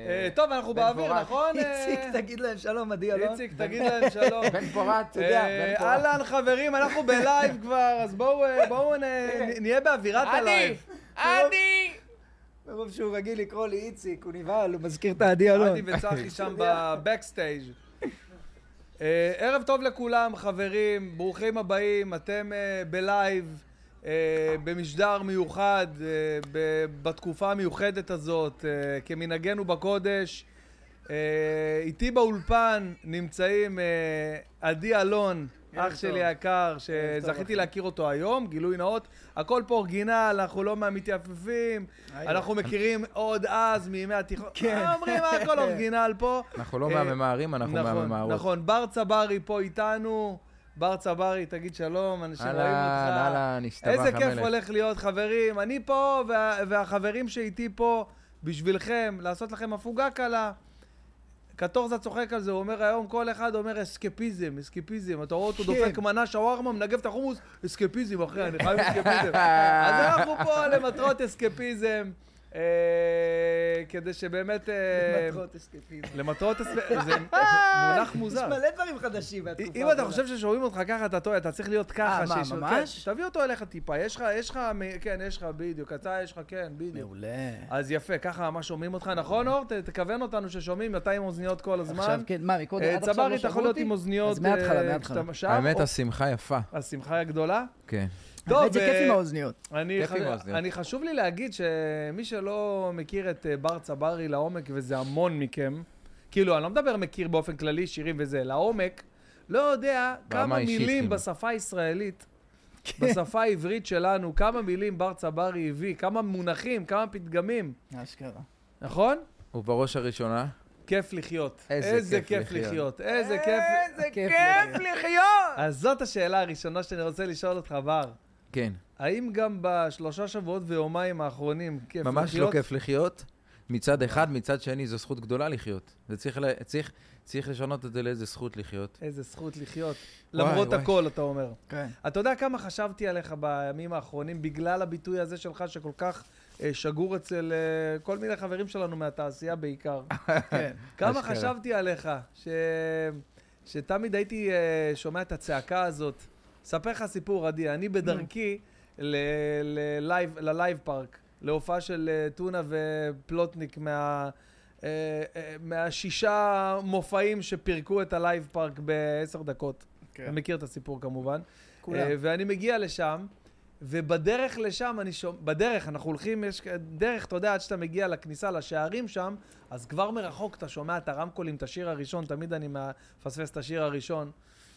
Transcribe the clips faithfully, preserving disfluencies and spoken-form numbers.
טוב, אנחנו באוויר, נכון? איציק, תגיד להם שלום, עדי אלון. איציק, תגיד להם שלום. בן פורת, אתה יודע, בן פורת. אהלן חברים, אנחנו בלייב כבר, אז בואו נהיה באווירת הלייב. עדי! מרוב שהוא רגיל לקרוא לי איציק, הוא נבהל, הוא מזכיר את עדי אלון. עדי וצחי שם בבקסטייג'. ערב טוב לכולם, חברים, ברוכים הבאים, אתם בלייב. Uh, במשדר מיוחד uh, ב- בתקופה המיוחדת הזאת uh, כמנהגנו בקודש. uh, איתי באולפן נמצאים uh, עדי אלון, אח שלי היקר, שזכיתי להכיר אותו היום, גילוי נאות, הכל פה אורגינל, אנחנו לא מהמתייפפים, אנחנו מכירים עוד אז מימי התיכון, אומרים הכל אורגינל פה. אנחנו לא מהממהרים, אנחנו מהממהרות. נכון, בר צברי פה איתנו. בר צברי, תגיד שלום, אנשים רואים אותך. אהלן, השתבח המלך. איזה כיף הולך להיות, חברים. אני פה, וה, והחברים שאיתי פה, בשבילכם, לעשות לכם הפוגה קלה. קטורזה צוחק על זה, הוא אומר היום, כל אחד אומר אסקפיזם, אסקפיזם. אתה רואה אותו דופק מנה שווארמה, מנגב את החומוס, אסקפיזם, אחי, אני חייב אסקפיזם. אז אנחנו פה למטרות אסקפיזם. כדי שבאמת... למטרות אסקפיזם. למטרות אסקפיזם. זה מונח מוזר. יש מלא דברים חדשים בתקופה. אם אתה חושב ששומעים אותך ככה, אתה טועה, אתה צריך להיות ככה. אה, מה, ממש? תביא אותו אליך טיפה. יש לך, יש לך, כן, יש לך בדיוק. אתה, יש לך, כן, בדיוק. מעולה. אז יפה, ככה ממש שומעים אותך, נכון אור? תכוון אותנו ששומעים, אתה עם אוזניות כל הזמן. עכשיו, כן, מה, מקודם, עד עכשיו צברי, לא אתה יכול להיות עם אוזניות. אז מההתחלה, מההתחלה. האמת, השמחה יפה. השמחה היא הגדולה? כן. האמת, זה כיף עם האוזניות. אני חשוב לי להגיד שמי שלא מכיר את בר צברי לעומק, וזה המון מכם, כאילו, אני לא מדבר מכיר באופן כללי שירים וזה, לעומק, לא יודע כמה מילים בשפה הישראלית, בשפה העברית שלנו, כמה מילים בר צברי הביא, כמה מונחים, כמה פתגמים. אשכרה. נכון? ובראש הראשונה? כיף לחיות. איזה כיף לחיות. איזה כיף לחיות. אז זאת השאלה הראשונה שאני רוצה לשאול אותך, בר. כן. האם גם בשלושה שבועות ויומיים האחרונים כיף לחיות? ממש לא כיף לחיות. מצד אחד, מצד שני, זו זכות גדולה לחיות. צריך, צריך, צריך לשנות את זה לאיזה זכות לחיות. איזה זכות לחיות. למרות וואי. הכל, אתה אומר. כן. אתה יודע כמה חשבתי עליך בימים האחרונים, בגלל הביטוי הזה שלך, שכל כך אה, שגור אצל אה, כל מיני חברים שלנו מהתעשייה בעיקר. כן. כמה חשבתי עליך, ש... שתמיד הייתי אה, שומע את הצעקה הזאת. ספר לך סיפור, עדי, אני בדרכי ל... ללייב, ללייב פארק. להופעה של טונה ופלוטניק מה, מהשישה מופעים שפירקו את הלייב פארק בעשר דקות. כן. אני מכיר את הסיפור כמובן. כולם. ואני מגיע לשם, ובדרך לשם, אני שומע, בדרך, אנחנו הולכים, יש דרך, אתה יודע, עד שאתה מגיע לכניסה, לשערים שם, אז כבר מרחוק אתה שומע את הרמקולים, את השיר הראשון, תמיד אני מפספס את השיר הראשון.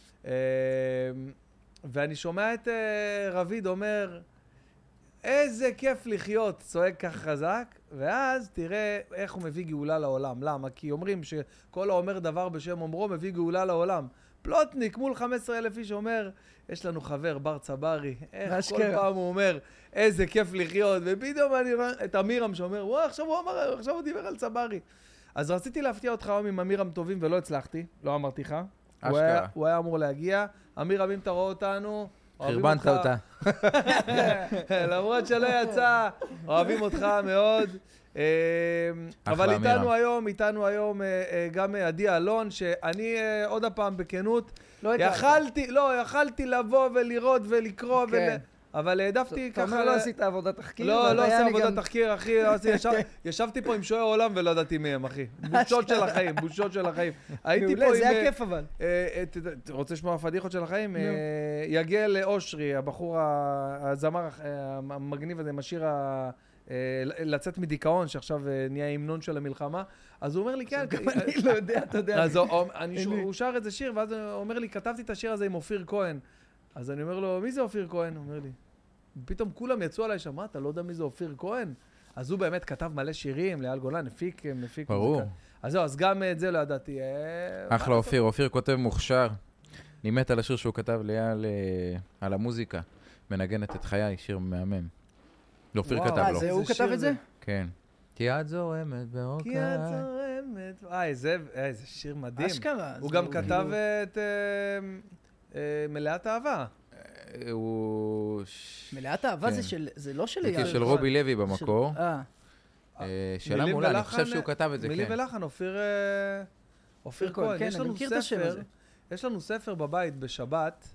ואני שומע את רביד אומר, איזה כיף לחיות, צועק כך חזק, ואז תראה איך הוא מביא גאולה לעולם. למה? כי אומרים שכל האומר דבר בשם אומרו מביא גאולה לעולם. פלוטניק מול חמישה עשר אלף איש אומר, יש לנו חבר, בר צברי, איך כל פעם הוא אומר, איזה כיף לחיות, ופתאום אני רואה את אמירם שאומר, וואו, עכשיו הוא אמר, עכשיו הוא דיבר על צברי. אז רציתי להפתיע אותך היום עם אמירם טובים ולא הצלחתי, לא אמרתי לך. הוא היה, הוא היה אמור להגיע. אמירם, אם אתה רואה אותנו, חרבנת אותה. למרות שלא יצא, אוהבים אותך מאוד. אבל איתנו היום, איתנו היום גם עדי אלון, שאני עוד הפעם בכנות, יכלתי, לא, יכלתי לבוא ולראות ולקרוא, אבל העדפתי ככה... אתה אומר לא עשית עבודת תחקיר? לא, לא עשית עבודת תחקיר, אחי. ישבתי פה עם שועי עולם ולא ידעתי מי הם, אחי. בושות של החיים, בושות של החיים. מעולה, זה היה כיף אבל. אתה רוצה לשמוע פדיחות של החיים? יגל אושרי, הבחור, הזמר המגניב הזה, משאיר לצאת מדיכאון, שעכשיו נהיה המנון של המלחמה. אז הוא אומר לי, כן. גם אני לא יודע, אתה יודע. אז הוא שר איזה שיר, ואז הוא אומר לי, כתבתי את השיר הזה עם אופיר כהן. אז אני אומר לו, מי זה אופיר כהן? הוא אומר לי. פתאום כולם יצאו עליי, שמע, אתה לא יודע מי זה אופיר כהן? אז הוא באמת כתב מלא שירים, לאל גולן, הפיק, מפיק. ברור. אז זהו, אז גם את זה לא ידעתי. אחלה אופיר, אופיר כותב מוכשר. אני מת על השיר שהוא כתב לי על המוזיקה. מנגנת את חיי, שיר מהמם. אופיר כתב לו. הוא כתב את זה? כן. כי את זורמת באוקיי. כי את זורמת. אה, איזה שיר מדהים. אשכרה. הוא גם כתב את... מלאת אהבה. הוא... מלאת אהבה זה לא של... זה של רובי לוי במקור. שאלה מעולה, אני חושב שהוא כתב את זה, כן. מילים ולחן, אופיר... אופיר כהן, יש לנו ספר, יש לנו ספר בבית בשבת,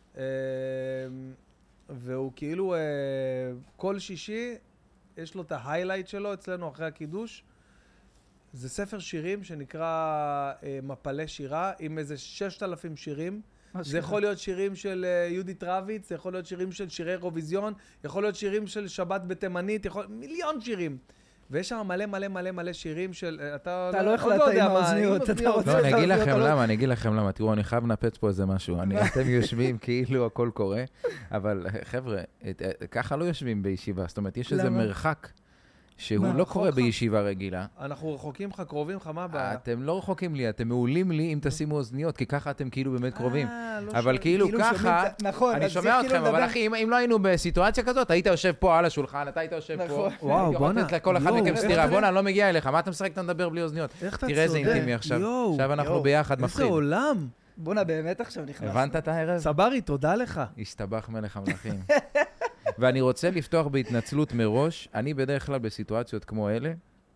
והוא כאילו כל שישי, יש לו את ההיילייט שלו אצלנו אחרי הקידוש. זה ספר שירים שנקרא מפלי שירה, עם איזה ששת אלפים שירים. זה יכול להיות שירים של יהודית רביץ, זה יכול להיות שירים של שירי אירוויזיון, יכול להיות שירים של שבת בתימנית, יכול... מיליון שירים. ויש שם מלא מלא מלא מלא שירים של... אתה לא החלטת עם האוזניות, אתה רוצה... לא, אני אגיד לכם למה, אני אגיד לכם למה. תראו, אני חייב לנפץ פה איזה משהו. אתם יושבים כאילו הכל קורה, אבל חבר'ה, ככה לא יושבים בישיבה. זאת אומרת, יש איזה מרחק שהוא לא קורה בישיבה רגילה. אנחנו רחוקים לך, קרובים לך, מה הבעיה? אתם לא רחוקים לי, אתם מעולים לי אם תשימו אוזניות, כי ככה אתם כאילו באמת קרובים. אבל כאילו ככה, אני שומע אתכם, אבל אחי, אם לא היינו בסיטואציה כזאת, היית יושב פה על השולחן, אתה היית יושב פה, וואו, בונה. לכל אחד מכם סתירה, בונה, אני לא מגיע אליך, מה אתה משחק, אתה מדבר בלי אוזניות? תראה איזה אינטימי עכשיו. עכשיו אנחנו ביחד מפחיד. איזה עולם. בונה, באמת עכשיו נכנס. הבנת את הערב? סברי, תודה לך. השתבח מלך המלכים. ואני רוצה לפתוח בהתנצלות מראש. אני בדרך כלל בסיטואציות כמו אלה,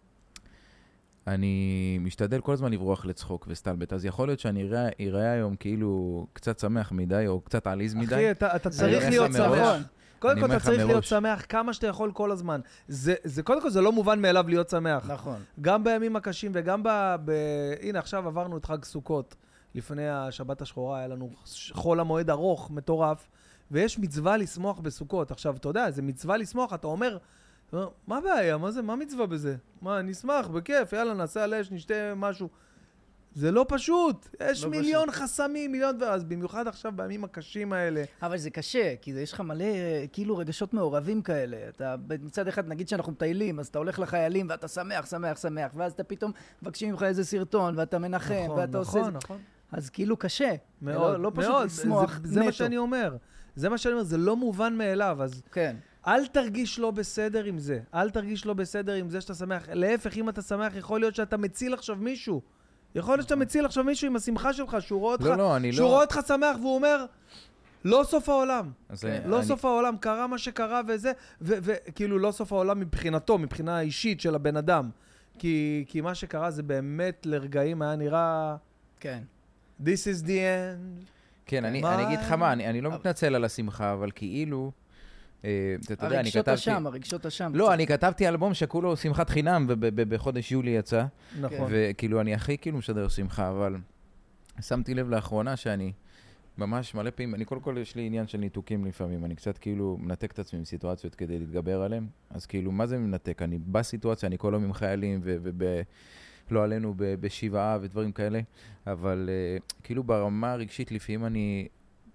אני משתדל כל הזמן לברוח לצחוק וסטלבט. אז יכול להיות שאני אראה היום כאילו קצת שמח מדי, או קצת עליז מדי. אחי, אתה, אתה צריך להיות שמח. קודם כל, אתה צריך להיות שמח כמה שאתה יכול כל הזמן. זה, זה, קודם כל, זה לא מובן מאליו להיות שמח. נכון. גם בימים הקשים וגם ב... ב... הנה, עכשיו עברנו את חג סוכות. לפני השבת השחורה היה לנו חול המועד ארוך, מטורף. ויש מצווה לשמוח בסוכות. עכשיו, אתה יודע, זה מצווה לשמוח, אתה אומר, מה הבעיה? מה זה? מה מצווה בזה? מה, נשמח, בכיף, יאללה, נעשה על אש, נשתה משהו. זה לא פשוט. יש לא מיליון פשוט. חסמים, מיליון, ואז במיוחד עכשיו בימים הקשים האלה. אבל זה קשה, כי יש לך מלא, כאילו, רגשות מעורבים כאלה. אתה, מצד אחד, נגיד שאנחנו מטיילים, אז אתה הולך לחיילים, ואתה שמח, שמח, שמח, ואז אתה פתאום מבקשים ממך איזה סרטון, ואתה מנחם, נכון, ואתה נכון, עושה... נכון. אז כאילו קשה. מאוד, לא, לא פשוט מאוד. לשמוח זה, זה מה שאני אומר. זה מה שאני אומר, זה לא מובן מאליו, אז... כן. אל תרגיש לא בסדר עם זה. אל תרגיש לא בסדר עם זה שאתה שמח. להפך, אם אתה שמח, יכול להיות שאתה מציל עכשיו מישהו. יכול להיות שאתה מציל עכשיו מישהו עם השמחה שלך, שהוא רואה אותך, לא, לא, אני שהוא לא... רואה אותך שמח, והוא אומר, לא סוף העולם. זה, לא אני... סוף העולם, קרה מה שקרה וזה, וכאילו לא סוף העולם מבחינתו, מבחינה האישית של הבן אדם. כי, כי מה שקרה זה באמת לרגעים היה נראה... כן. This is the end. כן, אני, אני אגיד לך מה, אני, אני לא מתנצל על השמחה, אבל כאילו... אתה יודע, אני כתבתי... הרגשות השם, הרגשות השם. לא, אני כתבתי אלבום שכולו שמחת חינם, ובחודש יולי יצא. נכון. וכאילו, אני הכי כאילו משדר שמחה, אבל שמתי לב לאחרונה שאני ממש מלא פעמים, אני קודם כל יש לי עניין של ניתוקים לפעמים, אני קצת כאילו מנתק את עצמי מסיטואציות כדי להתגבר עליהם, אז כאילו, מה זה מנתק? אני בסיטואציה, אני כל יום עם חיילים, ולא עלינו בשבעה ודברים כאלה, אבל כאילו ברמה הרגשית, לפעמים אני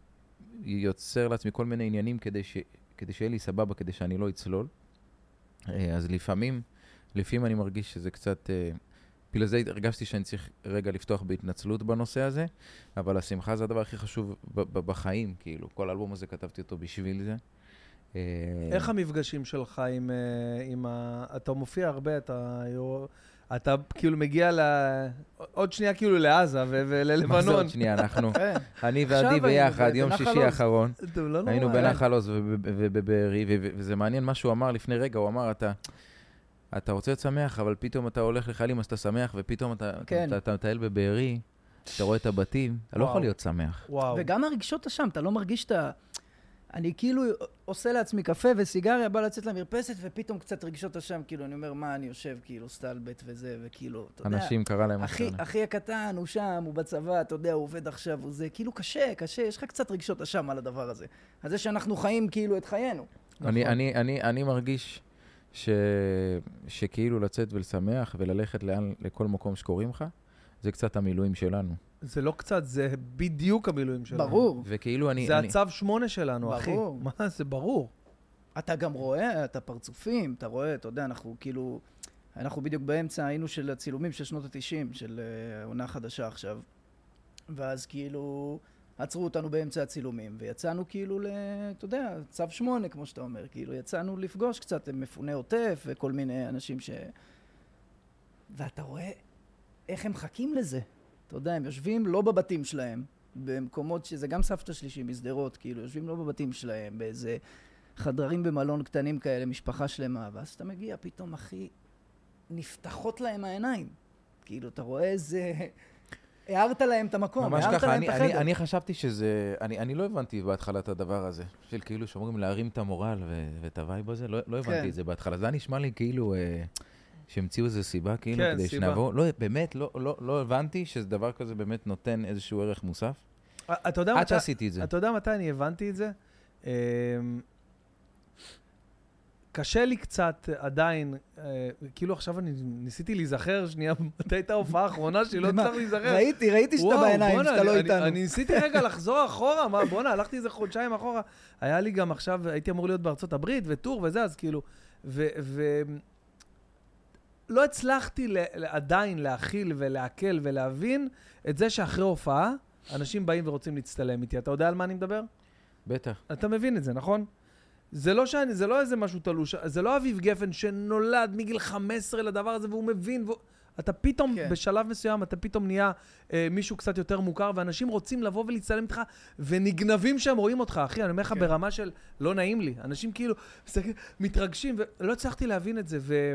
יוצר לעצמי כל מיני עניינים כדי ש... כדי שיהיה לי סבבה, כדי שאני לא אצלול. אז לפעמים, לפעמים אני מרגיש שזה קצת... בגלל זה הרגשתי שאני צריך רגע לפתוח בהתנצלות בנושא הזה, אבל השמחה זה הדבר הכי חשוב בחיים, כאילו. כל האלבום הזה כתבתי אותו בשביל זה. איך המפגשים שלך עם... עם ה... אתה מופיע הרבה, אתה... אתה כאילו מגיע ל... עוד שנייה כאילו לעזה וללבנון. מה זה עוד שנייה? אנחנו, אני ועדי ביחד, יום שישי האחרון, היינו בנחל עוז ובבארי, וזה מעניין מה שהוא אמר לפני רגע, הוא אמר, אתה אתה רוצה להיות שמח, אבל פתאום אתה הולך לחיילים, אז אתה שמח, ופתאום אתה מטייל בבארי, אתה רואה את הבתים, אתה לא יכול להיות שמח. וגם הרגשות השם, אתה לא מרגיש את ה... אני כאילו עושה לעצמי קפה וסיגריה, בא לצאת למרפסת, ופתאום קצת רגשות השם, כאילו, אני אומר, מה, אני יושב, כאילו, סטלבט וזה, וכאילו, אתה יודע... אנשים קרא להם אחי, אחי הקטן, הוא שם, הוא בצבא, אתה יודע, הוא עובד עכשיו, הוא זה, כאילו, קשה, קשה, יש לך קצת רגשות השם על הדבר הזה. על זה שאנחנו חיים, כאילו, את חיינו. אני, אני, אני, אני מרגיש ש... שכאילו לצאת ולשמח, וללכת לאן, לכל מקום שקוראים לך, זה קצת המילואים שלנו. זה לא קצת, זה בדיוק המילואים שלנו. ברור. וכאילו אני... זה אני... הצו שמונה שלנו, אחי. ברור. מה? זה ברור. אתה גם רואה את הפרצופים, אתה רואה, אתה יודע, אנחנו כאילו... אנחנו בדיוק באמצע, היינו של הצילומים של שנות ה-תשעים, של עונה חדשה עכשיו. ואז כאילו... עצרו אותנו באמצע הצילומים, ויצאנו כאילו, אתה יודע, צו שמונה, כמו שאתה אומר, כאילו, יצאנו לפגוש קצת מפוני עוטף, וכל מיני אנשים ש... ואתה רואה איך הם מחכים לזה. אתה יודע, הם יושבים לא בבתים שלהם, במקומות שזה גם סבתא שלישי מסדרות, כאילו, יושבים לא בבתים שלהם, באיזה חדרים במלון קטנים כאלה, משפחה שלמה, ואז אתה מגיע פתאום, אחי, נפתחות להם העיניים. כאילו, אתה רואה איזה... הערת להם את המקום, ממש הערת ככה, להם אני, את אני, החדר. אני חשבתי שזה... אני, אני לא הבנתי בהתחלה את הדבר הזה, של כאילו שאומרים להרים את המורל ו, ואת הווייב הזה, לא, לא הבנתי כן. את זה בהתחלה. זה היה נשמע לי כאילו... אה, שהמציאו איזה סיבה, כאילו, כן, כדי סיבה. שנעבור. לא, באמת, לא, לא, לא הבנתי שזה דבר כזה באמת נותן איזשהו ערך מוסף. אתה יודע עד מתי- שעשיתי את זה. אתה יודע מתי אני הבנתי את זה? אמ, קשה לי קצת עדיין, אה, כאילו עכשיו אני ניסיתי להיזכר שנייה, מתי הייתה ההופעה האחרונה שלי, לא ומה? צריך להיזכר. ראיתי, ראיתי שאתה וואו, בעיניים, בואנה, שאתה לא אני- איתנו. אני ניסיתי רגע לחזור אחורה, מה, בואנה, הלכתי איזה חודשיים אחורה. היה לי גם עכשיו, הייתי אמור להיות בארצות הברית, וטור וזה, אז כאילו, ו... ו- לא הצלחתי ל- עדיין להכיל ולהקל ולהבין את זה שאחרי הופעה, אנשים באים ורוצים להצטלם איתי. אתה יודע על מה אני מדבר? בטח. אתה מבין את זה, נכון? זה לא שאני, זה לא איזה משהו תלוש, זה לא אביב גפן שנולד מגיל חמש עשרה לדבר הזה והוא מבין, והוא... אתה פתאום, כן. בשלב מסוים, אתה פתאום נהיה אה, מישהו קצת יותר מוכר, ואנשים רוצים לבוא ולהצטלם איתך, ונגנבים שהם רואים אותך, אחי, אני אומר לך כן. ברמה של לא נעים לי. אנשים כאילו מסתכל- מתרגשים, ולא הצלחתי להבין את זה, ו...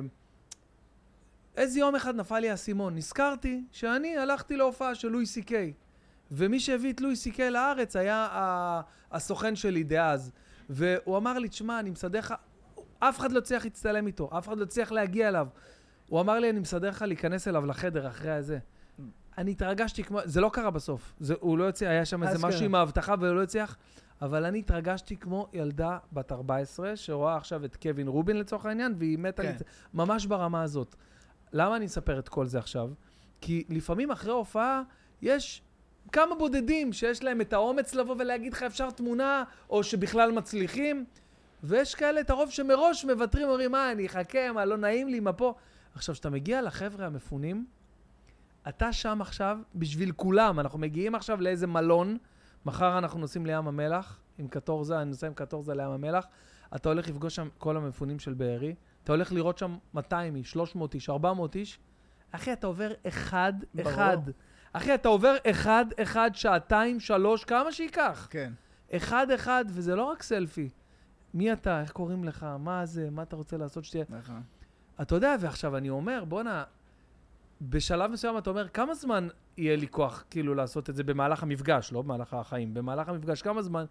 איזה יום אחד נפל לי האסימון, נזכרתי שאני הלכתי להופעה של לואי סי קיי, ומי שהביא את לואי סי קיי לארץ היה ה- הסוכן שלי דאז, והוא אמר לי, תשמע, אני מסדר לך, אף אחד לא צריך להצטלם איתו, אף אחד לא צריך להגיע אליו. הוא אמר לי, אני מסדר לך להיכנס אליו לחדר אחרי הזה. אני התרגשתי כמו, זה לא קרה בסוף, זה, הוא לא יוצא, היה שם איזה אשכרה. משהו עם ההבטחה ולא יצליח, אבל אני התרגשתי כמו ילדה בת ארבע עשרה, שרואה עכשיו את קווין רובין לצורך העניין, והיא מתה כן. לצ... ממש ברמה הזאת. למה אני אספר את כל זה עכשיו? כי לפעמים אחרי הופעה יש כמה בודדים שיש להם את האומץ לבוא ולהגיד לך אפשר תמונה, או שבכלל מצליחים, ויש כאלה את הרוב שמראש מבטרים, אומרים, מה, אני אחכה, מה, לא נעים לי, מה פה. עכשיו, כשאתה מגיע לחבר'ה המפונים, אתה שם עכשיו בשביל כולם. אנחנו מגיעים עכשיו לאיזה מלון, מחר אנחנו נוסעים לים המלח, עם קטורזה, אני נוסע עם קטורזה לים המלח, אתה הולך לפגוש שם כל המפונים של בארי, אתה הולך לראות שם מאתיים איש, שלוש מאות איש, ארבע מאות איש, אחי, אתה עובר אחד, ברור. אחד. אחי, אתה עובר אחד, אחד, שעתיים, שלוש, כמה שיקח. כן. אחד, אחד, וזה לא רק סלפי. מי אתה? איך קוראים לך? מה זה? מה אתה רוצה לעשות שתהיה? נכון. אתה יודע, ועכשיו אני אומר, בוא'נה, בשלב מסוים אתה אומר, כמה זמן יהיה לי כוח כאילו לעשות את זה במהלך המפגש, לא במהלך החיים, במהלך המפגש, כמה זמן?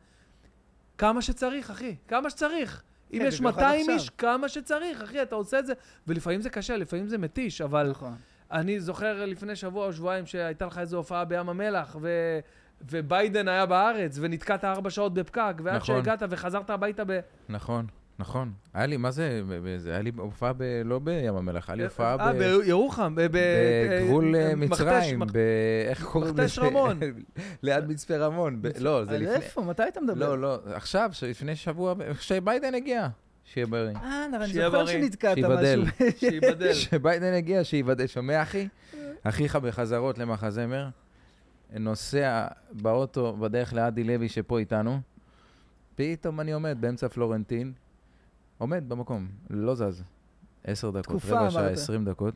כמה שצריך, אחי, כמה שצריך. אם כן, יש במיוחד מאתיים עכשיו. איש, כמה שצריך, אחי, אתה עושה את זה, ולפעמים זה קשה, לפעמים זה מתיש, אבל נכון. אני זוכר לפני שבוע או שבועיים שהייתה לך איזו הופעה בים המלח, ו... וביידן היה בארץ, ונתקעת ארבע שעות בפקק, ועד נכון. שהגעת וחזרת הביתה ב... נכון, נכון. היה לי, מה זה, ב- ב- זה היה לי הופעה ב... לא בים המלח, היה לי הופעה אה, ב... בירוחם, ב... ב- בגבול אה, אה, מכתש- מצרים, מכ- ב... איך קוראים מכתש רמון. ליד מצפה רמון. ב- לא, זה על לפני... איפה? מתי אתה מדבר? לא, לא, עכשיו, לפני שבוע, כשביידן הגיע, שיהיה בריא. אה, אני שיהיה זוכר בריא. שנתקעת שיבדל. משהו. שיבדל. כשביידן הגיע, שיוודא, שומע אחי? אחיך בחזרות למחזמר, נוסע באוטו בדרך לאדי לוי שפה איתנו, פתאום אני עומד באמצע פלורנטין, עומד במקום, לא זז. עשר דקות, תקופה, רבע שעה, אמרת. עשרים דקות.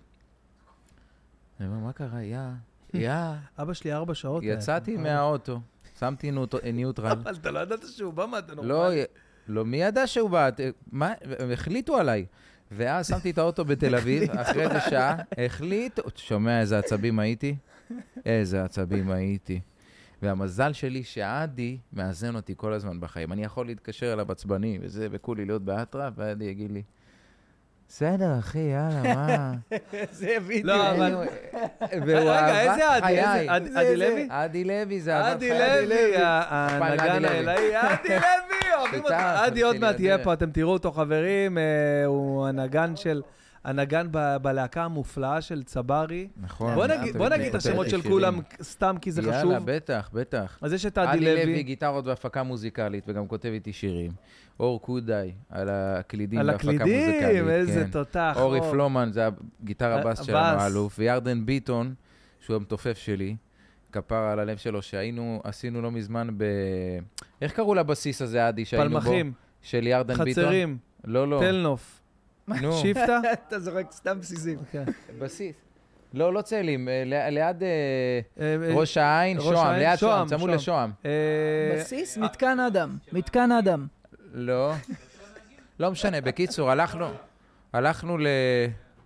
אני אומר, מה קרה? יא, יא. אבא שלי ארבע שעות. יצאתי אה. מהאוטו, שמתי נוט- ניוטרל. אבל אתה לא ידעת שהוא בא, מה אתה נורמלי? לא, לא, מי ידע שהוא בא? ת- מה? הם החליטו עליי. ואז שמתי את האוטו בתל אביב, אחרי איזה שעה, החליטו, שומע איזה עצבים הייתי? איזה עצבים הייתי. והמזל שלי שעדי מאזן אותי כל הזמן בחיים. אני יכול להתקשר אליו עצבני וזה, וכולי להיות באטרה, ועדי יגיד לי, בסדר, אחי, יאללה, מה? זה וידאו. לא, אבל- והוא רגע, איזה אהבת עדי? חיי. איזה- עדי- זה- עדי זה- לוי? עדי לוי זה אהבת עדי חיי. לוי, ה- פעם הנגן עדי לוי. האלוהי. עדי לוי, אוהבים אותו. שותף, עדי עוד של מעט יהיה הדרך. פה, אתם תראו אותו חברים, אה, הוא הנגן של... הנגן ב- בלהקה המופלאה של צברי. נכון. בוא אתה נגיד- בוא נגיד את כותב השמות של שירים. כולם סתם כי זה חשוב. יאללה, בטח, בטח. אז יש את עדי עדי לוי, לוי. גיטרות והפקה מוזיקלית, וגם כותב איתי שירים. אור קודאי, על הקלידים על והפקה מוזיקלית. הקלידים, איזה כן. תותח. אורי אור. פלומן, זה הגיטר ה- הבאס הבאס. שלנו, האלוף. וירדן ביטון, שהוא המתופף שלי, כפר על הלב שלו, שהיינו, עשינו לא מזמן ב... איך קראו לבסיס הזה, עדי, שהיינו בו? פלמחים, של ירדן ביטון? חצרים, לא, לא. תלנוף, נו, שיפטה. אתה זורק סתם בסיסים. כן. בסיס. לא, לא צאלים, אה, ל- ליד אה, אה, אה, ראש העין, ראש שוהם, העין, ליד שוהם, שוהם, צמוד שוהם. לשוהם. אה, בסיס, מתקן אדם. מתקן אדם. לא. לא משנה, בקיצור, הלכנו, הלכנו ל...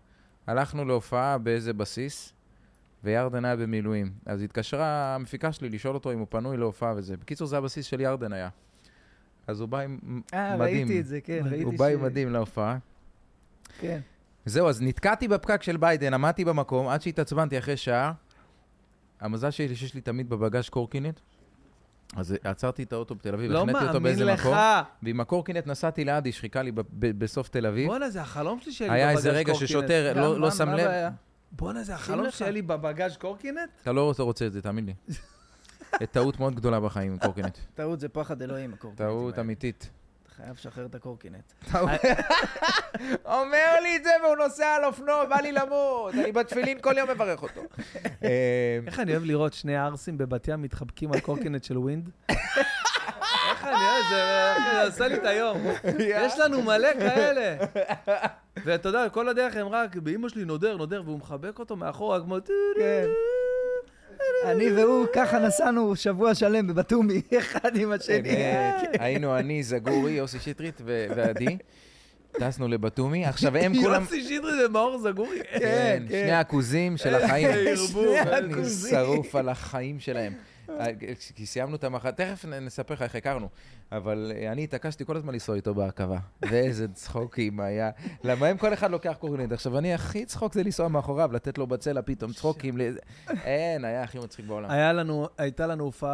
הלכנו להופעה באיזה בסיס, וירדן היה במילואים. אז התקשרה המפיקה שלי לשאול אותו אם הוא פנוי להופעה וזה. בקיצור, זה הבסיס של ירדן היה. אז הוא בא עם אה, מדים. ראיתי את זה, כן, ראיתי ש... הוא בא עם מדים להופעה. כן. זהו, אז נתקעתי בפקק של ביידן, עמדתי במקום, עד שהתעצבנתי אחרי שעה. המזל שלי שיש לי תמיד בבגז קורקינט. אז עצרתי את האוטו בתל אביב, לא החנתי אותו באיזה מאמין לך. מקום. ועם הקורקינט נסעתי לאדי, שחיכה לי ב- ב- בסוף תל אביב. בואנה, זה החלום שלי שיהיה לי היה בבגז' איזה רגע קורקינט. ששוטר גם, לא, מה- לא מה שם לב. הבעיה? בואנה, זה החלום לך. שיהיה לי בבגז' קורקינט? אתה לא רוצה את זה, תאמין לי. טעות מאוד גדולה בחיים עם קורקינט. טעות זה פחד אלוהים, הקורקינטים טעות האלה. אמיתית. אתה חייב לשחרר את הקורקינט. אומר לי את זה והוא נוסע על אופנוע, בא לי למות. אני בתפילין כל יום מברך אותו. איך אני אוהב לראות שני ערסים בבת ים מתחבקים על קורקינט של ווינד? איך אני אוהב, זה עושה לי את היום. יש לנו מלא כאלה. ואתה יודע, כל הדרך הם רק, באמא שלי נודר, נודר, והוא מחבק אותו מאחורה, כמו... כן. אני והוא ככה נסענו שבוע שלם בבתומי, אחד עם השני. היינו אני, זגורי, יוסי שטרית ו- ועדי. טסנו לבתומי. עכשיו הם כולם... יוסי שטרית ומאור זגורי. כן, שני הכוזים של החיים. הרבו. אני שרוף על החיים שלהם. כי סיימנו את המחר, תכף נספר לך איך הכרנו, אבל אני התעקשתי כל הזמן לנסוע איתו בהרכבה, ואיזה צחוקים היה. למה הם כל אחד לוקח קורקינט? עכשיו אני הכי צחוק זה לנסוע מאחוריו, לתת לו בצלע פתאום צחוקים. אין, היה הכי מצחיק בעולם. היה לנו, הייתה לנו הופעה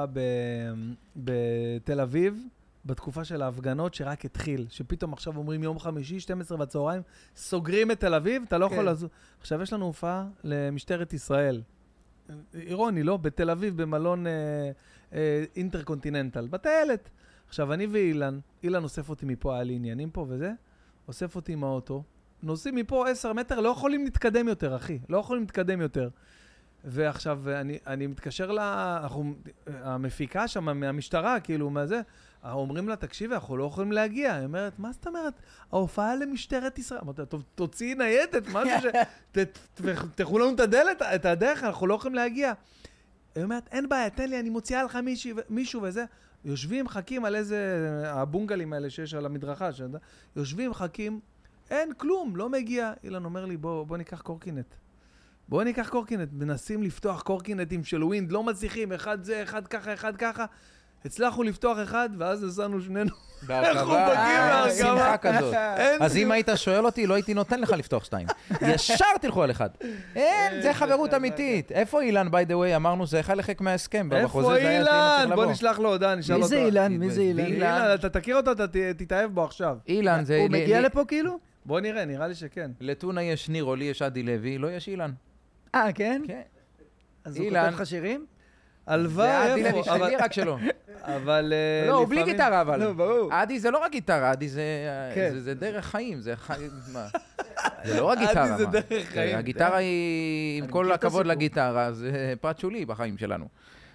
בתל אביב, בתקופה של ההפגנות שרק התחיל, שפתאום עכשיו אומרים יום חמישי, שתים עשרה בצהריים, סוגרים את תל אביב, אתה לא יכול לזוז. עכשיו יש לנו הופעה למשטרת ישראל. אירוני, לא? בתל אביב, במלון אה, אה, אינטרקונטיננטל, בטיילת. עכשיו, אני ואילן, אילן אוסף אותי מפה, היה לי עניינים פה וזה, אוסף אותי עם האוטו, נוסעים מפה עשר מטר, לא יכולים להתקדם יותר, אחי, לא יכולים להתקדם יותר. ועכשיו, אני, אני מתקשר לה, אנחנו, המפיקה שם, מהמשטרה, כאילו, מה זה, אומרים לה, תקשיבי, אנחנו לא יכולים להגיע. היא אומרת, מה זאת אומרת? ההופעה למשטרת ישראל. אמרתי, טוב, תוציאי ניידת, משהו ש... תפתחו לנו את הדלת, את הדרך, אנחנו לא יכולים להגיע. היא אומרת, אין בעיה, תן לי, אני מוציאה לך מישהו, מישהו וזה. יושבים, מחכים על איזה, הבונגלים האלה שיש על המדרכה, שאתה, יושבים, מחכים, אין כלום, לא מגיע. אילן אומר לי, בוא, בוא ניקח קורקינט. בוא ניקח קורקינט, מנסים לפתוח קורקינטים של ווינד, לא מצליחים, אחד זה, אחד ככה, אחד ככה. הצלחנו לפתוח אחד, ואז נסענו שנינו. בהרכבה, שמחה כזאת. אז אם היית שואל אותי, לא הייתי נותן לך לפתוח שתיים. ישר תלכו על אחד. אין, זה חברות אמיתית. איפה אילן, by the way? אמרנו, זה אחד לחק מההסכם. איפה אילן? בוא נשלח לו הודעה, נשאל אותו. מי זה אילן? מי זה אילן? אילן, אתה תכיר אותו, אתה תתאהב בו עכשיו. אילן זה... הוא מגיע לפה כאילו? בוא נראה, נראה לי שכן. לטונה יש ניר, או לי יש עדי לוי, לא יש אילן. אה, כן? כן. אז הוא כותב לך שירים? הלוואי, זה עדי לוי איפה? שלי, רק שלו. אבל לא, הוא בלי גיטרה, אבל. לא, ברור. עדי זה לא רק גיטרה, עדי זה דרך חיים, זה חיים, מה? זה לא רק גיטרה, עדי זה דרך חיים. הגיטרה היא, עם כל הכבוד לגיטרה, זה פרט שולי בחיים שלנו.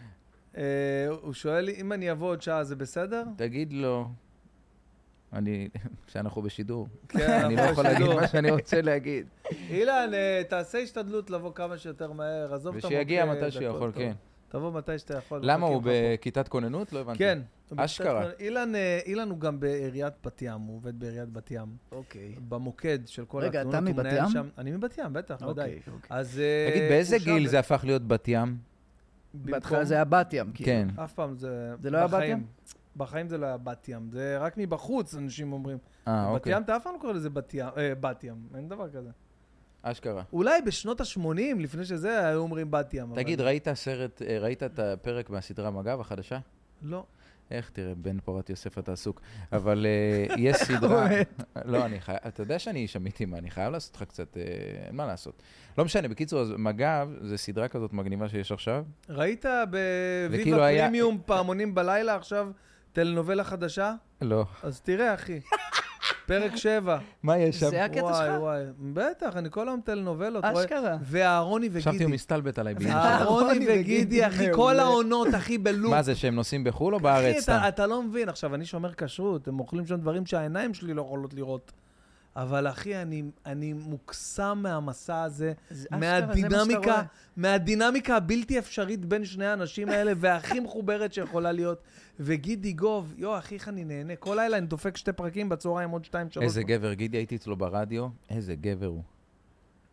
הוא שואל לי, אם אני אבוא עוד שעה, זה בסדר? תגיד לו, אני, שאנחנו בשידור. כן, אני לא יכול להגיד מה שאני רוצה להגיד. אילן, תעשה השתדלות לבוא כמה שיותר מהר, עזוב את המוקד. ושיגיע מתי שיכול, כן. תבוא מתי שאתה יכול. למה, הוא בכיתת כוננות? לא הבנתי. כן. אשכרה. אילן, אילן הוא גם בעיריית בת ים, הוא עובד בעיריית בת ים. אוקיי. במוקד של כל התלונות. רגע, אתה מבת ים? אני מבת ים, בטח, ודאי. אז... תגיד, באיזה גיל זה הפך להיות בת ים? בהתחלה זה היה בת ים, כאילו. כן. אף פעם זה... זה לא היה בת ים? בחיים זה לא היה בת ים, זה רק מבחוץ אנשים אומרים. אה, בת אוקיי. ים, אתה אף פעם לא קורא לזה בת ים, בת ים, אין דבר כזה. אשכרה. אולי בשנות ה-שמונים, לפני שזה, היו אומרים בת ים. תגיד, ראית סרט, ראית את הפרק מהסדרה מג"ב החדשה? לא. איך תראה, בן פורת יוסף אתה עסוק. אבל יש סדרה... לא, אני חייב... אתה יודע שאני איש אמיתי, מה? אני חייב לעשות לך קצת... אין מה לעשות. לא משנה, בקיצור, מג"ב זה סדרה כזאת מגניבה שיש עכשיו. ראית בוויבה פרימיום פעמונים בלילה עכשיו טלנובלה חדשה? לא. אז תראה, אחי. פרק שבע. מה יש שם? זה הקטע שלך? וואי, וואי. בטח, אני כל היום טלנובלות. אשכרה. ואהרוני וגידי. חשבתי הוא מסתלבט עליי. אהרוני וגידי, אחי, כל העונות, אחי, בלופ. מה זה, שהם נוסעים בחול או בארץ סתם? אחי, אתה לא מבין. עכשיו, אני שומר כשרות, הם אוכלים שם דברים שהעיניים שלי לא יכולות לראות. אבל אחי, אני, אני מוקסם מהמסע הזה, מהדינמיקה, מהדינמיקה הבלתי אפשרית בין שני האנשים האלה, והכי מחוברת שיכולה להיות. וגידי גוב, יו, אחי, איך אני נהנה. כל לילה אני דופק שתי פרקים בצהריים, עוד שתיים, שלוש. איזה גבר, גידי, הייתי אצלו ברדיו, איזה גבר הוא.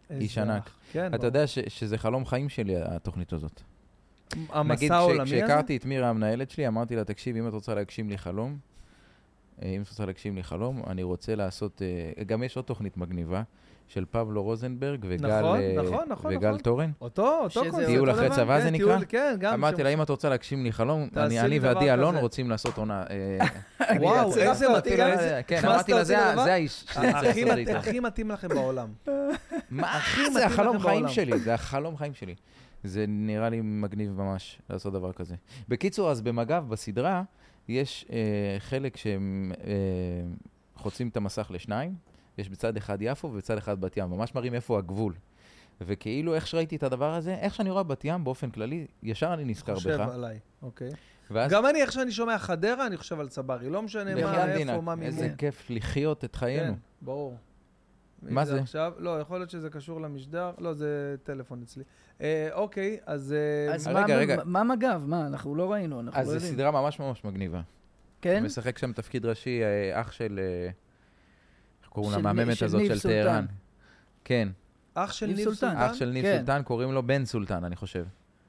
איש ענק. כן, אתה יודע ש- שזה חלום חיים שלי, התוכנית הזאת. המסע העולמי הזה? נגיד, כשהכרתי את מירה, המנהלת שלי, אמרתי לה, תקשיב, אם את רוצה להגשים לי חלום, אם את רוצה להגשים לי חלום, אני רוצה לעשות, גם יש עוד תוכנית מגניבה, של פבלו רוזנברג וגל, נכון, נכון, נכון, וגל נכון. טורן. אותו, אותו שזה קונספט. טיול אותו אחרי דבר? צבא כן, זה נקרא? טיול, כן, גם אמרתי שם. לה, אם את רוצה להגשים לי חלום, תעשי אני לי אני דבר ועדי אלון כזה. רוצים לעשות עונה. אה, וואו, צירפת איזה אותי מתאים. גם. איזה- כן, הכנסת אמרתי לה, אותי זה ה- לדבר? זה האיש שאני צריך הכי לעשות מת- איתו. הכי מתאים לכם בעולם. מה? הכי זה מתאים החלום לכם חיים בעולם. שלי, זה החלום חיים שלי. זה נראה לי מגניב ממש לעשות דבר כזה. בקיצור, אז במג"ב, בסדרה, יש אה, חלק שהם אה, חוצים את המסך לשניים, יש בצד אחד יפו ובצד אחד בת ים, ממש מראים איפה הגבול. וכאילו, איך שראיתי את הדבר הזה, איך שאני רואה בת ים באופן כללי, ישר אני נזכר בך. חושב עליי, אוקיי. ואז גם אני, איך שאני שומע חדרה, אני חושב על צברי. לא משנה בחייאת מה, דינק, איפה, מה, ממי. איזה כיף לחיות את חיינו. כן, ברור. מה זה? עכשיו? לא, יכול להיות שזה קשור למשדר. לא, זה טלפון אצלי. אה, אוקיי, אז... אה, אז רגע, מה- רגע. מה מג"ב? מה, אנחנו לא ראינו, אנחנו אז לא זו יודעים. סדרה ממש ממש מגניבה. כן? משחק שם תפקיד ראשי, אה, אח של... אה, איך קוראים של למאמנת מי- של הזאת ניב של סולטן. טהרן? כן, אח של ניב ניב סולטן. סולטן? אח של ניב כן. סולטן, קוראים לו בן סולטן, אני חושב.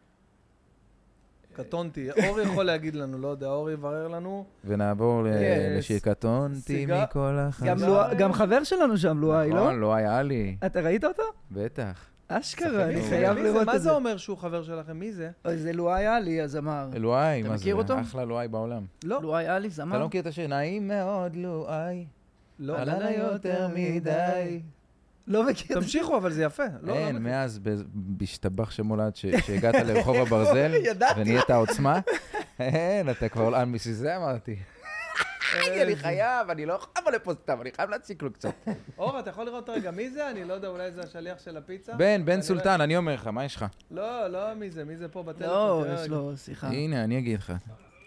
קטונתי. אורי יכול להגיד לנו, לא יודע, אורי יברר לנו. ונעבור ל- כן, לשיר קטונתי סיגר- מכל החיים. גם לואי- גם חבר שלנו שם, לואי, לא? נכון, לא היה לי. אתה ראית אותו? בטח. אשכרה, אני מי זה? חייב מי זה? לראות מה את זה זה. אומר שהוא חבר שלכם? מי זה? אוי, זה לואי עלי, הזמר. לואי, אתה מה זה? מכיר אותו? אחלה לואי בעולם. לא, לואי עלי, אתה זמר? לא מכיר את השיר? נעים מאוד לואי, לא. עלה יותר מדי. לא מכיר את זה. תמשיכו, אבל זה יפה. לא, לא אין, מכיר. מאז ב- בהשתבח שמולד ש- שהגעת לרחוב הברזל, ידעתי. ונהיית עוצמה, אין, אתה כבר לא... בשביל זה אמרתי. אני חייב, אני לא יכול לבוא לפה סתם, אני חייב להציק לו קצת. אור, אתה יכול לראות רגע מי זה? אני לא יודע, אולי זה השליח של הפיצה? בן, בן כנראה. סולטן, אני אומר לך, מה יש לך? לא, לא מי זה, מי זה פה בטלפון? לא, תראה יש רגע. לו שיחה. הנה, אני אגיד לך.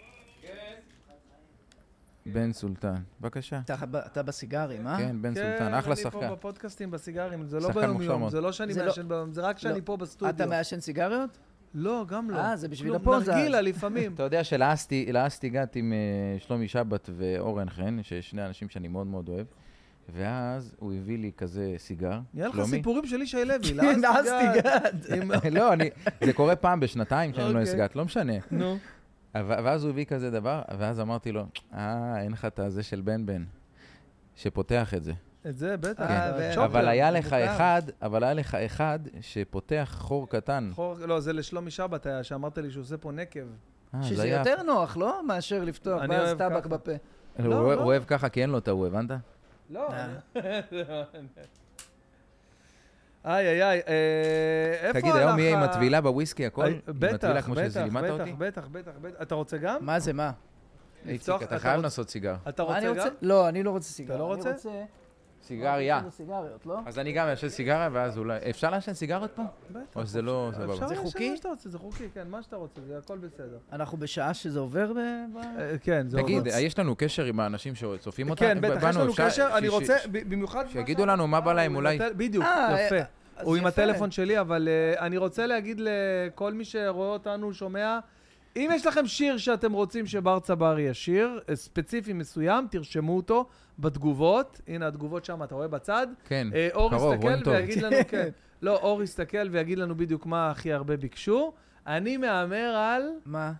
בן סולטן, בבקשה. אתה ב- אתה בסיגרים, אה? כן, בן כן, סולטן, אחלה אני שחקן. פה בפודקאסטים, בסיגרים, זה לא שחקן ביום מוכשר יום, מאוד. זה לא שאני זה לא- מעשן ביום, זה רק שאני לא. פה בסטודיו. אתה מעשן סיגריות? לא, גם לא. אה, זה בשביל כלום, הפוזה. נרגילה לפעמים. אתה יודע שלאסתי לאסתי הגעתי עם אה, שלומי שבת ואורן חן, ששני אנשים שאני מאוד מאוד אוהב, ואז הוא הביא לי כזה סיגר, נהיה לך שלומי. סיפורים של איש לוי, נעשתי גד. עם- לא, אני, זה קורה פעם בשנתיים שאני לא אוקיי. הסגת, לא משנה. נו. אבל- ואז הוא הביא כזה דבר, ואז אמרתי לו, אה, אין לך את הזה של בן בן, שפותח את זה. את זה, בטח. אה, זה ו- צ'וקר, אבל היה זה לך מוכר. אחד, אבל היה לך אחד שפותח חור קטן. חור- לא, זה לשלומי שבת היה, שאמרת לי שהוא עושה פה נקב. אה, זה שזה היה- יותר נוח, לא? מאשר לפתוח, אני ואז אוהב טבק ככה. בפה. הוא לא, אוהב- לא. הוא אוהב ככה כי אין לו את ההוא, הבנת? לא. אה. איי, איי, איי, אה, איפה תגיד, היום הלך יהיה עם ה- הטבילה בוויסקי, הכל? אה, עם הטבילה בטח, כמו בטח, שלימדת בטח, אותי? בטח, בטח, בטח. אתה רוצה גם? מה זה, מה? איציק, לפתוח- אתה אתה חייב רוצה- לעשות סיגר. אתה מה אני רוצה גם? לא, אני לא רוצה סיגר. לא רוצה? אני רוצה... סיגריה. אפילו סיגריות, לא? אז אני גם אעשן סיגריה, ואז אולי... אפשר לעשן סיגריות פה? בטח. או שזה לא סבבה? אפשר זה לעשן חוקי? מה שאתה רוצה, זה חוקי, כן, מה שאתה רוצה, זה הכל בסדר. אנחנו בשעה שזה עובר ב... ב- אה, כן, זה תגיד, עובד. יש לנו קשר עם האנשים שצופים אותנו? כן, בטח, יש בנו, לנו אפשר- קשר, אני ש- ש- רוצה, ש- ב- במיוחד... שיגידו לנו מה בא להם הוא אולי. עם הטל- בדיוק, אה, יפה. אז הוא עם יפה. הטלפון שלי, אבל uh, אני רוצה להגיד לכל מי שרואה אותנו, שומע, אם יש לכם שיר שאתם רוצים שבר צברי ישיר, אה, ספציפי מסוים, תרשמו אותו בתגובות. הנה התגובות שם, אתה רואה בצד. כן, אה, אור קרוב, רואים יסתכל טוב. ויגיד לנו, כן. לא, אור יסתכל ויגיד לנו בדיוק מה הכי הרבה ביקשו. אני מהמר על מה?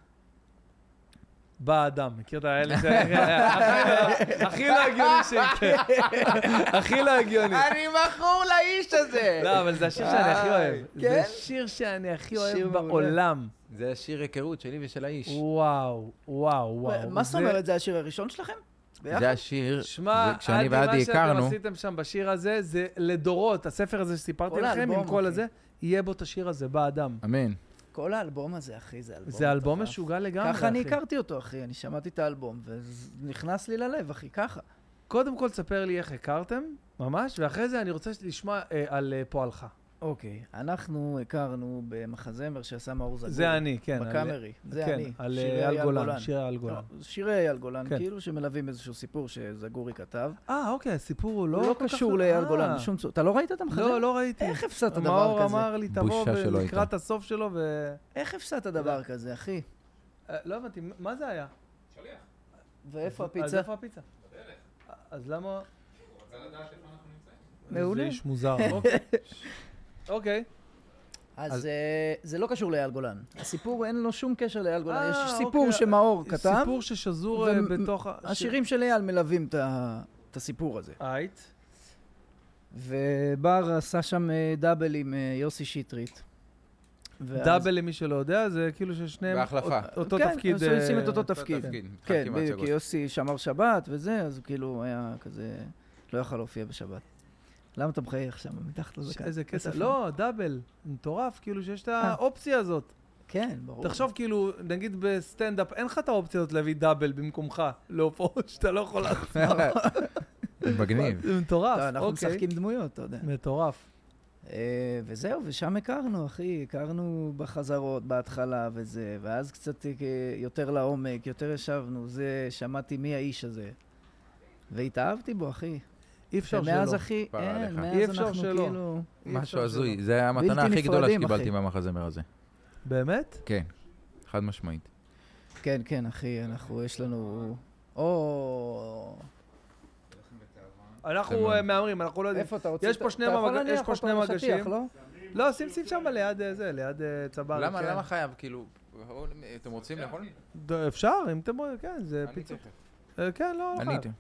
באדם. מכיר את האלה? זה הכי- הכי לא הגיוני שיקרה. הכי לא הגיוני. אני מכור לאיש הזה! לא, אבל זה השיר שאני הכי אוהב. זה כן? שיר שאני הכי שיר אוהב מעולה. בעולם. זה השיר היכרות שלי ושל האיש. וואו, וואו, וואו. מה זאת זה- אומרת, זה השיר הראשון שלכם? ביחד? זה השיר, שמע, זה- כשאני עדי, ועדי מה שאתם הכרנו, עשיתם שם בשיר הזה, זה לדורות. הספר הזה שסיפרתי כל לכם, עם האלבום, כל אחי. הזה, יהיה בו את השיר הזה, באדם. אמן. כל האלבום הזה, אחי, זה אלבום. זה אלבום מטורף. משוגע לגמרי, ככה אני אחי. הכרתי אותו, אחי. אני שמעתי את האלבום, ונכנס לי ללב, אחי, ככה. קודם כל, תספר לי איך הכרתם, ממש, ואחרי זה אני רוצה לשמוע אה, על אה, פועלך. אוקיי, אנחנו הכרנו במחזמר שעשה מאור זגורי. זה אני, כן. על- בקאמרי, זה כן, אני. על שירי אה, אייל אייל גולן, שיר אייל גולן. לא, שירי אייל גולן, כן. כאילו שמלווים איזשהו סיפור שזגורי כתב. אה, אוקיי, הסיפור הוא לא... הוא לא כל כך- קשור לאייל אה. גולן בשום צורה. אתה לא ראית את המחזמר? לא, לא ראיתי. איך הפסדת מאור דבר כזה? אמר לי, תבוא בושה שלא לקראת הייתה. הסוף שלו ו... איך הפסדת דבר כזה, אחי? אה, לא הבנתי, מה זה היה? ואיפה אז הפיצה? איפה הפיצה? אז למה... מעולה. זה איש מוזר. אוקיי. אוקיי. אז זה לא קשור לאייל גולן. הסיפור אין לו שום קשר לאייל גולן. יש אה, סיפור אוקיי. שמאור כתב. סיפור ששזור אה, בתוך... ה- השירים של אייל מלווים את ה- את הסיפור הזה. אייט. ובר עשה שם אה, דאבל עם אה, יוסי שטרית. ואז- דאבל למי שלא יודע, זה כאילו ששניהם... בהחלפה. אות- אותו כן, תפקיד... עשו- עושים את אה, אותו תפקיד. תפקיד. כן, מחלקים בדיוק, הצגות. כי יוסי שמר שבת וזה, אז הוא כאילו היה כזה, לא יכל להופיע בשבת. למה אתה מחייך שם, מתחת ש- לזקן? איזה קטע. בסוף. לא, דאבל. מטורף, כאילו שיש את אה. האופציה הזאת. כן, ברור. תחשוב כאילו, נגיד בסטנדאפ, אין לך את האופציה הזאת להביא דאבל במקומך להופעות שאתה לא יכול לעשות. מגניב. זה מטורף, טוב, אנחנו אוקיי. משחקים דמויות, אתה יודע. מטורף. אה, וזהו, ושם הכרנו, אחי, הכרנו בחזרות, בהתחלה וזה, ואז קצת אה, יותר לעומק, יותר ישבנו, זה, שמעתי מי האיש הזה. והתאהבתי בו, אחי. אי אפשר שלא. ומאז, אחי, כפרה אין, עליך. מאז אי אפשר אנחנו שלא. כאילו... אי משהו אפשר הזוי. שלא. זה המתנה בלתי הכי גדולה נפרדים, שקיבלתי אחי. מהמחזמר הזה. באמת? כן, חד משמעית. כן, כן, אחי, אנחנו, יש לנו... או... אנחנו תמام. אה, מהמרים, אנחנו לא יודעים. איפה אתה רוצה? יש פה שני אתה יכול מג- להניח יש פה אותו שני על מגשים. השטיח, לא? לא, שים שים שם ליד אה, זה, ליד אה, צברי. למה, כן. למה חייב? כאילו, אתם רוצים לאכול? ד- אפשר, אם אתם רואים, כן, זה אני פיצה. תכף. אה, כן, לא, לא אני חייב. איתה.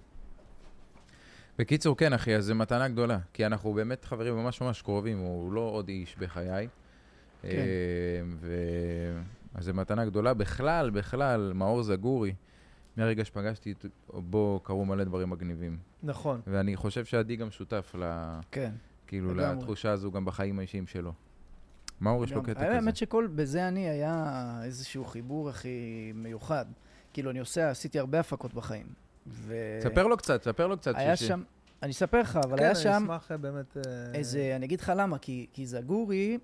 בקיצור, כן, אחי, אז זו מתנה גדולה. כי אנחנו באמת חברים ממש ממש קרובים, הוא לא עוד איש בחיי. כן. אה, ו... אז זו מתנה גדולה. בכלל, בכלל, מאור זגורי, מהרגע שפגשתי בו קרו מלא דברים מגניבים. נכון. ואני חושב שעדי גם שותף ל... כן. כאילו, לגמרי. לתחושה הזו גם בחיים האישיים שלו. מאור יש לו קטע כזה. האמת שכל, בזה אני היה איזשהו חיבור הכי מיוחד. כאילו, אני עושה, עשיתי הרבה הפקות בחיים. ו... ספר לו קצת, ספר לו קצת. היה ש- שם, אני אספר לך, אבל כן, היה אני שם אשמח אה, באמת... אה, איזה, אני אגיד לך למה, כי, כי זגורי,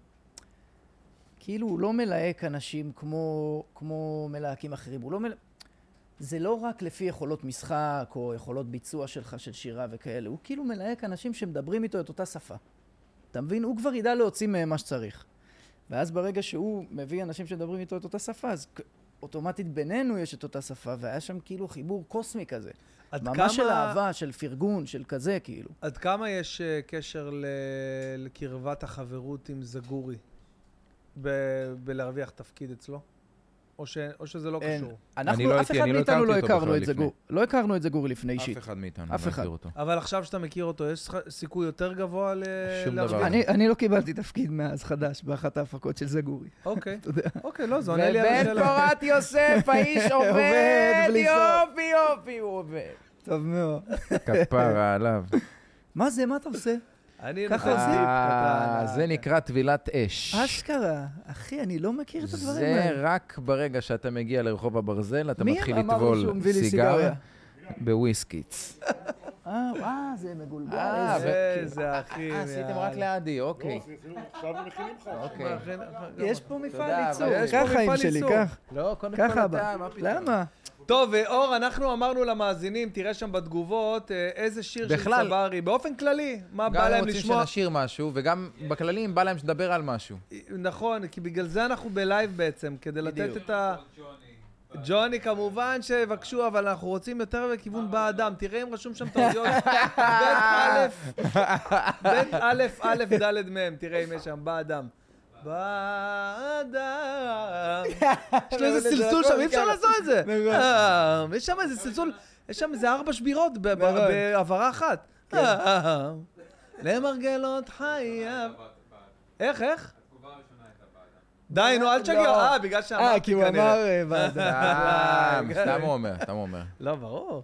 כאילו הוא לא מלהק אנשים כמו, כמו מלהקים אחרים. הוא לא מל... זה לא רק לפי יכולות משחק או יכולות ביצוע שלך של שירה וכאלה, הוא כאילו מלהק אנשים שמדברים איתו את אותה שפה. אתה מבין? הוא כבר ידע להוציא מהם מה שצריך. ואז ברגע שהוא מביא אנשים שמדברים איתו את אותה שפה, אז אוטומטית בינינו יש את אותה שפה, והיה שם כאילו חיבור קוסמי כזה. עד ממש כמה- של אהבה, של פרגון, של כזה כאילו. עד כמה יש אה, קשר ל- לקרבת החברות עם זגורי ב- בלהרוויח תפקיד אצלו? או ש- או שזה לא אין. קשור? אני אנחנו, לא אף הייתי- אחד אני לא מאיתנו לא הכרתי אותו הכרנו בכלל את זה לפני. גור. לא הכרנו את זה גורי לפני אף אישית. אחד מאיתנו אף לא אחד. מכיר אותו. אבל עכשיו שאתה מכיר אותו, יש לך סיכוי יותר גבוה ל... שום להרוויח? דבר. אני, אני לא קיבלתי תפקיד מאז חדש באחת ההפקות של זה גורי. אוקיי, אתה יודע. אוקיי, לא, זה עונה לי על ובן השאלה. פורת יוסף, האיש עובד עובד, בלי סוף. יופי יופי, הוא עובד. טוב מאוד. כפרה עליו. מה זה? מה אתה עושה? אני ככה נותן עושים? טיפ אה, קטן. זה נקרא טבילת אש. אשכרה. אחי, אני לא מכיר את הדברים זה האלה. רק ברגע שאתה מגיע לרחוב הברזל, אתה מי מתחיל אמר לו לטבול שהוא מביא לי סיגריה סיגריה? בוויסקיץ. אה, אה, זה מגולגל. אה, איזה- איזה אחי. אה, עשיתם רק לידי, אוקיי. עכשיו הם מכינים לך. אוקיי. יש פה מפעל תודה, ייצור. אבל יש פה ככה עם מפעל שלי, ייצור. קח. לא, קודם ככה כל הבא. אתה, מה פתאום? למה? טוב, אור, אנחנו אמרנו למאזינים, תראה שם בתגובות, אה, איזה שיר של בכלל. צברי, באופן כללי, מה גם בא הם להם רוצים לשמוע. שנשיר משהו, וגם בכללי אם בא להם שתדבר על משהו. נכון, כי בגלל זה אנחנו בלייב בעצם, כדי לתת בדיוק. את ה... ג'וני כמובן שיבקשו, אבל אנחנו רוצים יותר בכיוון בא אדם. תראה אם רשום שם טעויות. בית א', בית א', א', ד' מ', תראה אם יש שם בא אדם. בא אדם. יש לו איזה סלסול שם, אי אפשר לעשות את זה. אה, יש שם איזה סלסול, יש שם איזה ארבע שבירות ב- ב- בעברה אחת. אה, למרגלות חייו. איך, איך? די, נו, אל תשגע. אה, בגלל שאמרתי אה, כי הוא כנראה. אמר... אה, ועדה. סתם, סתם הוא אומר, סתם הוא אומר. לא, ברור.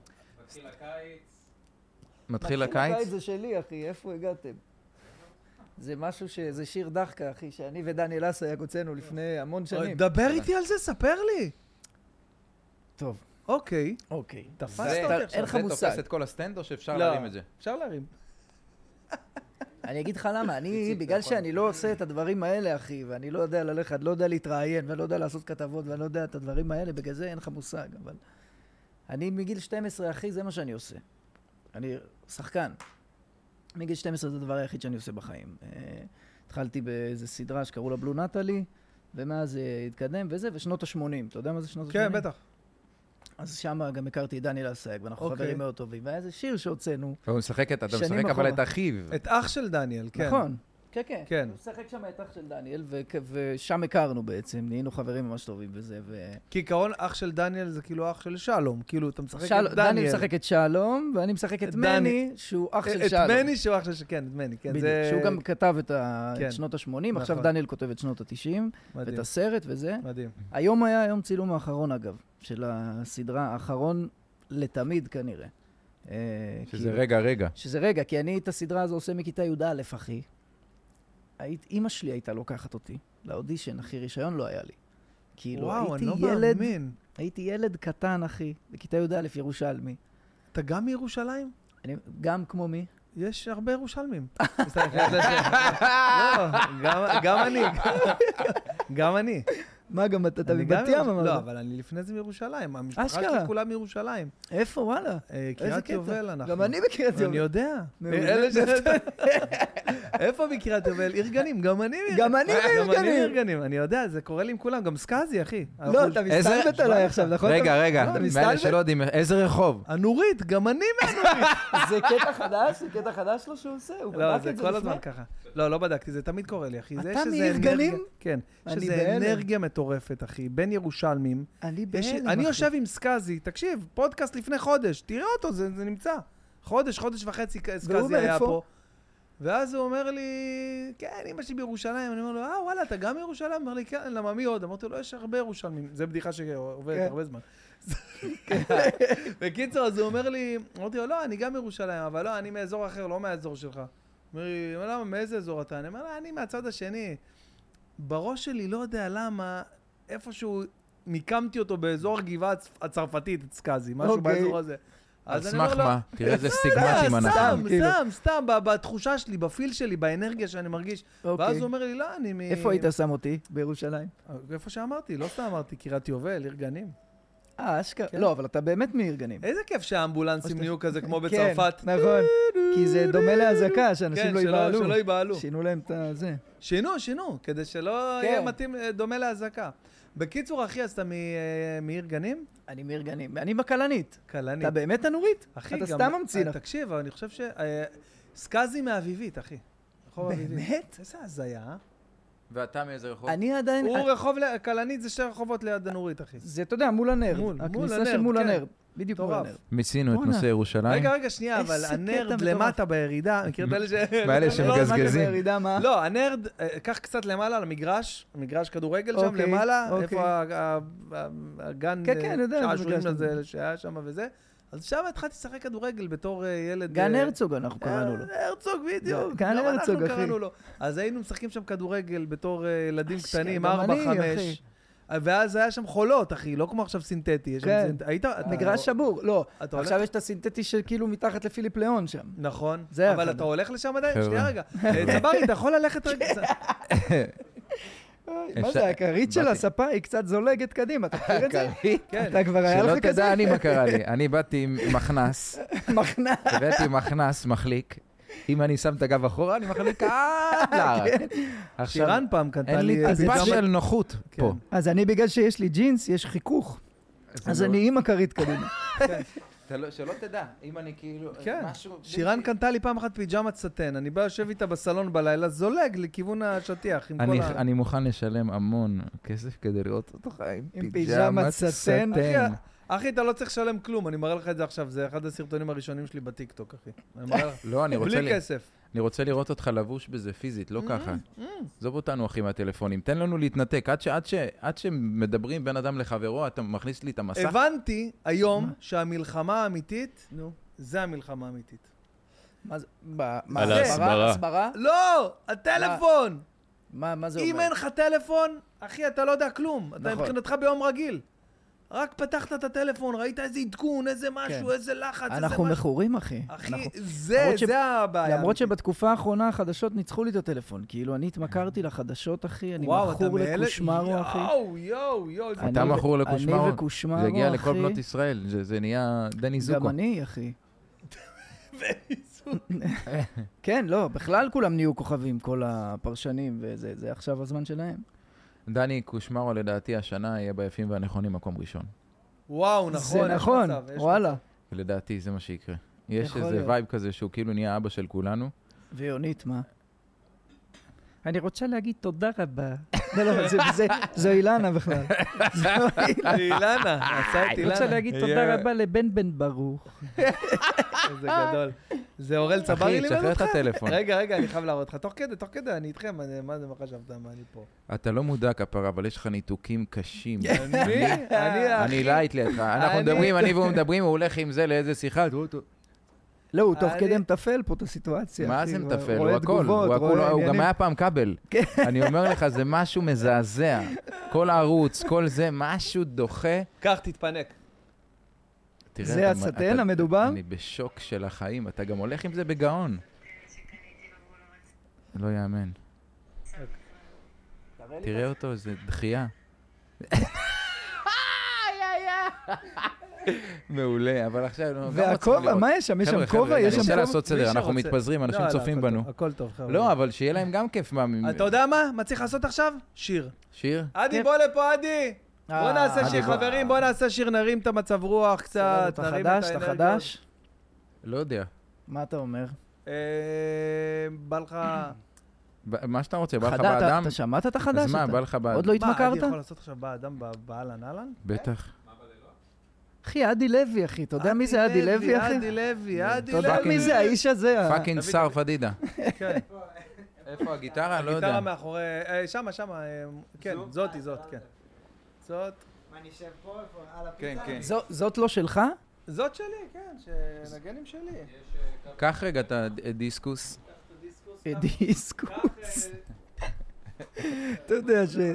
מתחיל הקיץ? זה שלי, אחי, איפה הגעתם? זה משהו ש... זה שיר דחקה, אחי, שאני ודניאל אסייג הוצאנו לפני המון שנים. דבר איתי על זה, ספר לי. טוב, אוקיי. אוקיי. תפסת זה- אותי עכשיו. אין לך זה מושג. תופס את כל הסטנד או שאפשר לא. להרים את זה? אפשר להרים. אני אגיד לך למה, אני, בגלל שאני לא עושה את הדברים האלה, אחי, ואני לא יודע ללכת, לא יודע להתראיין, ואני לא יודע לעשות כתבות, ואני לא יודע את הדברים האלה, בגלל זה אין לך מושג, אבל... אני מגיל שתים עשרה, אחי, זה מה שאני עושה. אני שחקן. מגיל שתים עשרה זה הדבר היחיד שאני עושה בחיים. Uh, התחלתי באיזו סדרה שקראו לה בלו נטלי, ומאז זה uh, התקדם וזה, ושנות ה-שמונים. אתה יודע מה זה שנות ה-שמונים? כן, בטח. אז שם גם הכרתי את דניאל אסייג, ואנחנו אוקיי. חברים מאוד טובים. והיה איזה שיר שהוצאנו. הוא משחק את, אתה שנים משחק אבל אחורה. את אחיו. את אח של דניאל, כן. נכון, כן, כן. כן. הוא משחק שם את אח של דניאל, ו- ושם הכרנו בעצם, נהיינו חברים ממש טובים וזה, ו... כעיקרון, אח של דניאל זה כאילו אח של שלום, כאילו, אתה משחק של... את דניאל. דניאל משחק את שלום, ואני משחק את דני... מני, שהוא אח של את שלום. את מני שהוא אח של... כן, את מני, כן. בדיוק, זה... שהוא גם כתב את, ה... כן. את שנות ה-שמונים, נכון. עכשיו דניאל כותב את שנות ה-תשעים, מדהים. ואת הסרט וזה. מדהים. היום היה היום צילום האחרון, אגב, של הסדרה, האחרון לתמיד כנראה. אה, שזה כי... רגע, רגע. שזה רגע, כי אני את הסדרה הזו עושה מכיתה י"א, אחי. היית, אמא שלי הייתה לוקחת אותי לאודישן, אחי, רישיון לא היה לי. כאילו, וואו, הייתי אני לא ילד, מאמין. הייתי ילד קטן, אחי, בכיתה י"א, ירושלמי. אתה גם מירושלים? אני, גם כמו מי? יש הרבה ירושלמים. לא, גם- גם אני. גם אני. מה, גם אתה אני מבת גם ים, מירושלים. אמרת? לא, אבל אני לפני זה מירושלים. המשפחה אשכרה. שלי כולה מירושלים. איפה, וואלה? אה, איזה קריית קטע. יובל אנחנו. גם אני בקריית יובל. אני יודע. מעולה. אלה ש... איפה בקריית יובל? עיר גנים, גם אני מעיר- גם אני מעיר גם אני גנים. מעיר גנים. אני יודע, זה קורה לי עם כולם, גם סקאזי, אחי. לא, אתה איזה- מסתלבט עליי עכשיו, נכון? רגע, רגע, אתה מאלה מסתלבט? שלא יודעים, איזה רחוב? הנורית, גם אני מהנורית. זה קטע חדש? זה קטע חדש לו שהוא עושה? הוא לא, בדק זה את זה כל לפני? הזמן ככה. לא, לא בדקתי, זה תמיד קורה לי, אחי. זה אתה שזה מעיר אנרגיה- גנים? כן. אני שזה בהלם. אנרגיה מטורפת, אחי. בין ירושלמים. אני יש- בהלם, אני אחי. יושב עם סקאזי, תקשיב, פודקאסט לפני חודש, תראה אותו, זה זה נמצא. חודש, חודש וחצי סקאזי היה מאיפה? פה. ואז הוא אומר לי, כן, אמא שלי בירושלים. אני אומר לו, אה, וואלה, אתה גם מירושלים? הוא אומר לי, כן, למה מי עוד? אמרתי לו, יש הרבה ירושלמים. זו בדיחה שעובדת כן. הרבה זמן. בקיצור, אז הוא אומר לי, אמרתי לו, לא, אני גם מירושלים, אבל לא, אני מאזור אחר, לא מהאזור שלך. הוא אומר לי, למה, מאיזה אזור אתה? אני אומר לה, אני מהצד השני. בראש שלי, לא יודע למה, איפשהו מיקמתי אותו באזור הגבעה הצ- הצרפתית, את סקאזי, משהו אוקיי. באזור הזה. על אז אני אומר סמך לו, מה? תראה איזה סטיגמטים סתם, אנחנו. סתם, כאילו. סתם, סתם, ב- בתחושה שלי, בפיל שלי, באנרגיה שאני מרגיש. אוקיי. ואז הוא אומר לי, לא, אני מ... איפה היית שם אותי? בירושלים? איפה שאמרתי, לא סתם אמרתי, קריית יובל, עיר גנים. אה, אשכרה. כן. לא, אבל אתה באמת מעיר גנים. איזה כיף שהאמבולנסים שאתה- נהיו כזה כמו כן, בצרפת. נכון. כי זה דומה להזעקה, שאנשים כן, לא שלא- ייבהלו. שלא ייבהלו. שינו להם את הזה. שינו, שינו, כדי שלא כן. יהיה מתאים, אה, דומה להזעקה. בקיצור, אחי, אז אתה מ- אה, מעיר גנים? אני מעיר גנים. אני מקלנית. קלנית. אתה באמת הנורית? אחי, אתה גם- סתם ממציא אה, לך. תקשיב, אבל אני חושב ש... אה, סקאזי מאביבית, אחי. רחוב אביבית. באמת? איזה הזיה, אה? ואתה מאיזה רחוב? אני עדיין... הוא רחוב, ל- קלנית זה שתי רחובות ליד הנורית, אחי. זה, אתה יודע, מול הנרד. מול, מול הכניסה הנרד, של מול כן. הנרד. בדיוק מול מטורף. הנרד. מיצינו את בואנה. נושא ירושלים. רגע, רגע, שנייה, איזה אבל קטע הנרד מטורף. למטה בירידה, מכיר את אלה ש... באלה שמגזגזים. לא, מה זה בירידה, מה? לא, הנרד, אה, קח קצת למעלה למגרש, מגרש כדורגל שם אוקיי, למעלה, אוקיי. איפה ה- ה- ה- הגן כן, כן, אני יודע, זה שעשועים מגרש הזה כזה. שהיה שם וזה. אז שם התחלתי לשחק כדורגל בתור אה, ילד... גן אה, הרצוג אנחנו קראנו לו. אה, הרצוג, בדיוק. גן גם הרצוג, אנחנו אחי. קראנו לו. אז היינו משחקים שם כדורגל בתור אה, ילדים אשכרה, קטנים, גם ארבע, אני, חמש. אחי. ואז היה שם חולות, אחי, לא כמו עכשיו סינתטי. יש שם כן. סינת- היית... אתה- מגרש שבור. לא, אתה עכשיו הולך- יש את הסינתטי של כאילו מתחת לפיליפ ליאון שם. נכון. זה אבל אחד. אתה הולך לשם עדיין? חבר'ה. שנייה רגע. אה, צברי, אתה יכול ללכת רגע? מה אפשר- זה, הכרית של באתי- הספה היא קצת זולגת קדימה, אתה מכיר את זה? הכרית? כן. אתה כבר היה שלא לך כזה? תדע אני מה קרה לי. אני באתי עם מכנס, מחנה. הבאתי מכנס, מחליק. אם אני שם את הגב אחורה, אני מחליק עד לערק. עכשיו, שירן פעם קנתה אין לי לי... טיפה פיג'מה- של נוחות כן. פה. אז אני, בגלל שיש לי ג'ינס, יש חיכוך. אז לא- אני עם הכרית קדימה. אתה לא- שלא תדע, אם אני כאילו... כן. משהו- שירן קנתה לי פעם אחת פיג'מת סטן, אני בא יושב איתה בסלון בלילה, זולג לכיוון השטיח עם כל אני, ה... אני מוכן לשלם המון כסף כדי לראות אותך עם עם פיג'מת פיג'מת סטן. סטן. אחי, אחי, אתה לא צריך לשלם כלום, אני מראה לך את זה עכשיו, זה אחד הסרטונים הראשונים שלי בטיקטוק, אחי. אני מראה לך. לא, אני רוצה, בלי לי, כסף. אני רוצה לראות אותך לבוש בזה פיזית, לא ככה. עזוב אותנו, אחי, מהטלפונים. תן לנו להתנתק. עד, ש, עד, ש, עד שמדברים בין אדם לחברו, אתה מכניס לי את המסך. הבנתי היום שהמלחמה האמיתית, נו. זה המלחמה האמיתית. מה זה? ב- מה, על הסברה? ההסברה. הסברה? לא! הטלפון! מה מה זה אם אומר? אין לך טלפון, אחי, אתה לא יודע כלום. אתה נכון. מבחינתך ביום רגיל. רק פתחת את הטלפון, ראית איזה עדכון, איזה משהו, כן. איזה לחץ, איזה אנחנו משהו. מכורים, אחי. אחי, אנחנו- זה, למרות ש- זה הבעיה. למרות האמיתית. שבתקופה האחרונה החדשות ניצחו לי את הטלפון. כאילו, אני התמכרתי לחדשות, אחי, אני וואו, אתה מכור מאלה- לקושמרו, אחי. יואו, יואו, יואו. איזה- אתה אני- מכור לקושמרו. אני וקושמרו, זה הגיע לכל אחי. בנות ישראל, זה, זה נהיה דני זוקו. גם אני, אחי. כן, לא, בכלל כולם נהיו כוכבים, כל הפרשנים, וזה זה עכשיו הזמן שלהם. דני קושמרו לדעתי השנה יהיה ביפים והנכונים מקום ראשון. וואו, נכון, זה יש נכון, מצב, יש וואלה. מצב. ולדעתי זה מה שיקרה. יש יכול איזה להיות. וייב כזה שהוא כאילו נהיה אבא של כולנו. ויונית, מה? אני רוצה להגיד תודה רבה. לא, לא, זה- זה- זו אילנה בכלל. זו אילנה. אילנה, עשה את אני אילנה. רוצה להגיד תודה רבה לבן בן ברוך. איזה גדול. זה אורל צברי אחי, לימד תשחרר את אותך? הטלפון. רגע, רגע, אני חייב להראות לך. תוך כדי, תוך כדי, אני איתכם. אני- מה זה, מה חשבת? מה אני פה? אתה לא מודע כפרה, אבל יש לך ניתוקים קשים. אני? אני אני הכי... לייט לידך. אנחנו אני- מדברים, אני והוא מדברים, הוא הולך עם זה לאיזה שיחה. תראו אותו. לא, הוא תוך אני- כדי מתפעל פה את הסיטואציה. מה אחי, זה הוא מטפל? רואה הוא הכל, תגובות, הוא הכל, רואה הוא גם עניינים. היה פעם כבל. אני אומר לך, זה משהו מזעזע. כל ערוץ, כל זה, משהו דוחה. קח, תתפנק. תראה, זה אתה- הסטן אתה- המדובר? אני בשוק של החיים, אתה גם הולך עם זה בגאון. לא יאמן. תראה אותו, זה דחייה. מעולה, אבל עכשיו... לא, גם לא צריך והכובע, לראות. מה יש שם? יש חבר'ה, שם חבר'ה, כובע? רגע, יש אני שם רוצה כובע? לעשות סדר, מי אנחנו שרוצה. מתפזרים, אנשים לא, לא, צופים הכל בנו. טוב, הכל טוב, חבר'ה. לא, אבל שיהיה להם גם כיף. מה- אתה יודע מה? מה צריך לעשות עכשיו? שיר. שיר? עדי, כן. בוא לפה, עדי! בוא אה, נעשה עדי, שיר, בוא. חברים, בוא נעשה שיר, נרים את המצב רוח קצת, אתה נרים את חדש? האנרגיות. אתה חדש? לא יודע. מה אתה אומר? אה, בא לך... ב- מה שאתה רוצה, בא לך חדש, אתה- באדם? אתה שמעת את החדש? אז מה, אתה- בא לך באדם? עוד לא מה, התמכרת? עדי יכול לעשות עכשיו באדם באהלן אהלן? בטח. אחי, עדי לוי, אחי. אתה יודע מי זה עדי לוי, אחי? עדי לוי, עדי אתה יודע לוי. מי זה האיש הזה? ה- פאקינג שר פדידה. כן. איפה הגיטרה? לא יודע. גיטרה מאחורי... אה, שמה, שמה. אה, כן, זאתי, זאת, כן. זאת. מה, נשב פה? איפה? על כן, הפיצה? כן. זו- זאת לא שלך? זאת שלי, כן, שנגן עם שלי. קח רגע את הדיסקוס. דיסקוס. אתה יודע ש...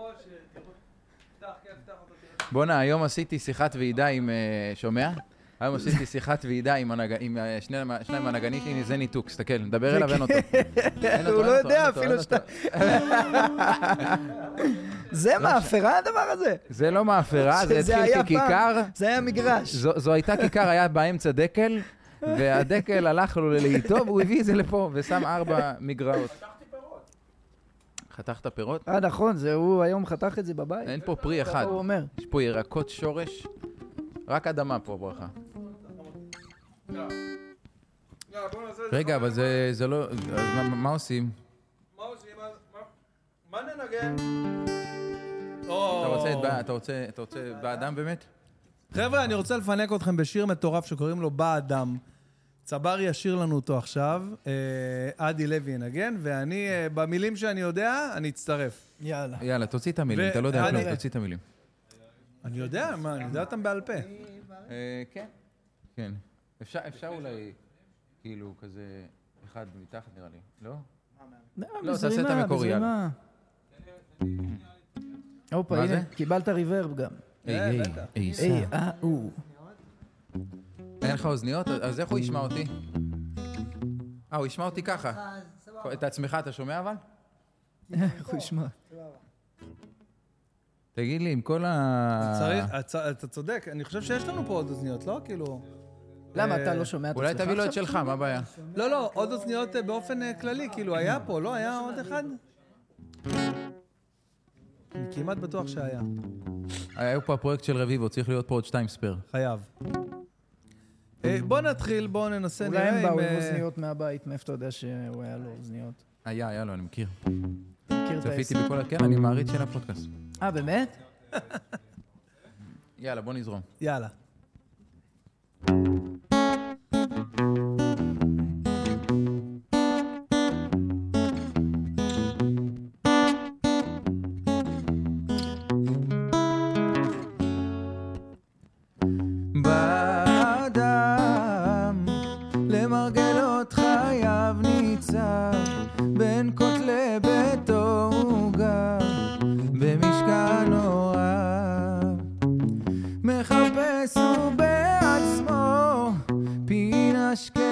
בואנה, היום עשיתי שיחת ועידה עם... אה, שומע? היום עשיתי שיחת ועידה עם הנג- עם, אה, שני שניים מהנגנים שלי, זה ניתוק, תסתכל, נדבר אליו, אין אותו. אין אותו, הוא לא אין אותו, יודע אין אותו, אפילו אין שאתה... אותו. זה מאפרה הדבר הזה? זה לא מאפרה, זה שזה התחיל היה ככיכר. פעם, זה היה מגרש. זו זו הייתה כיכר, היה באמצע דקל, והדקל הלך לו לאיתו, והוא הביא את זה לפה, ושם ארבע מגרעות. חתכת פירות? אה, נכון, זה הוא היום חתך את זה בבית. אין פה פרי אחד. הוא אומר. יש פה ירקות שורש, רק אדמה פה ברכה. רגע, אבל זה זה לא... אז מה- מה עושים? מה עושים? מה ננגן? אתה רוצה את בא- אתה רוצה- אתה רוצה באדם באמת? חבר'ה, אני רוצה לפנק אתכם בשיר מטורף שקוראים לו בא אדם. צברי ישיר לנו אותו עכשיו, אה, עדי לוי ינגן, ואני, אה, במילים שאני יודע, אני אצטרף. יאללה. יאללה, תוציא את המילים, ו- אתה לא יודע אה, כלום, נראה. תוציא את המילים. אני יודע, מה, אני יודע אותם בעל פה. אה, כן. כן. אפשר אפשר אולי, כאילו, כזה, אחד מתחת נראה לי, לא? לא, תעשה את בזרימה, המקורי, בזרימה. הופה, מה הנה, זה? קיבלת ריברב גם. היי, אה, היי, בטח. היי, היי, סע. אה, הוא. אין לך אוזניות? אז איך הוא ישמע אותי? אה, הוא ישמע אותי ככה. אה, סבבה. את עצמך אתה שומע אבל? איך הוא ישמע? תגיד לי, עם כל ה... צריך, הצ- אתה צודק, אני חושב שיש לנו פה עוד אוזניות, לא? כאילו... למה, אה, אתה לא שומע את עצמך? אולי תביא לו את עכשיו? שלך, מה הבעיה? לא, לא, עוד אוזניות אה, באופן אה, כללי, כאילו, היה פה, לא? היה עוד אחד? אני כמעט בטוח שהיה. היה פה הפרויקט של רביבו, צריך להיות פה עוד שתיים ספייר. חייב. אה, בוא נתחיל, בוא ננסה, אולי נראה הם אם... באו עם אה, אוזניות מהבית, מאיפה אתה יודע שהוא היה לו אוזניות? היה, היה לו, אני מכיר. מכיר את צפיתי העסק? בכל... ה... כן, אני מעריץ של הפודקאסט. אה, באמת? יאללה, בוא נזרום. יאללה. באדם, למרגלות חייו ניצב, בין כותלי ביתו הוא גר, במשכן הוריו. מחפש הוא בעצמו פינה שקטה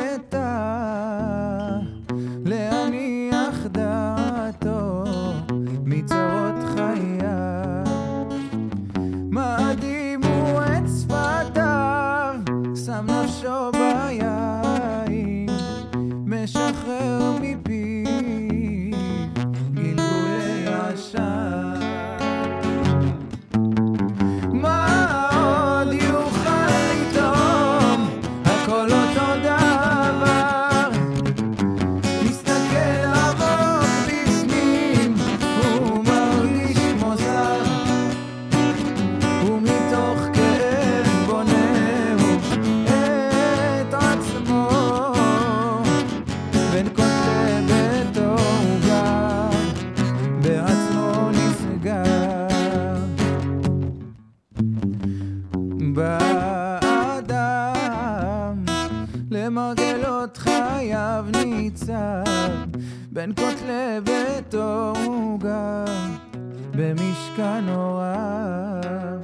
בין כותלי ביתו הוא גר במשכן הוריו,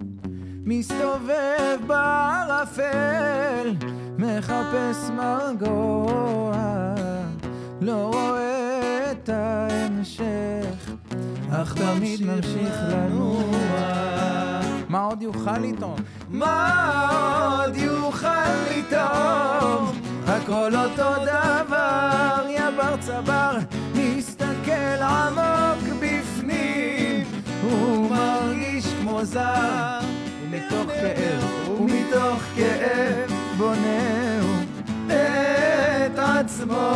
מסתובב בערפל, מחפש מרגוע, לא רואה את ההמשך, אך תמיד ממשיך לנוע. מה עוד יוכל לטעום? מה עוד יוכל לטעום? הכל אותו דבר, יא בר צבר, מסתכל עמוק בפנים, הוא מרגיש כמו זר, ומתוך כאב, ומתוך כאב, בונהו את עצמו,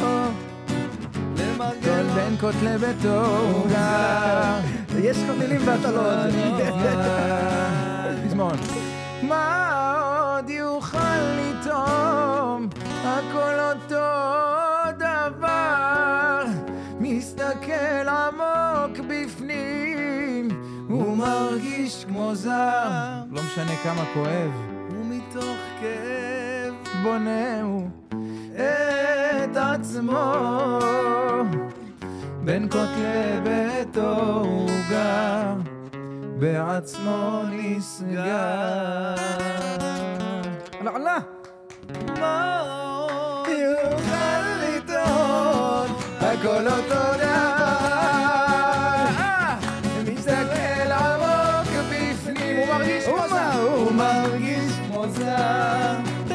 למרגל בין כותלי ביתו הוא גר. יש לך מילים ואתה לא עוד. תזמון. מה עוד יוכל לטעום? הכל אותו דבר, מסתכל עמוק בפנים, הוא מרגיש כמו זר, לא משנה כמה כואב, ומתוך כאב בונהו את עצמו, בין כותלי ביתו הוא גר, בעצמו נסגר. עלה עלה. מה עוד יוכל לטעון? הכל אותו דבר, מסתכל עמוק בפנים, הוא מרגיש כמו זר, הוא מרגיש כמו זר,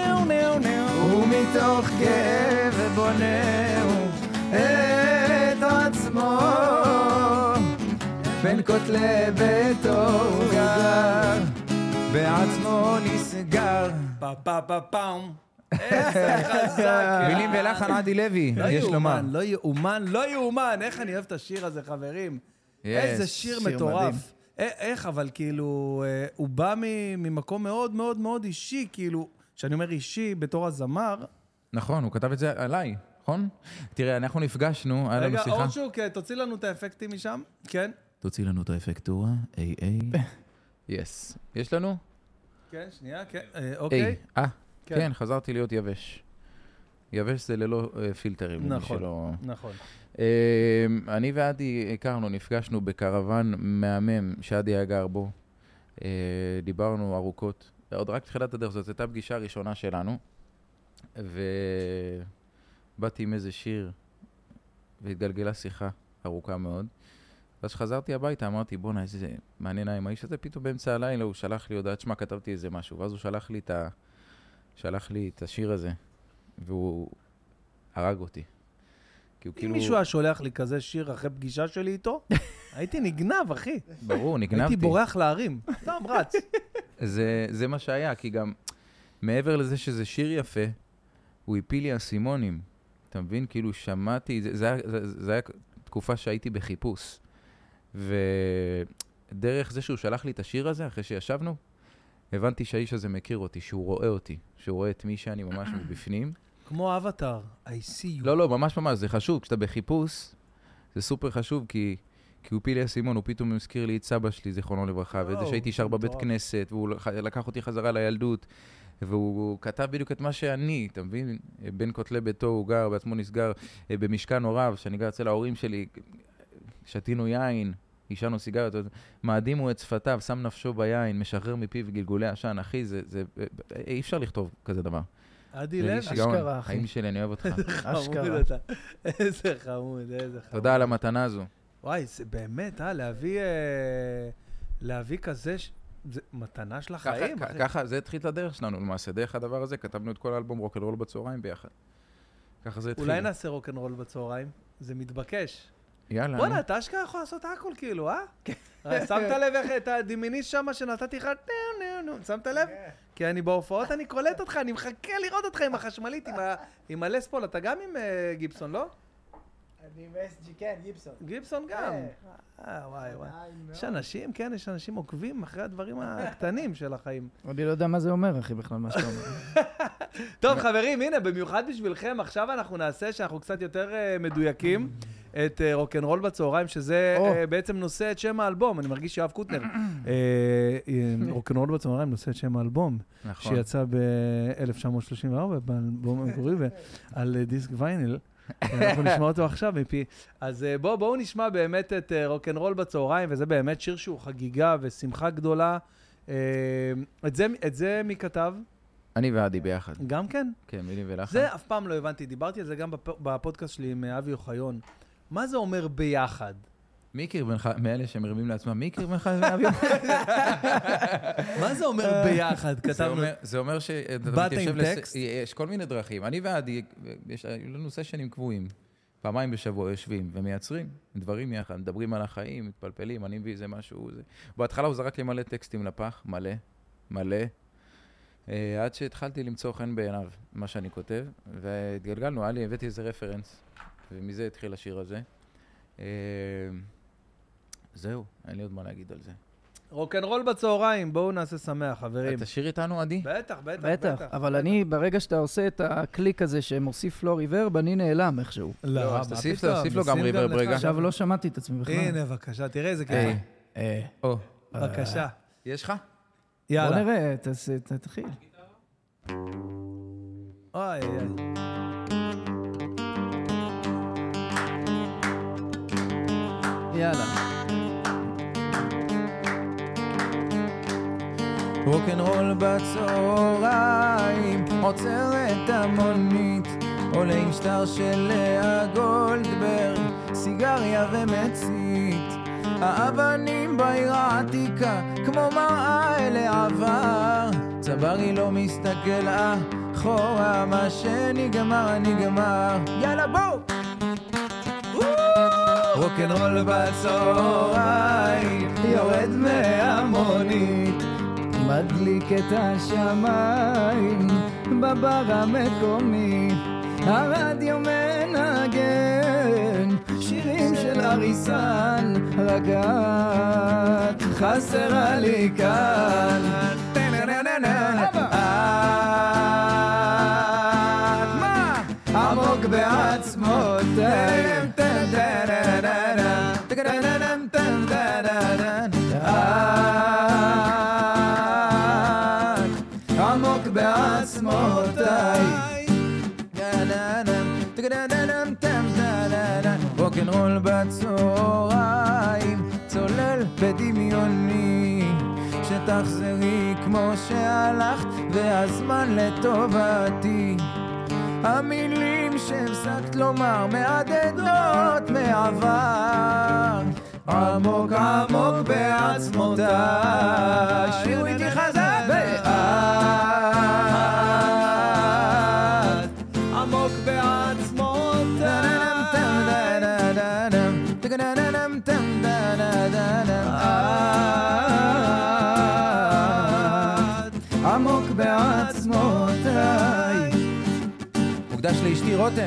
ומתוך כאב בונהו את עצמו, בין כותלי ביתו הוא גר, בעצמו נסגר. פה פה פה פאום. איזה חזק. מילים ולחן עדי לוי, יש לומר. לא יאומן, לא יאומן. איך אני אוהב את השיר הזה, חברים. איזה שיר מטורף. איך, אבל כאילו, הוא בא ממקום מאוד מאוד מאוד אישי, כאילו, שאני אומר אישי בתור הזמר. נכון, הוא כתב את זה עליי, נכון? תראה, אנחנו נפגשנו, היה לנו שיחה. רגע, אורשוק, תוציא לנו את האפקטים משם, כן? תוציא לנו את האפקטורה, איי איי. יס. יש לנו? כן, שנייה, כן, אוקיי. אה, כן, חזרתי להיות יבש. יבש זה ללא פילטרים. נכון, נכון. אני ועדי הכרנו, נפגשנו בקרוון מהמם שעדי היה גר בו. דיברנו ארוכות. עוד רק תחילת הדרך, זאת הייתה פגישה הראשונה שלנו. ובאתי עם איזה שיר, והתגלגלה שיחה ארוכה מאוד. אז שחזרתי הביתה, אמרתי, בוא נה, איזה מעניין עם האיש הזה, פתאום באמצע הלילה הוא שלח לי הודעת, שמה, כתבתי איזה משהו, ואז הוא שלח לי את, ה... שלח לי את השיר הזה, והוא הרג אותי. כי הוא אם כאילו... מישהו היה שולח לי כזה שיר אחרי פגישה שלי איתו, הייתי נגנב, אחי. ברור, נגנבתי. הייתי בורח להרים, סתם רץ. זה, זה מה שהיה, כי גם מעבר לזה שזה שיר יפה, הוא הפיל לי אסימונים. אתה מבין? כאילו שמעתי, זה, זה, זה, זה היה תקופה שהייתי בחיפוש. ודרך זה שהוא שלח לי את השיר הזה, אחרי שישבנו, הבנתי שהאיש הזה מכיר אותי, שהוא רואה אותי, שהוא רואה את מי שאני ממש מבפנים. כמו אבטר, I see you. לא, לא, ממש ממש, זה חשוב. כשאתה בחיפוש, זה סופר חשוב, כי, כי הוא פיל לי אסימון, הוא פתאום הזכיר לי את סבא שלי, זיכרונו לברכה, וזה שהייתי שר בבית כנסת, והוא לקח אותי חזרה לילדות, והוא כתב בדיוק את מה שאני, אתה מבין? בין כותלי ביתו הוא גר, בעצמו נסגר במשכן הוריו, שאני גר אצל ההורים שלי, שתינו יין, אישנו סיגריות, מאדימו את שפתיו, שם נפשו ביין, משחרר מפיו גלגולי עשן, אחי, זה, זה, אי אפשר לכתוב כזה דבר. עדי לב, אשכרה, אחי. חיים שלי, אני אוהב אותך. אשכרה. איזה חמוד, איזה חמוד. תודה על המתנה הזו. וואי, זה באמת, אה, להביא, להביא כזה, זה מתנה של החיים. ככה, זה התחיל את הדרך שלנו, למעשה, דרך הדבר הזה, כתבנו את כל האלבום רוק'נ'רול בצהריים ביחד. ככה זה התחיל. אולי נעשה רוק'נ'רול בצהריים? זה מתבקש. יאללה. בוא'נה, אתה אשכרה יכול לעשות הכל כאילו, אה? שמת לב איך את הדימיניס שם שנתתי לך, שמת לב? כי אני בהופעות, אני קולט אותך, אני מחכה לראות אותך עם החשמלית, עם הלספול, אתה גם עם גיבסון, לא? אני עם אס ג'י, כן, גיבסון. גיבסון גם. אה, וואי, וואי. יש אנשים, כן, יש אנשים עוקבים אחרי הדברים הקטנים של החיים. אני לא יודע מה זה אומר, אחי, בכלל, מה שאתה אומר. טוב, חברים, הנה, במיוחד בשבילכם, עכשיו אנחנו נעשה שאנחנו קצת יותר מדויקים. את רוק'נ'רול בצהריים, שזה בעצם נושא את שם האלבום. אני מרגיש שיואב קוטנר. רוק'נ'רול בצהריים נושא את שם האלבום, שיצא ב-אלף תשע מאות שלושים וארבע, באלבום המקורי, על דיסק וייניל. אנחנו נשמע אותו עכשיו מפי. אז אה, בואו בוא נשמע באמת את אה, רוק'נ'רול בצהריים, וזה באמת שיר שהוא חגיגה ושמחה גדולה. אה, את זה, את זה מי כתב? אני ועדי ביחד. גם כן? כן, מילים ולחן. זה אף פעם לא הבנתי, דיברתי על זה גם בפ... בפודקאסט שלי עם אבי אוחיון. מה זה אומר ביחד? מי קיר בינך, מאלה שמרימים לעצמם, מי קיר בינך ואבי? מה זה אומר ביחד? זה כתבנו... אומר- זה אומר ש... באת עם טקסט? יש כל מיני דרכים. אני ועדי, יש לנו סשנים קבועים. פעמיים בשבוע יושבים ומייצרים דברים יחד, מדברים על החיים, מתפלפלים, אני מביא איזה משהו. זה. בהתחלה הוא זרק לי מלא טקסטים לפח, מלא, מלא. אה, עד שהתחלתי למצוא חן בעיניו, מה שאני כותב, והתגלגלנו, היה לי, הבאתי איזה רפרנס, ומזה התחיל השיר הזה. אה, זהו, אין לי עוד מה להגיד על זה. רוק'נ'רול בצהריים, בואו נעשה שמח, חברים. אתה שיר איתנו, עדי? בטח, בטח, בטח, אבל אני, ברגע שאתה עושה את הקליק הזה שמוסיף לו ריברב, אני נעלם איכשהו. לא, אז מה תוסיף- פתאום? תוסיף לו גם נשים ריברב לך. רגע. עכשיו לא שמעתי את עצמי בכלל. הנה, בבקשה, תראה איזה כיף. היי. אה, או, בבקשה. יש לך? בוא יאללה. נראה, תעשה, תתחיל. אוי, אוי. יאללה. רוק'נ'רול בצהריים, עוצר את המונית, עולה עם שטר של לאה גולדברג, סיגריה ומצית. האבנים בעיר העתיקה, כמו מראה אל העבר. צברי לא מסתכל אחורה, מה שנגמר, נגמר. יאללה בואו! רוק'נ'רול בצהריים, יורד מהמונית, מדליק את השמיים בבר המקומי, הרדיו מנגן שירים של אריסן, רגעת חסרה לי כאן. את מה? עמוק בעצמותיי, עמוק בעצמותיי. רוק'נ'רול בצהריים, צולל בדמיוני, שתחזרי כמו שהלכת והזמן לטובתי. המילים שהפסקת לומר מהדהדות מהעבר, עמוק עמוק בעצמותיי. שירו איתי חזק. ואת עמוק בעצמותיי. עמוק בעצמותיי. מוקדש לאשתי רותם.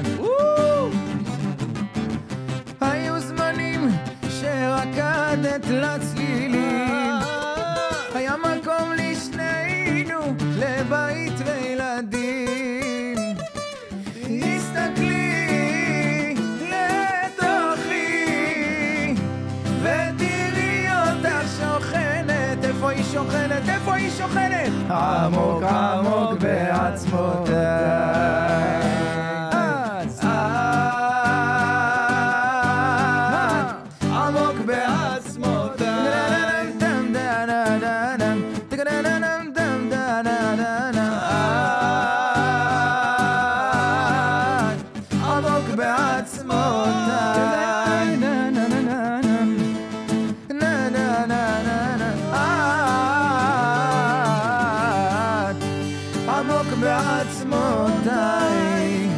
היו זמנים שרקדת לצלילים, היה מקום לשנינו לבית וילדים. תסתכלי לתוכי ותראי אותה שוכנת. איפה היא שוכנת? איפה היא שוכנת? עמוק עמוק בעצמותיי. אז עמוק בעצמותיי. עמוק בעצמותיי. עמוק בעצמותיי.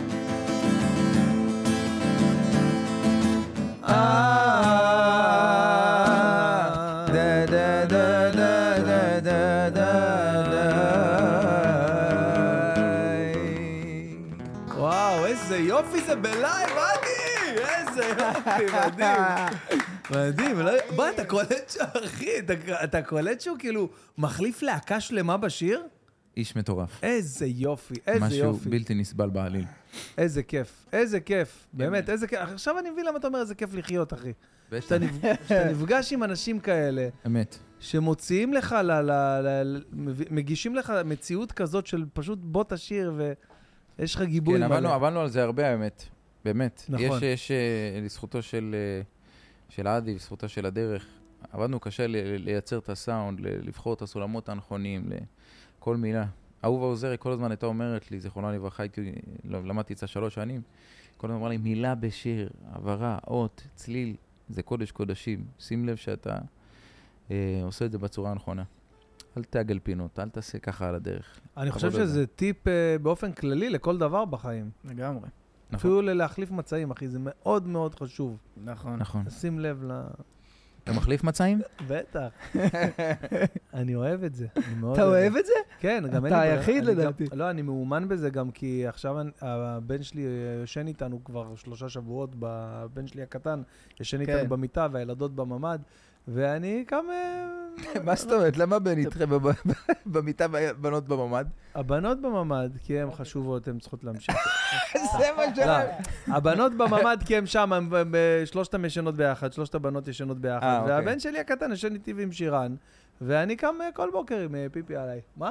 וואו, איזה יופי זה בלייב, עדי! איזה יופי, מדהים. מדהים, לא- בוא, אתה קולט שהוא, אחי, אתה- אתה קולט שהוא כאילו מחליף להקה שלמה בשיר? איש מטורף. איזה יופי, איזה משהו יופי. בלתי נסבל בעליל. איזה כיף, איזה כיף. באמת, איזה כיף. עכשיו אני מבין למה אתה אומר איזה כיף לחיות, אחי. שאתה נפ- שאתה נפגש עם אנשים כאלה, אמת. שמוציאים לך, ל- ל- ל- מגישים לך מציאות כזאת של פשוט בוא תשיר ויש לך גיבוי כן, עבדנו, מלא. עבדנו על זה הרבה, האמת. באמת. נכון. יש, יש אה, לזכותו של, אה, של עדי, לזכותו של הדרך. עבדנו קשה ל- לייצר את הסאונד, ל- לבחור את הסולמות הנכונים, לכל מילה. אהובה עוזרי כל הזמן הייתה אומרת לי, זיכרונה לברכה, הייתי, לא, למדתי אצלה שלוש שנים, כל הזמן אמרה לי, מילה בשיר, עברה, אות, צליל, זה קודש קודשים. שים לב שאתה אה, עושה את זה בצורה הנכונה. אל תעגל פינות, אל תעשה ככה על הדרך. אני חושב שזה טיפ אה, באופן כללי לכל דבר בחיים. לגמרי. אפילו להחליף מצעים, אחי, זה מאוד מאוד חשוב. נכון. נכון. שים לב ל... אתה מחליף מצעים? בטח. אני אוהב את זה. אני מאוד אתה אוהב את זה? כן, גם אין לי... אתה ברירה. היחיד אני גם- לדעתי. לא, אני מאומן בזה גם כי עכשיו אני- הבן שלי ישן איתנו כבר שלושה שבועות, הבן שלי הקטן ישן כן. איתנו במיטה והילדות בממ"ד, ואני קם... אה, מה זאת אומרת? למה בן איתכם במיטה בנות בממ"ד? הבנות בממ"ד, כי הן חשובות, הן צריכות להמשיך. זה מה לא, הבנות בממ"ד כי הן שם, הם- הם- שלושתן ישנות ביחד, שלושת הבנות ישנות ביחד, אה, אוקיי. והבן שלי הקטן ישן איתי ועם שירן, ואני קם אה, כל בוקר עם אה, פיפי עליי. מה?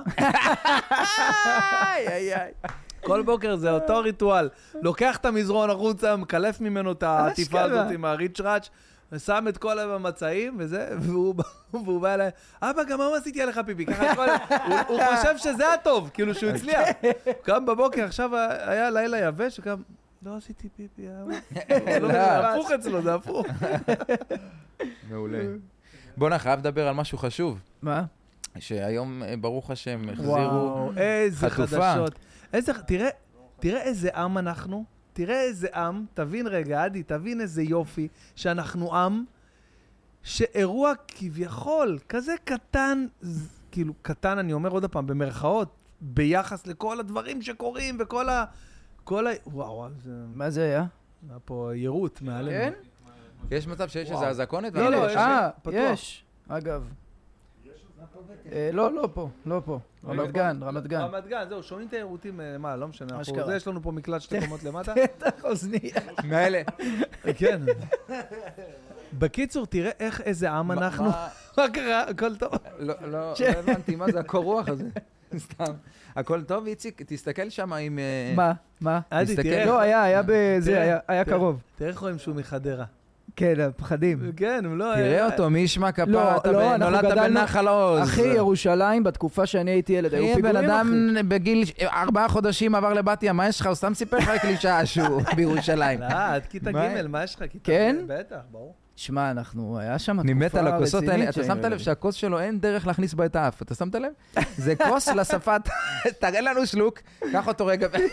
איי, איי, איי. כל בוקר זה אותו ריטואל. לוקח את המזרון החוצה, מקלף ממנו את העטיפה אשכרה. הזאת עם הריצ'ראץ', שם את כל המצעים וזה, והוא בא- והוא בא אליי, אבא, גם היום עשיתי עליך פיפי. ככה הכל- הוא- הוא חושב שזה הטוב, כאילו שהוא הצליח. הוא קם בבוקר, עכשיו היה לילה יבש, הוא קם, לא עשיתי פיפי, אבא. לא, זה הפוך אצלו, זה הפוך. מעולה. בוא נחייב לדבר על משהו חשוב, מה? שהיום, אה, ברוך השם, החזירו... וואו, איזה חטופה. חדשות. איזה, תראה, תראה איזה עם אנחנו, תראה איזה עם, תבין רגע, עדי, תבין איזה יופי, שאנחנו עם, שאירוע כביכול, כזה קטן, ז- כאילו, קטן, אני אומר עוד פעם, במרכאות, ביחס לכל הדברים שקורים, וכל ה... כל ה... וואו, וואו, זה... מה זה היה? היה פה יירוט מעלינו. כן? יש מצב שיש וואו. איזה אזעקונת? לא, ואני לא, חושב- אה, פתוח. יש. אגב. אה, לא, לא פה, לא פה. רמת גן, רמת גן. רמת גן, זהו, שומעים את היירוטים, אה, מה, לא משנה, אנחנו- אשכרה. זה, יש לנו פה מקלט שתי קומות למטה. בטח אוזניה. מאלה. כן. בקיצור, תראה איך איזה עם מה- אנחנו. מה- מה קרה? הכל טוב. לא, לא, לא הבנתי, מה זה הקור רוח הזה? סתם. הכל טוב, איציק? תסתכל שם עם... אה, מה? מה? עדי, תסתכל. תראה. לא, היה, היה בזה, תראה, היה- היה תראה. קרוב. תראה איך רואים שהוא מחדרה. כן, הפחדים. כן, הוא לא... תראה אותו, מי ישמע לא, כפרה, אתה לא, ב- אנחנו נולדת גדלנו- בנחל עוז. אחי, ירושלים, בתקופה שאני הייתי ילד, היו אחי, בן פיגועים, אדם אחי. בגיל ש- ארבעה חודשים עבר לבת ים, מה יש לך? הוא סתם סיפר לך קלישאה שהוא בירושלים. לא, עד כיתה מה? ג', מה יש לך? כיתה כן? ג', בטח, ברור. שמע, אנחנו, היה שם אני מת על תקופה הכוסות האלה, רצינית. אתה ש- שמת לב שהכוס שלו אין דרך להכניס בה את האף, אתה שמת לב? זה כוס לשפת, תראה לנו שלוק, קח אותו רגע. איי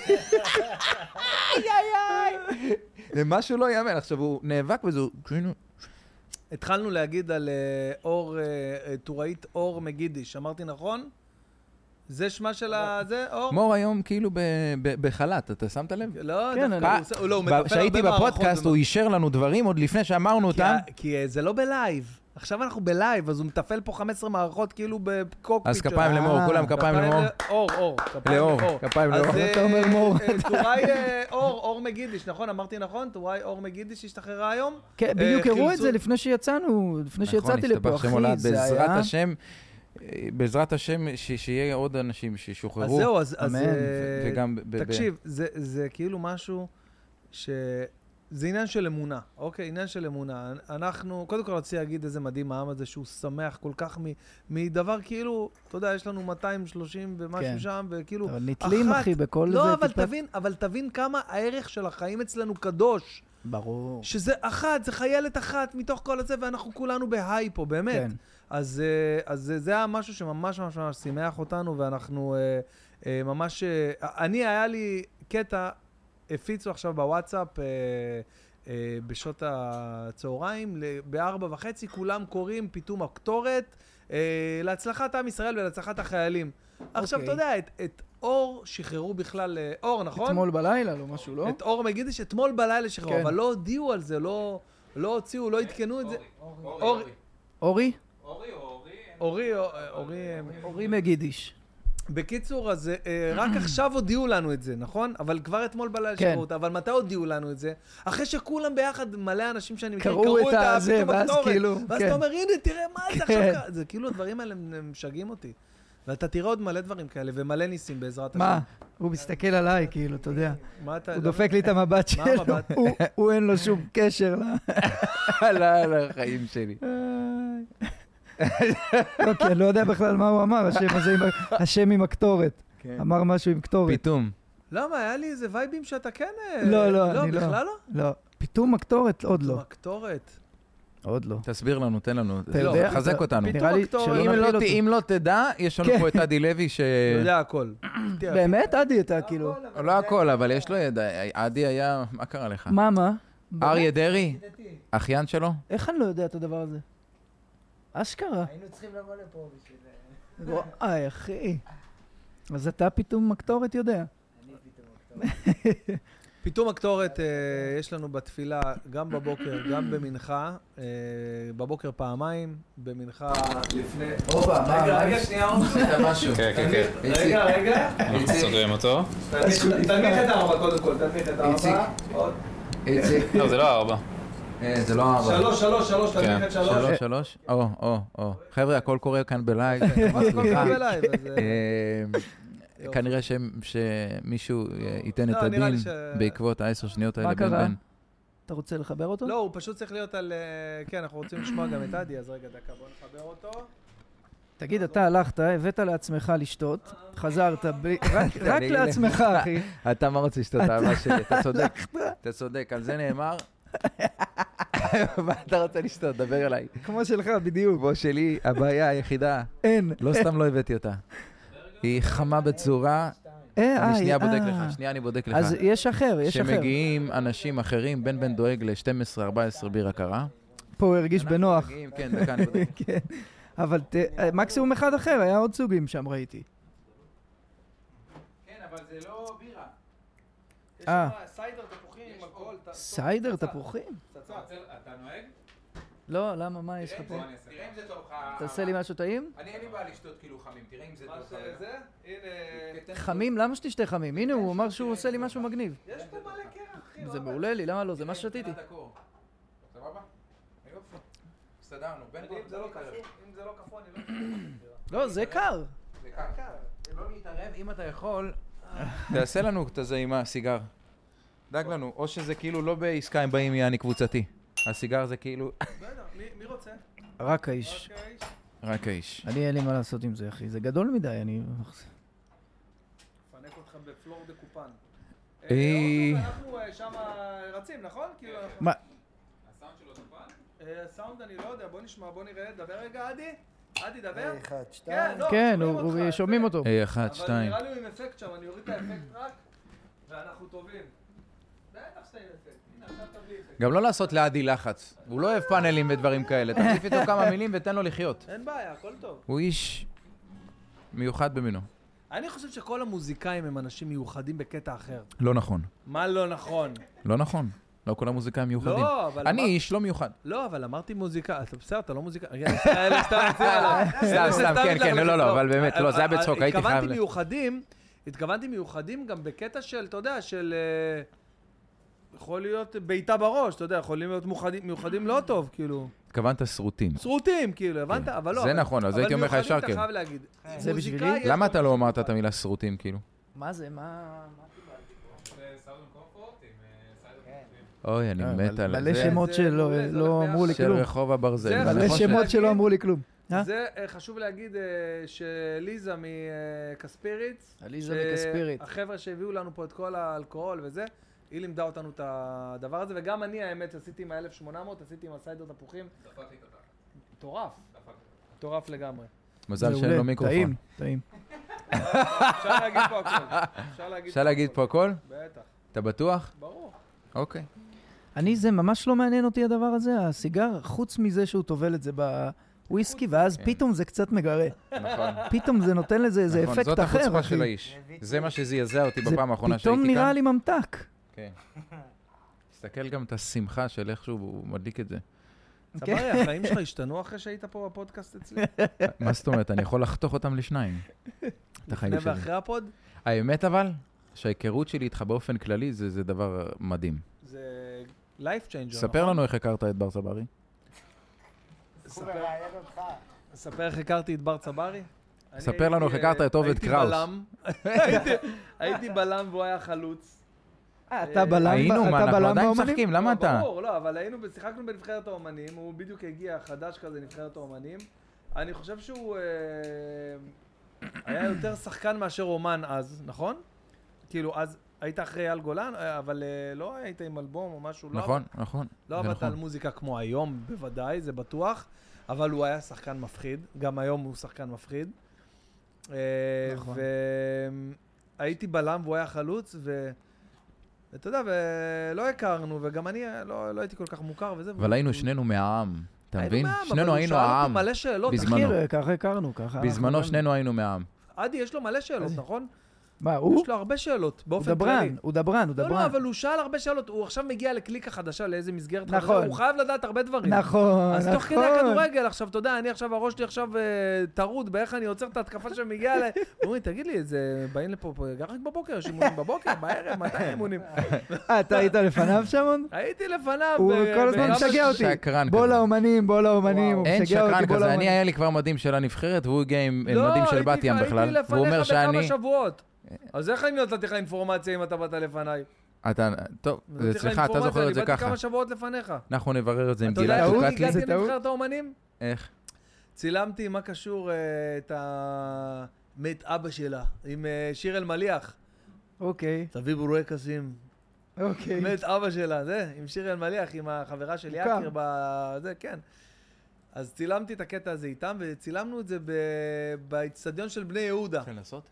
איי איי. זה משהו לא יאמן, עכשיו הוא נאבק וזה, כאילו, התחלנו להגיד על אה, אור, אה, אה, טוראית אור מגידיש, אמרתי נכון? זה שמה של ה... זה, אור? מור היום כאילו ב- ב- בחל"ת, אתה שמת לב? לא, כן, דווקא אני- הוא עושה- הוא לא, הוא מתפעל כשהייתי הרבה מערכות בפודקאסט הוא אישר לנו דברים עוד לפני שאמרנו כי אותם. ה- כי אה, זה לא בלייב. עכשיו אנחנו בלייב, אז הוא מתפעל פה חמש עשרה מערכות כאילו בקוקפיט. אז שלו. כפיים למור, אה, כולם כפיים למור. אור, אור. כפיים לאור, כפיים לאור. אז אה, אתה אומר מור. אה, טוראי אה, אור, אור מגידיש, נכון? אמרתי נכון? טוראי אור מגידיש השתחררה היום? כן, בדיוק אה, הראו את חילצו- זה לפני שיצאנו, לפני שיצאתי לפה, נכון, אחי, השם הולד, זה בעזרת היה... השם, אה, בעזרת השם, ש- שיהיה עוד אנשים אז שישוחררו. זהו, אז... אז, אמן. אה, וגם ב- ב- תקשיב, זה, זה כאילו משהו ש... זה עניין של אמונה, אוקיי? עניין של אמונה. אנחנו, קודם כל רציתי להגיד איזה מדהים העם הזה, שהוא שמח כל כך מ, מדבר כאילו, אתה יודע, יש לנו מאתיים ושלושים ומשהו כן. שם, וכאילו... אבל נתלים, אחת- אחי, בכל זה. לא, אבל טיפה- תבין, אבל תבין כמה הערך של החיים אצלנו קדוש. ברור. שזה אחת, זה חיילת אחת מתוך כל הזה, ואנחנו כולנו בהיי פה, באמת. כן. אז, אה, אז זה- זה היה משהו שממש ממש ממש שימח אותנו, ואנחנו אה, אה, ממש... אה, אני, היה לי קטע, הפיצו עכשיו בוואטסאפ, אה, אה, בשעות הצהריים, ל- בארבע וחצי, כולם קוראים פיתום הקטורת, אה, להצלחת עם ישראל ולהצלחת החיילים. עכשיו, אוקיי. אתה יודע, את, את אור שחררו בכלל, אה, אור, נכון? אתמול בלילה, לא משהו, לא? את אור מגידיש אתמול בלילה שחררו, כן. אבל לא הודיעו על זה, לא, לא הוציאו, לא עדכנו את זה. אורי. אורי? אורי, אורי, אה, אורי מגידיש. בקיצור, אז אה, רק עכשיו הודיעו לנו את זה, נכון? אבל כבר אתמול בלילה כן. שחררו אותה, אבל מתי הודיעו לנו את זה? אחרי שכולם ביחד, מלא אנשים שאני מכיר, קראו את הזה, פתאום ואז הקטורת. כאילו, ואז כן. אתה אומר, הנה, תראה מה זה כן. עכשיו קרה. זה כאילו, הדברים האלה הם הם משגעים אותי. ואתה תראה עוד מלא דברים כאלה, ומלא ניסים בעזרת השם. מה? הוא מסתכל עליי, כאילו, אתה יודע. מה אתה... הוא דופק לי את המבט שלו. מה המבט? הוא- הוא אין לו שום קשר ל... לא, לא, החיים שלי. לא, כי אני לא יודע בכלל מה הוא אמר, השם הזה עם ה- השם עם הקטורת. אמר משהו עם קטורת. פיתום. למה? היה לי איזה וייבים שאתה כן... אה, לא, לא, אני לא. לא, בכלל לא? לא. פתאום הקטורת? עוד לא. הקטורת. עוד לא. תסביר לנו, תן לנו. אתה יודע? חזק אתה- אותנו. נראה לי פתאום שלא הקטורת. אם נפיל לא אותו. ת- אם לא תדע, יש לנו כן. פה את עדי לוי ש... אני יודע הכל. באמת, עדי, אתה כאילו... לא הכל, אבל יש לו ידע. עדי היה... מה קרה לך? מה, מה? אריה דרעי? אחיין שלו? איך אני לא יודע את הדבר הזה? אשכרה. היינו צריכים לבוא לפה בשביל... וואי, אחי. אז אתה פתאום הקטורת יודע. אני פתאום אקטור. פתאום הקטורת, אה, יש לנו בתפילה, גם בבוקר, גם במנחה. אה, בבוקר פעמיים, במנחה לפני... הופה, מה? רגע, רגע, שנייה. עשית משהו. כן, כן, כן. רגע, רגע. אנחנו סוגרים אותו. תנמיך את הארבע, קודם כל, תנמיך את איציק. הארבע. עוד. איציק. לא, זה לא ארבע. אה, זה לא ארבע. שלוש, שלוש, שלוש, תנמיך כן. את שלוש. שלוש, שלוש? או, או, או. חבר'ה, הכל קורה כאן בלייב. מה זה כל כך בלייב? אז, אה, אה, יופי. כנראה ש- שמישהו אה, ייתן את לא, נראה לי הדין ש- בעקבות העשר שניות האלה מה בין קרה? בין. אתה רוצה לחבר אותו? לא, הוא פשוט צריך להיות על... אה, כן, אנחנו רוצים לשמוע גם את עדי, אז רגע, דקה, בוא נחבר אותו. תגיד, אתה הלכת, הבאת לעצמך לשתות, חזרת, בלי- רק- רק אני- לעצמך, אחי. אתה מה רוצה לשתות האהבה שלי? אתה צודק. אתה צודק, על זה נאמר. מה אתה רוצה לשתות? דבר אליי. כמו שלך, בדיוק. כמו שלי, הבעיה היחידה, אין. לא סתם לא הבאתי אותה. היא חמה בצורה, אה, אני אה, שנייה בודק אה. לך, שנייה אני בודק לך. אז יש אחר, יש אחר. שמגיעים אנשים אחרים, בן בן דואג ל-שתים עשרה ארבע עשרה בירה קרה. פה הוא הרגיש בנוח. מגיעים, כן, דקה, אני בודק. כן. אבל ת- מקסימום אחד אחר, היה עוד סוגים שם, ראיתי. כן, אבל זה לא בירה. אה. סיידר, תפוחים, הכל. סיידר, תפוחים? אתה נוהג? לא, למה? מה יש לך פה? תראה אם זה טוב לך. תעשה לי משהו טעים? אני אין לי בעיה לשתות כאילו חמים, תראה אם זה מה טוב לך. שזה? הנה... חמים? למה שתשתה חמים? הנה, הוא אמר שהוא עושה לי משהו מגניב. יש פה מלא קרח, אחי. זה מעולה לי, למה לא? זה מה ששתיתי. סבבה? יופי. הסתדרנו. בן אם זה לא קפוא, אם זה לא קפוא, אני לא... לא, זה קר. זה קר. לא להתערב, אם אתה יכול, תעשה לנו את זה עם הסיגר. דאג לנו, או שזה כאילו לא בעסקה הם באים יעני קבוצתי. הסיגר זה כאילו... בסדר, מי- מי רוצה? רק האיש. אוקיי. רק האיש. אני אין לי מה לעשות עם זה, אחי. זה גדול מדי, אני... פנק אותך בפלור דה קופן. אה. אה, אנחנו אה, שם רצים, נכון? כאילו אנחנו... מה? הסאונד שלו טופן? אה, סאונד אני לא יודע, בוא נשמע, בוא נראה, דבר רגע, עדי. עדי, דבר. אחד, כן, שתיים. לא, כן, שומעים הוא- אותך, הוא- יפה. שומעים אותו. היי, אחת, אבל שתיים. נראה לי הוא עם אפקט שם, אני אוריד את האפקט רק, ואנחנו טובים. בטח שאתה עם אפקט. הנה, עכשיו תביא אפקט. גם לא לעשות לעדי לחץ. הוא לא אוהב פאנלים ודברים כאלה. תחליף איתו כמה מילים ותן לו לחיות. אין בעיה, הכל טוב. הוא איש מיוחד במינו. אני חושב שכל המוזיקאים הם אנשים מיוחדים בקטע אחר. לא נכון. מה לא נכון? לא נכון. לא כל המוזיקאים מיוחדים. לא, אבל... אני אמר- איש לא מיוחד. לא, אבל אמרתי מוזיקה, אתה בסדר, אתה לא מוזיקה. רגע, אלה סתם מציע עליי. סתם, סתם, כן, כן, לא, לא, לא, אבל באמת, לא, זה היה אבל- בצחוק, הייתי חייב... התכוונתי ל- מיוחדים, התכוונתי מיוחדים גם בקטע של, אתה יודע, של... אה, יכול להיות בעיטה בראש, אתה יודע, יכולים להיות מיוחדים- מיוחדים לא טוב, כאילו. התכוונת שרוטים. שרוטים, כאילו, הבנת? אבל לא. זה אבל- נכון, אז אבל הייתי אומר לך מיוחדים ישר אתה כן. חייב להגיד. זה מוזיקאי בשבילי? יש למה לו אתה לא משהו אמרת את מיוחד. המילה שרוטים, כאילו? מה זה? מה... זה סאונד קומפורט עם סיידר טופים. אוי, אני מת על מלא זה. שמות זה שלא מעולה, זה לא הולך אמרו לי של כלום. רחוב הברזל. זה נכון מלא ש- שמות. שמות שלא אמרו לי כלום. אה? זה אה, חשוב להגיד אה, שליזה מקספיריץ, עליזה מקספיריץ. החבר'ה שהביאו לנו פה את כל האלכוהול וזה, היא לימדה אותנו את הדבר הזה, וגם אני האמת עשיתי עם ה-אלף שמונה מאות, עשיתי עם הסיידר תפוחים, דפק לי את התחת. מטורף, מטורף לגמרי. מזל שאין מעולה, לו מיקרופון. טעים, טעים. אפשר להגיד פה הכל. אפשר להגיד אפשר להגיד פה הכל? בטח, אתה בטוח? ברור. אוקיי. אני, זה ממש לא מעניין אותי הדבר הזה, הסיגר, חוץ מזה שהוא טובל את זה בוויסקי, ואז כן. פתאום זה קצת מגרה. נכון. פתאום זה נותן לזה איזה נכון, אפקט זאת אחר, החוצפה אחי. של האיש. זה מה שזעזע אותי זה בפעם האחרונה שהייתי פתאום כאן. נראה לי ממתק. כן. תסתכל גם את השמחה של איכשהו הוא מדליק את זה. כן. סברי, החיים שלך השתנו אחרי שהיית פה בפודקאסט אצלי? מה זאת אומרת? אני יכול לחתוך אותם לשניים. את החיים לפני שלי. ואחרי הפוד? האמת אבל, שההיכרות שלי איתך באופן כללי זה זה דבר מדהים. זה life changer. ספר נכון? לנו איך הכרת את בר צברי. הוא מראיין אותך. ספר איך הכרתי את בר צברי? ספר לנו איך הכרת את עובד קראוס. הייתי בלם, הייתי בלם והוא היה חלוץ. אה, אתה בלם היינו, מה, אנחנו עדיין באומנים? משחקים, למה אתה? ברור, לא, אבל היינו, שיחקנו בנבחרת האומנים, הוא בדיוק הגיע חדש כזה, נבחרת האומנים. אני חושב שהוא היה יותר שחקן מאשר אומן אז, נכון? כאילו, אז היית אחרי אייל גולן, אבל לא היית עם אלבום או משהו. נכון, נכון. לא עבדת על מוזיקה כמו היום, בוודאי, זה בטוח, אבל הוא היה שחקן מפחיד, גם היום הוא שחקן מפחיד. נכון. והייתי בלם והוא היה חלוץ, ו... ואתה יודע, ולא הכרנו, וגם אני לא, לא הייתי כל כך מוכר וזה. אבל היינו שנינו מהעם, אתה מבין? מהעם, שנינו היינו העם. מלא שאלות. בזמנו. אחי, ככה הכרנו, ככה. בזמנו שנינו היינו מהעם. עדי, יש לו מלא שאלות, נכון? מה, הוא? יש לו הרבה שאלות, הוא באופן כללי. דברן, הוא דברן, הוא לא, דברן. לא, אבל הוא שאל הרבה שאלות. הוא עכשיו מגיע לקליקה חדשה, לאיזה מסגרת חדשה. נכון. הוא חייב לדעת הרבה דברים. נכון, אז נכון. תוך כדי הכדורגל, עכשיו, אתה יודע, אני עכשיו, הראש שלי עכשיו אה, טרוד, באיך אני עוצר את ההתקפה שמגיעה ל... אומרים, תגיד לי, זה באים לפה, פה, רק בבוקר, יש אימונים בבוקר, בערב, מתי אימונים? אה, אתה היית לפניו שמון? הייתי לפניו. הוא ב- כל הזמן בכמה משגע אותי. שקרן בוא כזה. לאומנים, בוא לאומנים, הוא אין משגע אותי, שקרן בוא כזה, אני לאומנים. היה לי כבר מדים של הנבחרת, והוא הגיע עם לא, מדים של הייתי- בת ים בכלל, הייתי והוא אומר לפניך בכמה שאני... שבועות. אז איך אני נתתי לך אינפורמציה אם אתה באת לפניי? אתה, טוב, נתתי לך אצלך, אתה זוכר את זה אני באתי ככה. כמה שבועות לפניך. אנחנו נברר את זה עם אתה יודע גלעד איך אני שוקטלי. הגעתי זה טעות? לנבחרת האומנים? איך? צילמתי מה קשור אה, את ה... מת אבא שלה, עם אה, שיר אלמליח. אוקיי, תביא בורקסים. אוקיי. מת אבא שלה, זה, עם שיר אלמליח, עם החברה של מוכר. יקיר בזה, כן. אז צילמתי את הקטע הזה איתם, וצילמנו את זה ב- באצטדיון של בני יהודה. אפשר לנסות?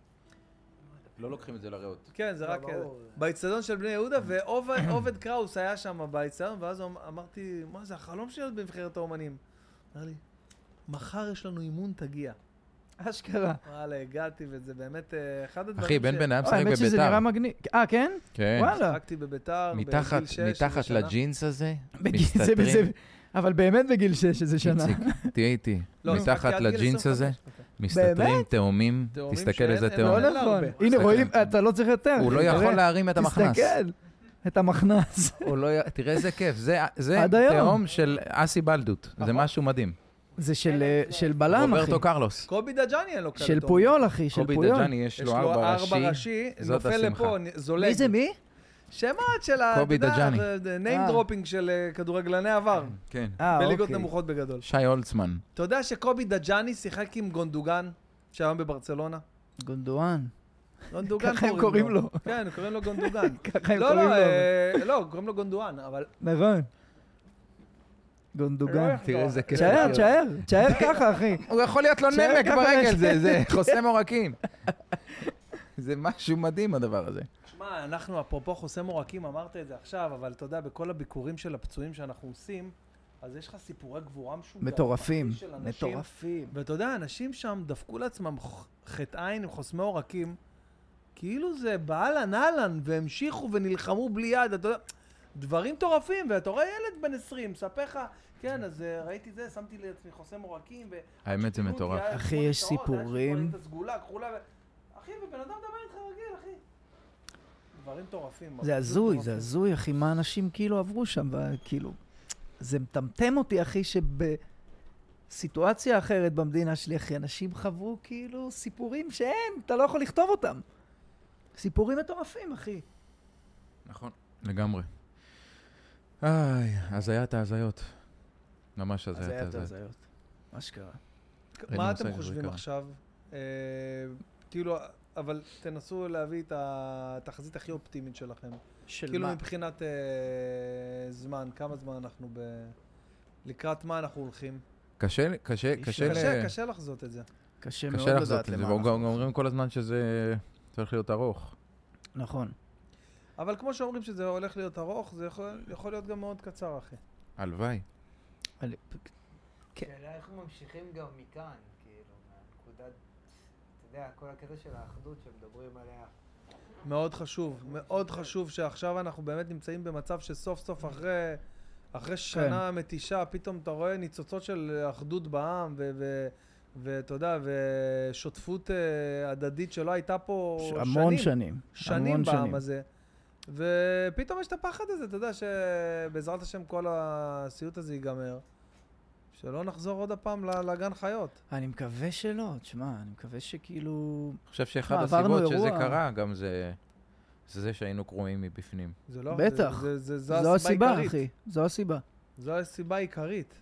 לא לוקחים את זה לריאות. כן, זה לא, רק... ברור. באצטדיון של בני יהודה, ועובד קראוס היה שם באצטדיון, ואז אמרתי, מה זה, החלום שלי להיות בנבחרת האומנים. אמר לי, מחר יש לנו אימון, תגיע. אשכרה. וואלה, הגעתי, וזה באמת אה, אחד הדברים אחי, בן בן היה אה, משחק האמת שזה נראה בביתר. מגניב. אה, כן? כן. וואלה. שיחקתי בביתר, מתחת, בגיל שש, מתחת איזה שנה. לג'ינס הזה, בגיל- זה- זה- מסתתרים. אבל באמת בגיל שש, איזה שנה. איציק, תהיה איתי. לא, מתחת שיחקתי עד גיל לג'ינס עשרים הזה, וחמש. אוקיי. מסתתרים תאומים, תאומים תסתכל שאין- איזה הם תאום. לא אין לה נכון. הרבה. הנה, תסתכל. רואים, אתה לא צריך יותר. הוא לא תראה. יכול להרים את המכנס. תסתכל, את המכנס. הוא לא י- תראה איזה כיף, זה- זה עד היום. תאום של אסי בלדות, זה נכון. משהו מדהים. זה של של בלם, אחי. רוברטו קרלוס. קובי דג'אני אין לו כאלה של תאומים. פויול, אחי, של קובי פויול. דג'אני יש יש לו ארבע ראשי. זאת נופל השמחה. לפה, נ- זולג. מי זה מי? שמות של ה... קובי דג'אני. name אה. dropping של אה, כדורגלני עבר. כן. אה, בליגות אוקיי. נמוכות בגדול. שי הולצמן. אתה יודע שקובי דג'אני שיחק עם גונדוגן, שהיום בברצלונה? גונדואן. גונדוגן ככה הם קוראים לו. כן, קוראים לו גונדוגן. ככה הם לא, קוראים לא, לו. אה, לא, קוראים לו גונדואן, אבל... נכון. גונדוגן. תראה איזה כיף. תשאר, תשאר, תשאר ככה, אחי. הוא יכול להיות לו תשאר נמק ככה ברגל, יש- זה זה חוסם עורקים. זה משהו מדהים הדבר הזה. שמע, אנחנו אפרופו חוסם עורקים, אמרת את זה עכשיו, אבל אתה יודע, בכל הביקורים של הפצועים שאנחנו עושים, אז יש לך סיפורי גבורה משוגעים. מטורפים, אחי, של אנשים. מטורפים. ואתה יודע, אנשים שם דפקו לעצמם ח- חטא עין עם חוסמי עורקים, כאילו זה באהלן אהלן, והמשיכו ונלחמו בלי יד, אתה יודע, דברים מטורפים, ואתה רואה ילד בן עשרים, מספר לך, כן, אז אה, ראיתי זה, שמתי לעצמי חוסם עורקים, ו... האמת זה שתראו אותי, מטורף. היה אחי, שמונה יש שעות, היה סיפורים. שפועלים את הסגולה, כחולה, ו... אחי, ובן אדם מדבר איתך רגיל, אחי. דברים מטורפים. זה פשוט הזוי, מטורפים. זה הזוי, אחי, מה אנשים כאילו עברו שם, וכאילו... זה מטמטם אותי, אחי, שבסיטואציה אחרת במדינה שלי, אחי, אנשים חוו כאילו סיפורים שאין, אתה לא יכול לכתוב אותם. סיפורים מטורפים, אחי. נכון. לגמרי. איי, הזיית ההזיות. ממש הזיית הזיית ההזיות. הזיות. מה שקרה. אין מה לי אתם מושג חושבים בעיקר. עכשיו? אה, כאילו, אבל תנסו להביא את התחזית הכי אופטימית שלכם. של כאילו מה? מבחינת אה, זמן, כמה זמן אנחנו ב... לקראת מה אנחנו הולכים? קשה, לי- קשה, איש קשה, קשה, ל- קשה לחזות את זה. קשה מאוד קשה לחזות לדעת את זה, למה וגם אנחנו... אומרים כל הזמן שזה צריך להיות ארוך. נכון. אבל כמו שאומרים שזה הולך להיות ארוך, זה יכול, יכול להיות גם מאוד קצר, אחי. הלוואי. אני- השאלה איך ממשיכים גם מכאן, כאילו, מהנקודת, אתה יודע, כל הקטע של האחדות שמדברים עליה. מאוד חשוב, מאוד חשוב שעכשיו אנחנו באמת נמצאים במצב שסוף סוף אחרי, אחרי שנה מתישה, פתאום אתה רואה ניצוצות של אחדות בעם, ו- ו- ואתה יודע, ושותפות אה, הדדית שלא הייתה פה ש- שנים. המון שנים. שנים המון בעם שנים. הזה. ופתאום יש את הפחד הזה, אתה יודע שבעזרת השם כל הסיוט הזה ייגמר. שלא נחזור עוד הפעם ל- לגן חיות. אני מקווה שלא, תשמע, אני מקווה שכאילו... אני חושב שאחד מה, עברנו הסיבות שזה אירוע. קרה, גם זה זה זה שהיינו קרועים מבפנים. זה לא, בטח. זה, זה, זה, זו זו הסיבה, העיקרית. אחי. זו הסיבה. זו הסיבה העיקרית.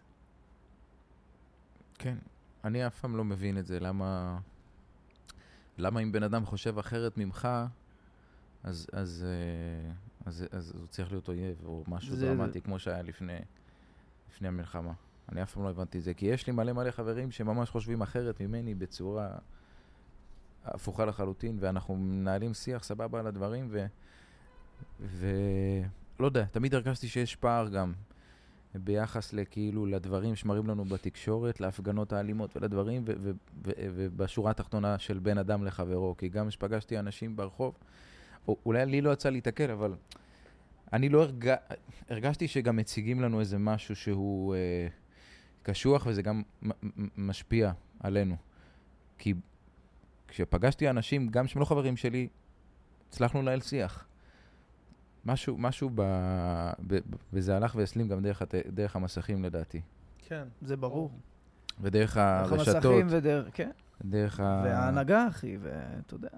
כן. אני אף פעם לא מבין את זה, למה... למה אם בן אדם חושב אחרת ממך, אז, אז, אה, אז, אז הוא צריך להיות אויב, או משהו זה- דרמטי, כמו שהיה לפני, לפני המלחמה. אני אף פעם לא הבנתי את זה, כי יש לי מלא מלא חברים שממש חושבים אחרת ממני בצורה הפוכה לחלוטין, ואנחנו מנהלים שיח סבבה על הדברים, ו... ו... לא יודע, תמיד הרגשתי שיש פער גם ביחס לכאילו לדברים שמראים לנו בתקשורת, להפגנות האלימות ולדברים, ו- ו- ו- ובשורה התחתונה של בן אדם לחברו, כי גם שפגשתי אנשים ברחוב, או, אולי לי לא יצא להתקל, אבל אני לא הרג... הרגשתי שגם מציגים לנו איזה משהו שהוא אה, קשוח, וזה גם מ- מ- משפיע עלינו. כי כשפגשתי אנשים, גם שהם לא חברים שלי, הצלחנו לנהל שיח. משהו, משהו ב... ב... וזה הלך והסלים גם דרך, הת... דרך המסכים לדעתי. כן. זה ברור. ודרך דרך הרשתות, המסכים ודרך, כן. דרך ה... וההנהגה, אחי, ואתה יודע.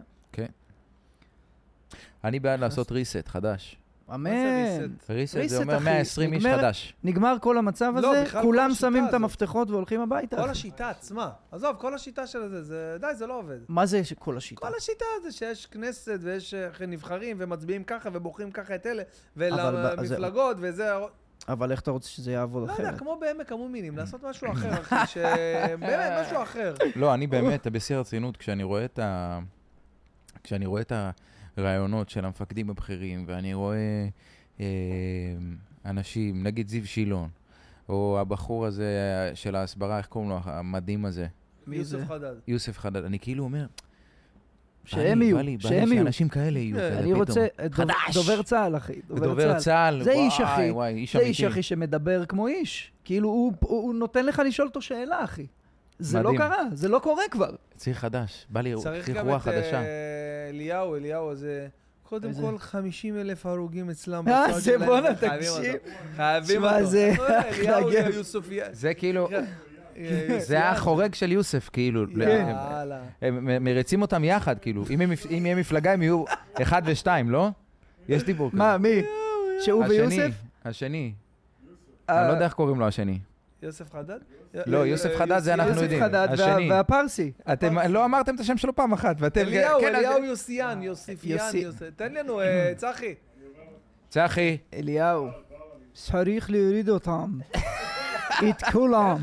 אני בעד לעשות ריסט חדש. אמן. reset? ריסט reset, זה אומר אחי. מאה ועשרים איש נגמר- חדש. נגמר כל המצב לא, הזה, בכלל כולם כל השיטה שמים את הזאת. המפתחות והולכים הביתה. כל אחי. השיטה עצמה. עזוב, כל השיטה של זה, זה... די, זה לא עובד. מה זה ש- כל השיטה? כל השיטה זה שיש כנסת ויש אה, נבחרים ומצביעים ככה ובוחרים ככה את אלה, אבל ב- זה- ולמפלגות וזה... אבל איך אתה רוצה שזה יעבוד לא יודע, אחרת? כמו בעמק המומינים, לעשות משהו אחר, אחי, ש... באמת, משהו אחר. לא, אני באמת, בשיא הרצינות, כשאני רואה את ה... כשאני רואה את הרעיונות של המפקדים הבכירים, ואני רואה אה, אנשים, נגיד זיו שילון, או הבחור הזה של ההסברה, איך קוראים לו, המדהים הזה, מי זה? יוסף חדד. יוסף חדד, אני כאילו אומר, שהם בא יהיו, לי, בא לי, בא שהם לי יהיו. שאנשים כאלה יהיו, כזה אני פתאום. רוצה, דוב- חדש! דובר צה"ל, אחי. דובר צה"ל, זה איש, וואי, אחי. וואי, איש זה איש, אמיתי. אחי, שמדבר כמו איש. כאילו, הוא- הוא נותן לך לשאול אותו שאלה, אחי. זה לא מדהים. קרה, זה לא קורה כבר. ציר חדש, בא לי, צריך צריך גם רוח את חדשה. אה, אליהו, אליהו הזה... קודם איזה? כל חמישים אלף הרוגים אצלם. אה, בצד זה שלהם. בואנה, חייבים תקשיב. אותו. חייבים שמע, אותו. זה- אה, אליהו להגן. יוסופיה. זה כאילו, אה, זה היה החורג של יוסף, כאילו. ל- יאללה. הם הם מריצים אותם יחד, כאילו. אם הם יפ- אם יהיה מפלגה, הם יהיו אחד ושתיים, לא? יש דיבור כזה. מה, מי? שהוא השני, ויוסף? השני. אה, אני לא יודע איך קוראים לו השני. יוסף חדד? לא, אה, יוסף אה, חדד זה אנחנו יוסף יודעים. חדד וה- השני. והפרסי. אתם לא אמרתם את השם שלו פעם אחת, ואתם... אליהו, כן, אליהו אז- יוסיאן, יוסיפיאן, יוסי- יוסף. תן לנו, אה, צחי. צחי, אליהו. צריך להוריד אותם. את כולם.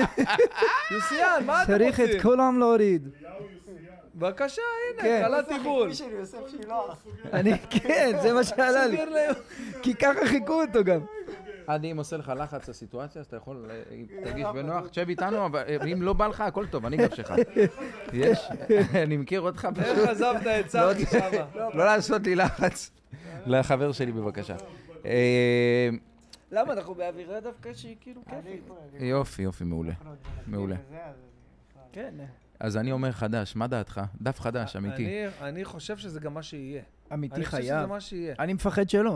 יוסיאן, מה אתם צריך רוצים? את כולם להוריד. בבקשה, הנה, כן. קלטתי בול. אני, כן, זה מה שעלה לי. תסביר להם. כי ככה חיכו אותו גם. אני אם עושה לך לחץ לסיטואציה, אז אתה יכול, אה, תרגיש בנוח, תשב איתנו, אבל אה, אם לא בא לך, הכל טוב, אני גם שלך. יש? אני מכיר אותך איך פשוט. עזבת את צחי שמה? לא לעשות לי לחץ. לחבר שלי בבקשה. אה, למה? אנחנו באווירה דווקא שהיא כאילו כיפית. יופי, יופי, מעולה. מעולה. כן. אז אני אומר חדש, מה דעתך? דף חדש, אמיתי. אני- אני חושב שזה גם מה שיהיה. אמיתי אני חושב שזה חייב. מה שיהיה. אני מפחד שלא.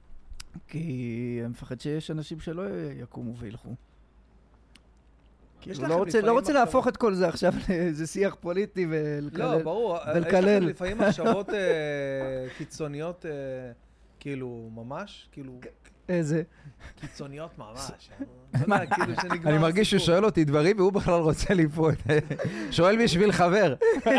כי אני מפחד שיש אנשים שלא יקומו וילכו. יש כאילו, לכם לא רוצה- לא לפעמים רוצה מחשבות- להפוך את כל זה עכשיו לאיזה שיח פוליטי לא, ולקלל. ברור. יש ולקלל. לכם לפעמים מחשבות אה, קיצוניות, אה, כאילו, ממש? כאילו, איזה? קיצוניות ממש. לא יודע, כאילו שנגמר אני מרגיש שהוא הסיפור. שואל אותי דברים והוא בכלל רוצה ליפות. שואל בשביל חבר.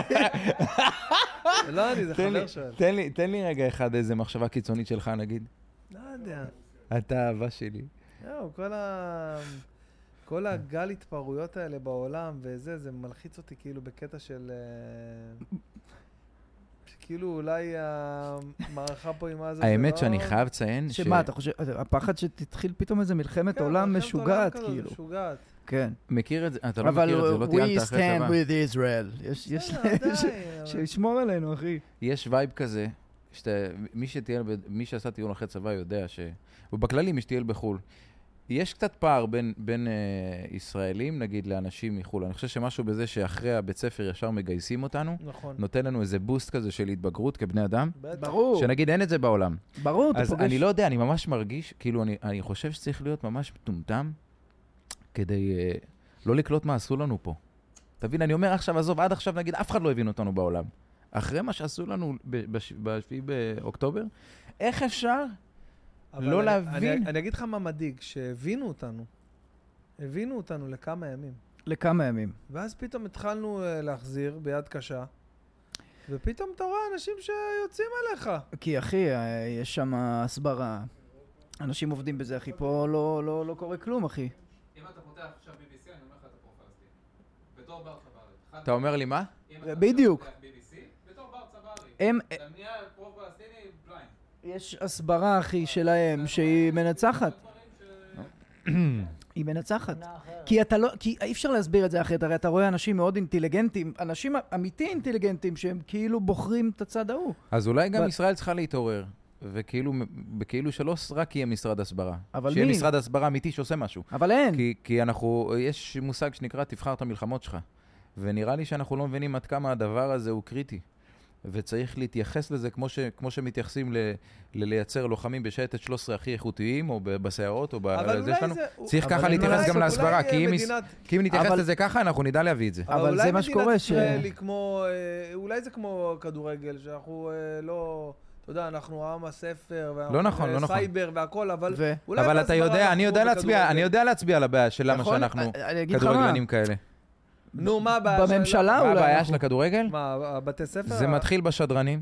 לא, אני, זה תן לי- חבר שואל. תן לי- תן לי רגע אחד איזה מחשבה קיצונית שלך נגיד. לא יודע. אתה אהבה שלי. זהו, כל ה... כל הגל התפרעויות האלה בעולם וזה, זה מלחיץ אותי כאילו בקטע של... אה, כאילו אולי המערכה פה עם עזה זה לא... האמת שאני חייב לציין ש... שמה, אתה חושב, הפחד שתתחיל פתאום איזה מלחמת כן, עולם מלחמת משוגעת, עולם כזאת, כאילו. משוגעת. כן. מכיר את זה? אתה לא אבל מכיר את זה, לא we טיילת אחרי stand צבא. with Israel. יש, יש, בסדר, יש- די, אבל- שישמור עלינו, אחי. יש וייב כזה, שאתה, מי שטייל, ב- מי שעשה טיול אחרי צבא יודע ש... ובכללי מי שטייל בחו"ל. יש קצת פער בין, בין אה, ישראלים, נגיד, לאנשים מחו"ל. אני חושב שמשהו בזה שאחרי הבית ספר ישר מגייסים אותנו, נכון. נותן לנו איזה בוסט כזה של התבגרות כבני אדם, בטח. ברור, שנגיד אין את זה בעולם. ברור, אתה אז פוגש. אני לא יודע, אני ממש מרגיש, כאילו, אני, אני חושב שצריך להיות ממש מטומטם כדי אה, לא לקלוט מה עשו לנו פה. תבין, אני אומר עכשיו, עזוב, עד עכשיו נגיד, אף אחד לא הבין אותנו בעולם. אחרי מה שעשו לנו בשביעי באוקטובר, איך אפשר לא אני, להבין? אני, אני אגיד לך מה מדאיג, שהבינו אותנו, הבינו אותנו לכמה ימים. לכמה ימים. ואז פתאום התחלנו uh, להחזיר ביד קשה, ופתאום אתה רואה אנשים שיוצאים עליך. כי אחי, אה, יש שם הסברה. אנשים עובדים בזה, אחי. פה לא, לא, לא קורה כלום, אחי. אם אתה פותח עכשיו בי בי סי, אני אומר לך אתה פרו-פלסטיני. בתור בר צברי. אתה אומר לי מה? אם אתה בדיוק. פותח בי בי סי, בתור בר צברי. הם... אתה נהיה פרו-פלסטיני בליינד. יש הסברה, אחי, שלהם, שהיא מנצחת. היא מנצחת. כי אתה לא, כי אי אפשר להסביר את זה אחרת, הרי אתה רואה אנשים מאוד אינטליגנטים, אנשים אמיתי אינטליגנטים, שהם כאילו בוחרים את הצד ההוא. אז אולי גם ב- ישראל צריכה להתעורר, וכאילו, בכאילו שלא רק יהיה משרד הסברה. אבל שיהיה מי? משרד הסברה אמיתי שעושה משהו. אבל אין. כי, כי אנחנו, יש מושג שנקרא תבחר את המלחמות שלך, ונראה לי שאנחנו לא מבינים עד כמה הדבר הזה הוא קריטי. וצריך להתייחס לזה כמו, ש, כמו שמתייחסים ל, ל, לייצר לוחמים בשייטת שלוש עשרה הכי איכותיים, או ב- בסיירות, או ב... אבל זה אולי שלנו. זה... צריך אבל ככה אין מה להתייחס לעשות, גם להסברה, אולי כי אם, מדינת- כי אם נתייחס אבל- לזה ככה, אנחנו נדע להביא את זה. אבל אולי זה מה שקורה, מדינת ש- ישראל היא כמו, אה, אולי זה כמו כדורגל, שאנחנו אה, לא, אתה יודע, אנחנו עם הספר, ואנחנו לא נכון, אה, לא נכון. סייבר והכל, אבל ו- אולי אבל אתה בהסברה יודע, אנחנו אני יודע כמו להצביע, בכדורגל. אני יודע להצביע על הבעיה של למה נכון? שאנחנו אני אגיד לך מה. כדורגלנים כאלה. נו, מה הבעיה? בממשלה מה אולי הבעיה אנחנו- של הכדורגל? מה, הבתי ספר? זה מתחיל בשדרנים.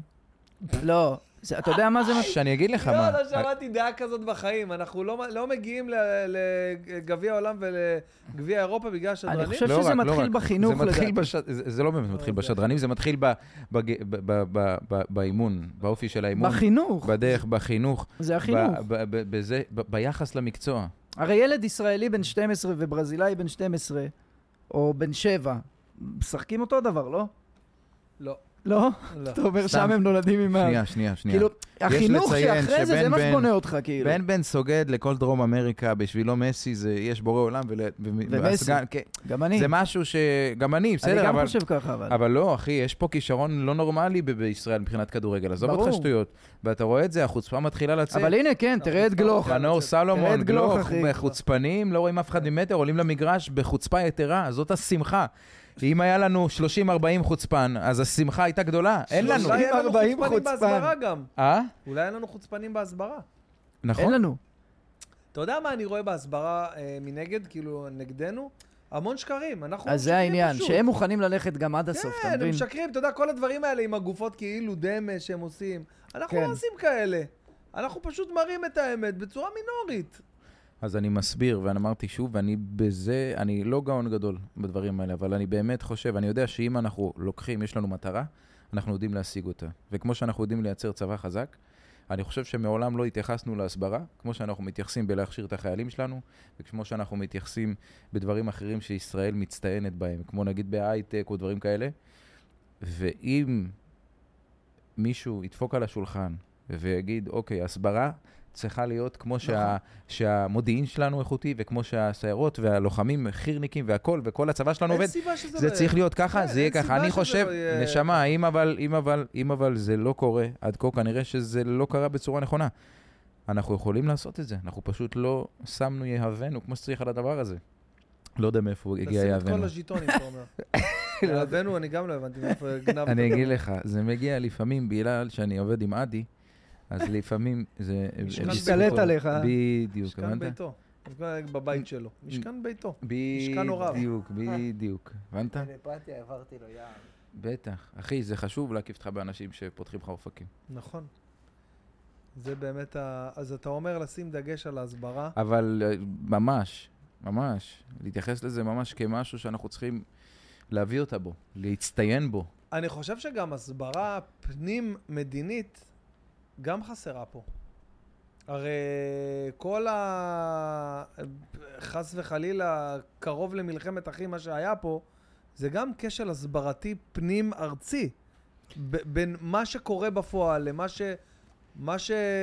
לא. זה- אתה יודע מה זה... מה- שאני אגיד לך מה. לא, לא שמעתי דעה כזאת בחיים. אנחנו לא לא מגיעים ל- לגביע העולם ולגביע אירופה בגלל שדרנים. אני חושב לא שזה רק, לא מתחיל רק. בחינוך, זה מתחיל לדעתי. בש... זה, זה לא באמת מתחיל זה- בשדרנים, זה מתחיל ב... בג... ב... ב... ב... ב... באימון, באופי של האימון. בחינוך. בדרך, בחינוך. זה החינוך. ב... ב... ב... בזה... ב... ביחס למקצוע. הרי ילד ישראלי בן שתים עשרה וברזילאי בן שתים עשרה, או בן שבע, משחקים אותו דבר, לא? לא. לא? לא. אתה אומר סתם. שם הם נולדים עם ה... שנייה, שנייה, שנייה. כאילו, החינוך לציין שאחרי זה, זה שבן מה בן- שבונה אותך, כאילו. בן בן סוגד לכל דרום אמריקה, בשבילו מסי זה יש בורא עולם ול... ומסי. כן. גם אני. זה משהו שגם אני, בסדר, אני גם אבל... חושב ככה, אבל. אבל לא, אחי, יש פה כישרון לא נורמלי ב- בישראל מבחינת כדורגל. עזוב ברור. אותך שטויות. ואתה רואה את זה, החוצפה מתחילה לצאת. אבל הנה, כן, תראה את גלוך. חנור תראה סלומון, את גלוך, גלוך, אחי. בחוצפנים, לא רואים אף אחד ממטר, עולים למגרש בחוצפה יתרה, זאת השמחה. אם היה לנו שלושים ארבעים חוצפן, אז השמחה הייתה גדולה. אין לנו. אולי אין לנו ארבעים חוצפנים חוצפן. בהסברה גם. אה? אולי אין לנו חוצפנים בהסברה. נכון? אין לנו. אתה יודע מה אני רואה בהסברה אה, מנגד, כאילו נגדנו? המון שקרים. אנחנו אז זה משקרים העניין, פשוט. שהם מוכנים ללכת גם עד הסוף, אתה כן, הם מבין? משקרים, אתה יודע, כל הדברים האלה עם הגופות כאילו דמה שהם עושים. אנחנו כן. לא עושים כאלה. אנחנו פשוט מראים את האמת בצורה מינורית. אז אני מסביר, ואני אמרתי שוב, ואני בזה, אני לא גאון גדול בדברים האלה, אבל אני באמת חושב, אני יודע שאם אנחנו לוקחים, יש לנו מטרה, אנחנו יודעים להשיג אותה. וכמו שאנחנו יודעים לייצר צבא חזק, אני חושב שמעולם לא התייחסנו להסברה, כמו שאנחנו מתייחסים בלהכשיר את החיילים שלנו, וכמו שאנחנו מתייחסים בדברים אחרים שישראל מצטיינת בהם, כמו נגיד בהייטק או דברים כאלה. ואם מישהו ידפוק על השולחן ויגיד, אוקיי, הסברה צריכה להיות כמו שה, שהמודיעין שלנו איכותי, וכמו שהסיירות והלוחמים, חירניקים והכל, וכל הצבא שלנו אין עובד, סיבה שזה זה לא צריך להיות ככה, כן, זה יהיה אין ככה. סיבה אני שזה חושב, לא יהיה נשמה, אם אבל, אם אבל, אם אבל זה לא קורה עד כה, כנראה שזה לא קרה בצורה נכונה. אנחנו יכולים לעשות את זה, אנחנו פשוט לא שמנו יהבנו כמו שצריך על הדבר הזה. לא יודע מאיפה הגיע תשים את כל יהבנו. הז'יטונים, אתה אומר. יהבנו, אני גם לא הבנתי מאיפה גנבת. אני אגיד לך, זה מגיע לפעמים, בגלל שאני עובד עם עדי, אז לפעמים זה... משכן משתלט עליך. בדיוק, משכן הבנת? ביתו. בבית שלו. משכן ביתו. משכן בדיוק, הוריו. בדיוק, הבנת? טלפתיה, העברתי לו יער. בטח. אחי, זה חשוב להקיף אותך באנשים שפותחים לך אופקים. נכון. זה באמת ה... אז אתה אומר לשים דגש על ההסברה. אבל אה, ממש, ממש, להתייחס לזה ממש כמשהו שאנחנו צריכים להביא אותה בו, להצטיין בו. אני חושב שגם הסברה פנים מדינית גם חסרה פה. הרי כל ה... חס וחלילה קרוב למלחמת אחים מה שהיה פה, זה גם כשל הסברתי פנים ארצי. ב- בין מה שקורה בפועל למה ש... מה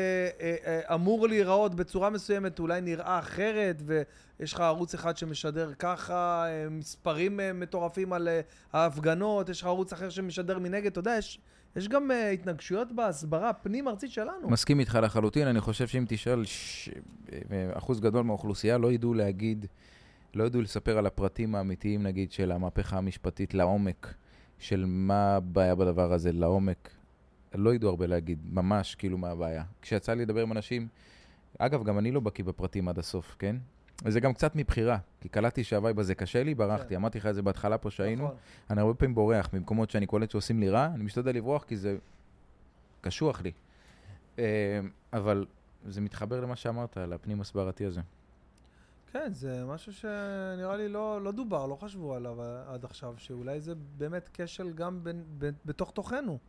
שאמור להיראות בצורה מסוימת אולי נראה אחרת, ויש לך ערוץ אחד שמשדר ככה, מספרים מטורפים על ההפגנות, יש לך ערוץ אחר שמשדר מנגד, אתה יודע, יש, יש גם התנגשויות בהסברה פנים ארצית שלנו. מסכים איתך לחלוטין, אני חושב שאם תשאל ש... אחוז גדול מהאוכלוסייה לא ידעו להגיד לא ידעו לספר על הפרטים האמיתיים, נגיד, של המהפכה המשפטית לעומק, של מה הבעיה בדבר הזה, לעומק. לא ידעו הרבה להגיד, ממש, כאילו, מה הבעיה. כשיצא לי לדבר עם אנשים, אגב, גם אני לא בקיא בפרטים עד הסוף, כן? וזה גם קצת מבחירה, כי קלטתי שהווייב הזה קשה לי, ברחתי. אמרתי לך את זה בהתחלה פה שהיינו. אני הרבה פעמים בורח, במקומות שאני קולט שעושים לי רע, אני משתדל לברוח כי זה קשוח לי. אבל זה מתחבר למה שאמרת, על הפנים הסברתי הזה. כן, זה משהו שנראה לי לא, לא דובר, לא חשבו עליו עד עכשיו, שאולי זה באמת כשל גם בין, בין, בתוך תוכנו.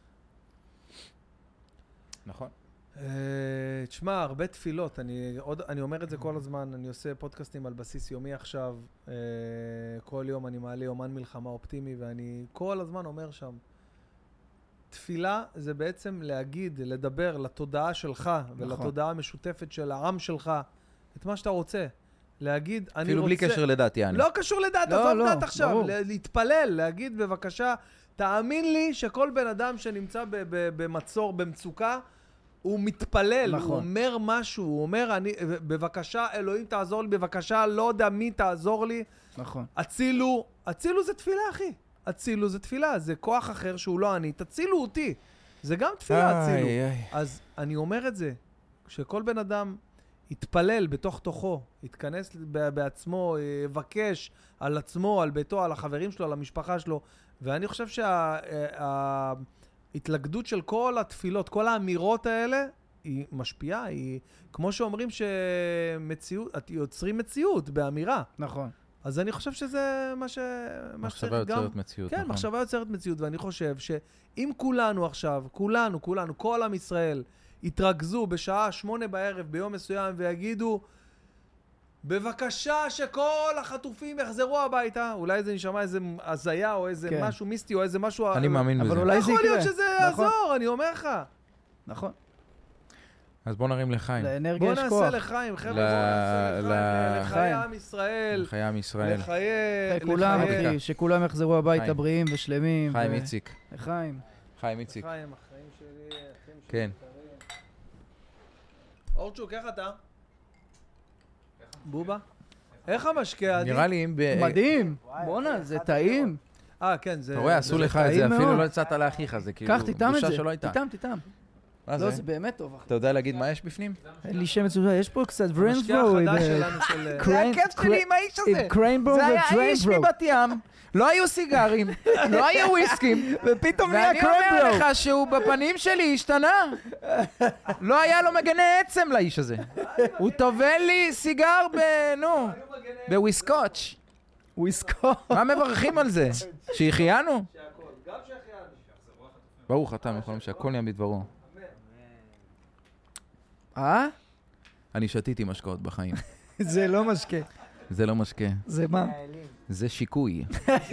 נכון. תשמע, הרבה תפילות, אני, עוד, אני אומר את זה כל הזמן, אני עושה פודקאסטים על בסיס יומי עכשיו, כל יום אני מעלה יומן מלחמה אופטימי, ואני כל הזמן אומר שם, תפילה זה בעצם להגיד, לדבר לתודעה שלך, ולתודעה המשותפת של העם שלך, את מה שאתה רוצה. להגיד, אני רוצה... אפילו בלי קשר לדת, יעני. לא קשור לדת, עזוב דת עכשיו. להתפלל, להגיד בבקשה, תאמין לי שכל בן אדם שנמצא במצור, במצוקה, הוא מתפלל, הוא אומר משהו, הוא אומר, אני, בבקשה, אלוהים תעזור לי, בבקשה, לא יודע מי תעזור לי. נכון. הצילו, הצילו זה תפילה, אחי. הצילו זה תפילה, זה כוח אחר שהוא לא אני, תצילו אותי. זה גם תפילה, הצילו. אז אני אומר את זה, שכל בן אדם יתפלל בתוך תוכו, יתכנס בעצמו, יבקש על עצמו, על ביתו, על החברים שלו, על המשפחה שלו, ואני חושב שההתלכדות של כל התפילות, כל האמירות האלה, היא משפיעה, היא, כמו שאומרים שמציאות, יוצרים מציאות באמירה. נכון. אז אני חושב שזה מה ש... מחשבה יוצרת מציאות. כן, מחשבה יוצרת מציאות, ואני חושב שאם כולנו עכשיו, כולנו, כולנו, כל עם ישראל, יתרכזו בשעה שמונה בערב ביום מסוים ויגידו, בבקשה שכל החטופים יחזרו הביתה, אולי זה נשמע איזה הזיה או איזה כן. משהו מיסטי או איזה משהו... אני מאמין בזה. אבל אולי זה יקרה. יכול להיות שזה יעזור, נכון. אני אומר לך. נכון. אז בוא נרים לחיים. לאנרגיה יש כוח. בוא נעשה לחיים, חבר'ה, בוא נעשה לחיים. לחיי עם ישראל. לחיי עם ישראל. לחיי... כולם, אחי, שכולם יחזרו הביתה בריאים ושלמים. חיים איציק. לחיים. חיים איציק. לחיים, החיים שלי, החיים שלי. כן. אורצ'וק, איך אתה? בובה? איך המשקע? נראה לי אם... מדהים. בוא'נה, זה טעים. אה, כן, זה... אתה רואה, עשו לך את זה, אפילו לא יצאת לאחיך, זה כאילו... קח, תיתם את זה. שלא הייתה. תיתם, תיתם. מה לא, זה באמת טוב, אחי. אתה יודע להגיד מה יש בפנים? אין לי שם מצוין, יש פה קצת המשקע ברנברו. החדש שלנו של... זה הכיף שלי עם האיש הזה. עם קריינברו זה היה איש וטריינברו. מבת ים, לא היו סיגרים, לא היו וויסקים, ופתאום נהיה ואני אומר קריינברו. לך שהוא בפנים שלי השתנה. לא היה לו מגני עצם לאיש הזה. הוא טובל לי סיגר ב... נו, בוויסקוץ'. וויסקו. מה מברכים על זה? שהחיינו? גם שהחיינו. ברוך אתה, יכולים שהכל נהיה בדברו. אה? אני שתיתי משקאות בחיים. זה לא משקה. זה לא משקה. זה מה? זה שיקוי.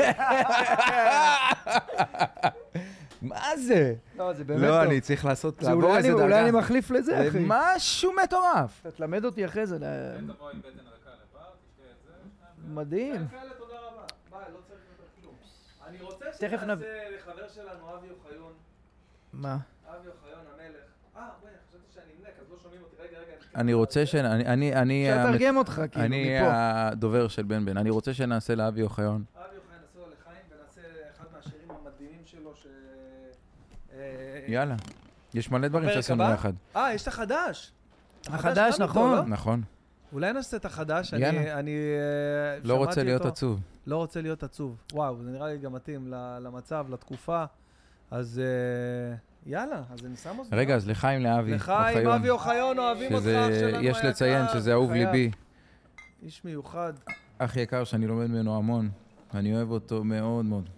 מה זה? לא, זה באמת לא, טוב. אני צריך לעשות, זה לעבור איזה דרגה. אולי אני מחליף לזה, זה אחי. משהו מטורף. אתה תלמד אותי אחרי זה. תבוא עם בטן רכה לבר, תשתה את זה. מדהים. כאלה, תודה רבה. ביי, לא צריך יותר כלום. אני רוצה תכף שנעשה נב- לחבר שלנו, אבי אוחיון. מה? אבי אוחיון המלך. אה, בואי, חשבתי שאני נמנק, אז לא שומעים אותי. רגע, רגע. אני רוצה ש... אני... אני... אני... שתרגם אותך, כאילו, אני מפה. הדובר של בן בן. אני רוצה שנעשה לאבי אוחיון. אבי אוחיון נעשה לו לחיים ונעשה אחד מהשירים המדהימים שלו ש... יאללה. יש מלא דברים בפרק שעשינו הבא? יחד. אה, יש את החדש. החדש, גם איתו, לא? נכון. נכון. אולי נעשה את החדש, יאללה. אני, אני אה, לא רוצה שמעתי להיות אותו. עצוב. לא רוצה להיות עצוב. וואו, זה נראה לי גם מתאים ל- למצב, לתקופה. אז אה, יאללה, אז אני שם אותך. רגע, אז לחיים לאבי לחיים, אוחיון. אבי אוחיון, אוהבים אותך, שזה... אח שלנו יש היקר, לציין שזה אהוב חייב. ליבי. איש מיוחד. אח יקר שאני לומד ממנו המון. ואני אוהב אותו מאוד מאוד.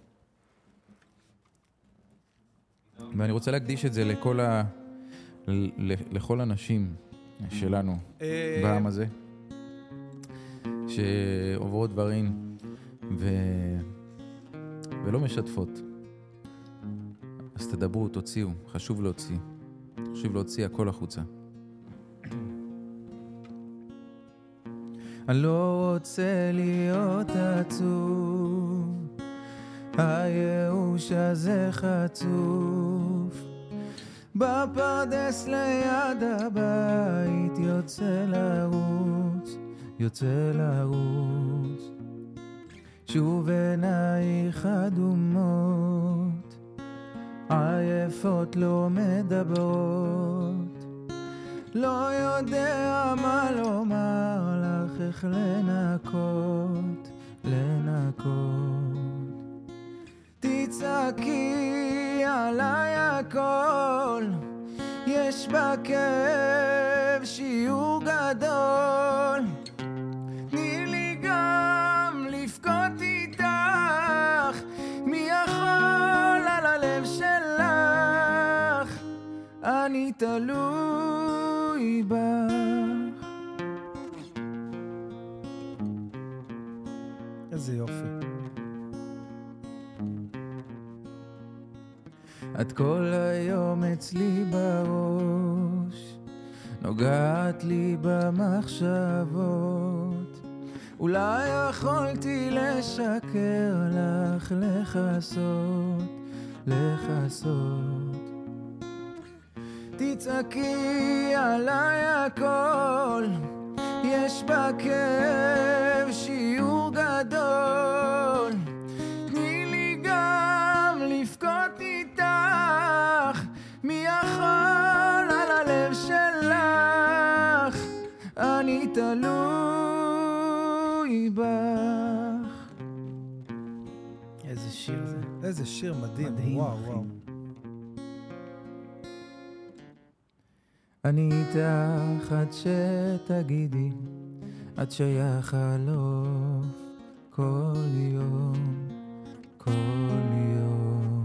ואני רוצה להקדיש את זה לכל ה... ל- לכל הנשים שלנו אה, בעם הזה, שעוברות דברים ו... ולא משתפות. אז תדברו, תוציאו, חשוב להוציא. חשוב להוציא הכל החוצה. אני לא רוצה להיות עצוב, הייאוש הזה חצוף, בפרדס ליד הבית יוצא לרוץ, יוצא לרוץ. שוב עינייך אדומות, עייפות לא מדברות, לא יודע מה לומר לך, איך לנקות, לנקות. תצעקי עליי הכל, יש בכאב שיעור גדול, תני לי גם לבכות איתך, מי יכול על הלב שלך, אני תלוי בך. איזה יופי. את כל היום אצלי בראש, נוגעת לי במחשבות, אולי יכולתי לשקר לך, לחסות, לחסות. תצעקי עליי הכל, יש בכאב שיעור גדול, תני לי גם לבכות איתך, מי יכול על הלב שלך, אני תלוי בך. איזה שיר זה. איזה שיר מדהים, מדהים, וואו אחי. וואו. אני איתך עד שתגידי, עד שיחלוף כל יום, כל יום.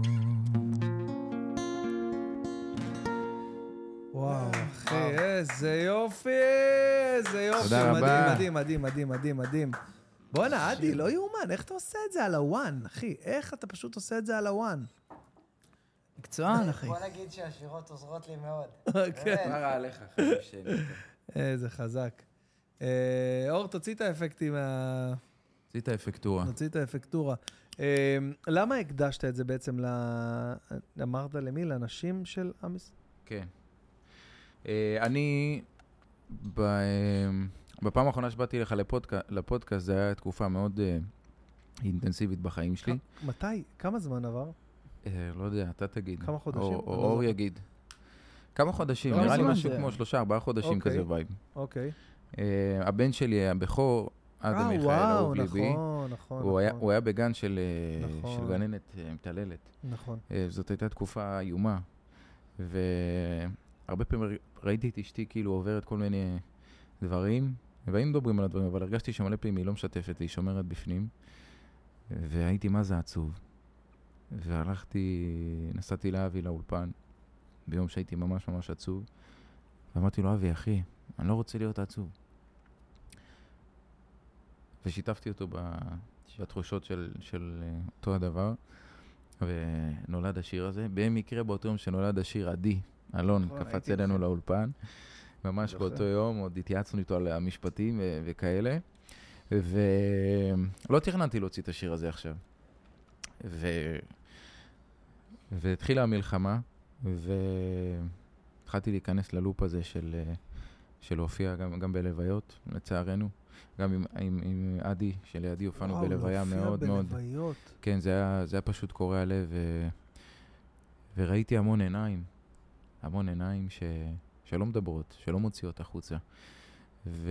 וואו, אחי, איזה יופי, איזה יופי. תודה רבה. מדהים, מדהים, מדהים, מדהים, מדהים. בואנה, עדי, לא יאומן, איך אתה עושה את זה על הוואן, אחי? איך אתה פשוט עושה את זה על הוואן? מקצוען, אחי. בוא נגיד שהשירות עוזרות לי מאוד. כן. מה רע עליך, חיים שלי? איזה חזק. אה, אור, תוציא את האפקטים מה... תוציא את האפקטורה. תוציא את האפקטורה. אה, למה הקדשת את זה בעצם ל... אמרת למי? לאנשים של עם ישראל? כן. אה, אני, ב- אה, בפעם האחרונה שבאתי לך לפודקאסט, לפודקאסט, זה היה תקופה מאוד אה, אינטנסיבית בחיים שלי. מתי? כמה זמן עבר? אה, לא יודע, אתה תגיד. כמה חודשים? או- אני או לא אור זוכר. יגיד. כמה חודשים, כמה נראה לי זמן משהו זה? כמו שלושה, ארבעה חודשים אוקיי. כזה וייב. אוקיי. אה, הבן שלי, הבכור, אדם אה, מיכאל, וואו, אהוב ליבי, נכון, נכון, הוא היה- נכון. הוא היה בגן של אה, נכון. של גננת אה, מתעללת. נכון. אה, זאת הייתה תקופה איומה, והרבה פעמים ר- ראיתי את אשתי כאילו עוברת כל מיני דברים, והיינו מדברים על הדברים, אבל הרגשתי שמלא פעמים היא לא משתפת והיא שומרת בפנים, והייתי מה זה עצוב. והלכתי, נסעתי לאבי לאולפן, ביום שהייתי ממש ממש עצוב, ואמרתי לו, אבי, אחי, אני לא רוצה להיות עצוב. ושיתפתי אותו ב- בתחושות של, של אה, אותו הדבר, ונולד השיר הזה. במקרה באותו יום שנולד השיר, עדי, אלון, נכון, קפץ הייתי אלינו זוכר. לאולפן. ממש זוכר. באותו יום, עוד התייעצנו איתו על המשפטים ו- וכאלה. ולא תכננתי להוציא את השיר הזה עכשיו. ו... והתחילה המלחמה, והתחלתי להיכנס ללופ הזה של, אה, של להופיע גם, גם בלוויות, לצערנו. גם עם, עם, עם עדי, שלידי הופענו וואו, בלוויה להופיע מאוד מאוד. בלוויות. כן, זה היה, זה היה פשוט קורע לב, ו... וראיתי המון עיניים, המון עיניים ש... שלא מדברות, שלא מוציאות החוצה. ו...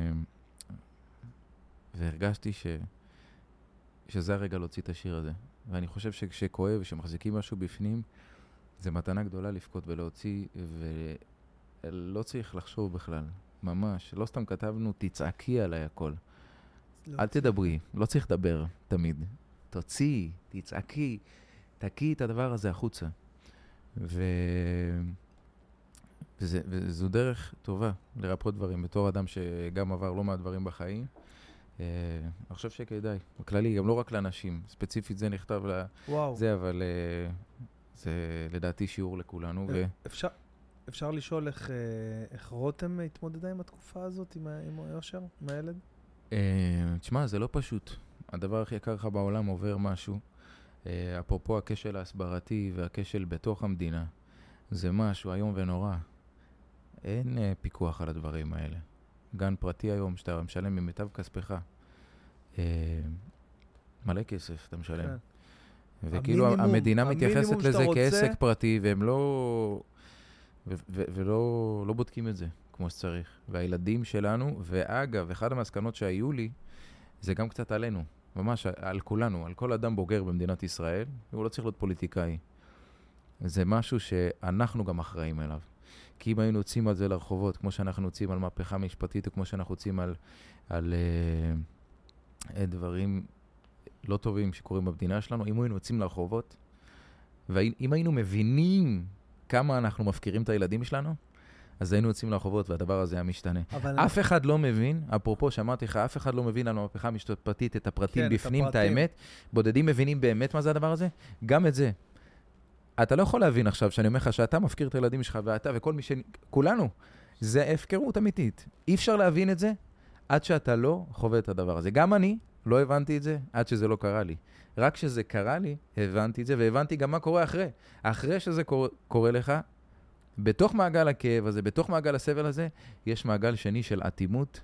והרגשתי ש... שזה הרגע להוציא את השיר הזה. ואני חושב שכשכואב, שמחזיקים משהו בפנים, זה מתנה גדולה לפקוד ולהוציא, ולא צריך לחשוב בכלל, ממש. לא סתם כתבנו, תצעקי עליי הכל. אל תדברי, לא צריך לדבר תמיד. תוציאי, תצעקי, תקי את הדבר הזה החוצה. ו... וזה, וזו דרך טובה לרפות דברים, בתור אדם שגם עבר לא מהדברים בחיים. אה, אני חושב שכדאי, בכללי, גם לא רק לאנשים, ספציפית זה נכתב וואו. לזה, אבל אה, זה לדעתי שיעור לכולנו. ו... אפשר, אפשר לשאול איך, אה, איך רותם התמודדה עם התקופה הזאת, עם, ה- עם היושר, עם הילד? אה, תשמע, זה לא פשוט. הדבר הכי יקר לך בעולם עובר משהו. אה, אפרופו הכשל ההסברתי והכשל בתוך המדינה, זה משהו איום ונורא. אין אה, פיקוח על הדברים האלה. גן פרטי היום, שאתה משלם ממיטב כספך. אה, מלא כסף אתה משלם. כן. וכאילו המינימום- המדינה המינימום מתייחסת שאתה לזה רוצה- כעסק פרטי, והם לא... ו- ו- ולא לא בודקים את זה כמו שצריך. והילדים שלנו, ואגב, אחד המסקנות שהיו לי, זה גם קצת עלינו. ממש על כולנו, על כל אדם בוגר במדינת ישראל, והוא לא צריך להיות פוליטיקאי. זה משהו שאנחנו גם אחראים אליו. כי אם היינו יוצאים על זה לרחובות, כמו שאנחנו יוצאים על מהפכה משפטית, או כמו שאנחנו יוצאים על, על uh, דברים לא טובים שקורים במדינה שלנו, אם היינו יוצאים לרחובות, ואם היינו מבינים כמה אנחנו מפקירים את הילדים שלנו, אז היינו יוצאים לרחובות והדבר הזה היה משתנה. אבל אף אחד לא מבין, אפרופו שאמרתי לך, אף אחד לא מבין על המהפכה המשפטית את הפרטים כן, את בפנים, את הפרטים. האמת. בודדים מבינים באמת מה זה הדבר הזה? גם את זה. אתה לא יכול להבין עכשיו שאני אומר לך שאתה מפקיר את הילדים שלך, ואתה וכל מי ש... כולנו. זה הפקרות אמיתית. אי אפשר להבין את זה עד שאתה לא חווה את הדבר הזה. גם אני לא הבנתי את זה עד שזה לא קרה לי. רק כשזה קרה לי, הבנתי את זה, והבנתי גם מה קורה אחרי. אחרי שזה קורה, קורה לך, בתוך מעגל הכאב הזה, בתוך מעגל הסבל הזה, יש מעגל שני של אטימות,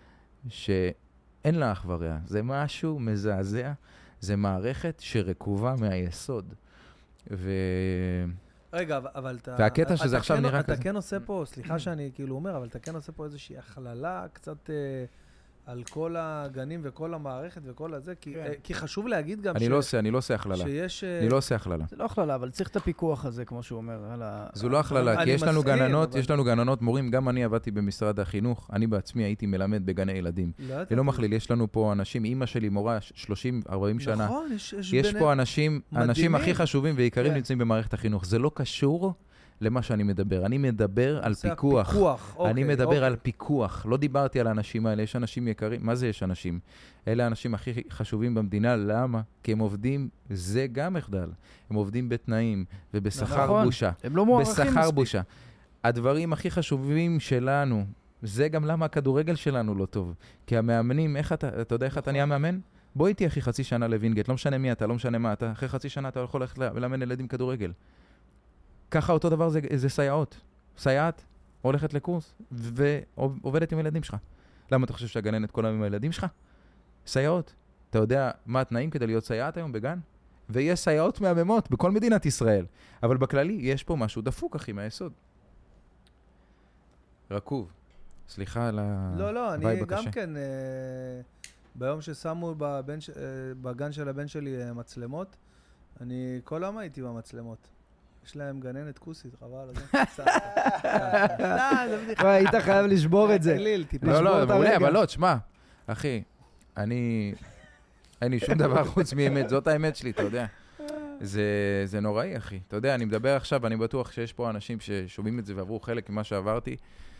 שאין לה אח ורע. זה משהו מזעזע, זה מערכת שרקובה מהיסוד. ו... רגע, אבל- אבל אתה... והקטע אתה שזה עכשיו כן- נראה אתה כזה. כן עושה פה, סליחה שאני כאילו אומר, אבל אתה כן עושה פה איזושהי הכללה קצת אה, על כל הגנים וכל המערכת וכל הזה, כי, כן. אה, כי חשוב להגיד גם אני לא עושה, אני לא עושה הכללה. שיש... אה, אני לא עושה הכללה. זה לא הכללה, אבל צריך את הפיקוח הזה, כמו שהוא אומר, על ה... זו לא הכללה, כי אני יש לנו מסכים, גננות, אבל- יש לנו גננות מורים, גם אני עבדתי במשרד החינוך, אני בעצמי הייתי מלמד בגני ילדים. לא אני ידעתי. לא מכליל, יש לנו פה אנשים, אמא שלי מורה שלושים ארבעים שנה. נכון, יש, יש, יש ביניהם- פה אנשים, האנשים מדהימים. הכי חשובים ויקרים כן. נמצאים במערכת החינוך. זה לא קשור למה שאני מדבר. אני מדבר על נושא פיקוח. הפיקוח, אני אוקיי, מדבר אוקיי. על פיקוח. לא דיברתי על האנשים האלה, יש אנשים יקרים. מה זה יש אנשים? אלה האנשים הכי חשובים במדינה. למה? כי הם עובדים, זה גם מחדל. הם עובדים בתנאים ובשכר נכון. בושה. הם לא מוערכים בשכר מספיק. בושה. הדברים הכי חשובים שלנו, זה גם למה הכדורגל שלנו לא טוב. כי המאמנים, איך אתה, אתה יודע איך אתה נהיה מאמן? בוא איתי אחי חצי שנה לווינגייט, לא משנה מי אתה, לא משנה מה אתה, אחרי חצי שנה אתה יכול ללכת לאמן ילדים כדורגל. ככה אותו דבר זה, זה סייעות. סייעת הולכת לקורס ועובדת עם הילדים שלך. למה אתה חושב שהגננת כל היום עם הילדים שלך? סייעות. אתה יודע מה התנאים כדי להיות סייעת היום בגן? ויש סייעות מהממות בכל מדינת ישראל. אבל בכללי יש פה משהו דפוק אחי מהיסוד. רקוב. סליחה על הווייב לא, לא, אני הקשה. גם כן, אה, ביום ששמו בבן ש- אה, בגן של הבן שלי אה, מצלמות, אני כל יום הייתי במצלמות. יש להם גננת כוסית, חבל על זה. לא, זה בדיחה. וואי, היית חייב לשבור את זה. תקליל, טיפה. לא, לשבור לא, את מעולה, הרגל. אבל לא, תשמע, אחי, אני, אין לי שום דבר חוץ מאמת, זאת האמת שלי, אתה יודע. זה, זה נוראי, אחי. אתה יודע, אני מדבר עכשיו, אני בטוח שיש פה אנשים ששומעים את זה ועברו חלק ממה שעברתי,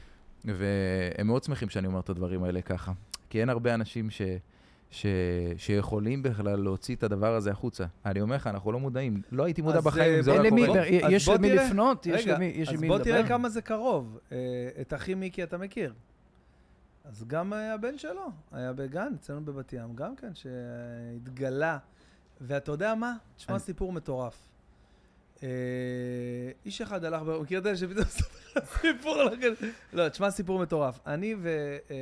והם מאוד שמחים שאני אומר את הדברים האלה ככה. כי אין הרבה אנשים ש, ש, שיכולים בכלל להוציא את הדבר הזה החוצה. אני אומר לך, אנחנו לא מודעים. לא הייתי מודע אז, בחיים אם אה, זה אין לא למי, קורה. בוא- אז יש בוא למי תראה. לפנות, יש רגע, למי יש אז למי בוא תראה לדבר. כמה זה קרוב. אה, את אחי מיקי אתה מכיר. אז גם אה, הבן שלו היה בגן, אצלנו בבת ים, גם כן, שהתגלה. ואתה יודע מה? תשמע אני- סיפור מטורף. אה, איש אחד הלך, ב- מכיר את אלה שפתאום ספר סיפור לכם? לא, תשמע סיפור מטורף. אני ו- אה,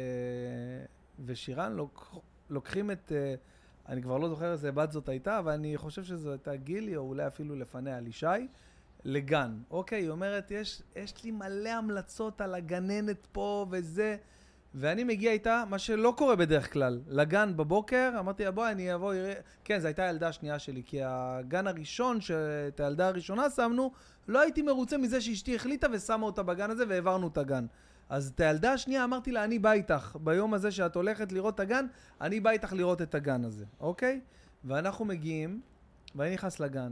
ושירן לוק- לוקחים את, אה, אני כבר לא זוכר איזה בת זאת הייתה, אבל אני חושב שזו הייתה גילי, או אולי אפילו לפניה על ישי, לגן. אוקיי, היא אומרת, יש, יש לי מלא המלצות על הגננת פה וזה, ואני מגיע איתה, מה שלא קורה בדרך כלל, לגן בבוקר, אמרתי לה, בואי, אני אבוא, יראה... כן, זו הייתה הילדה השנייה שלי, כי הגן הראשון, שאת הילדה הראשונה שמנו, לא הייתי מרוצה מזה שאשתי החליטה ושמה אותה בגן הזה, והעברנו את הגן. אז את הילדה השנייה אמרתי לה, אני בא איתך, ביום הזה שאת הולכת לראות את הגן, אני בא איתך לראות את הגן הזה, אוקיי? ואנחנו מגיעים, ואני נכנס לגן,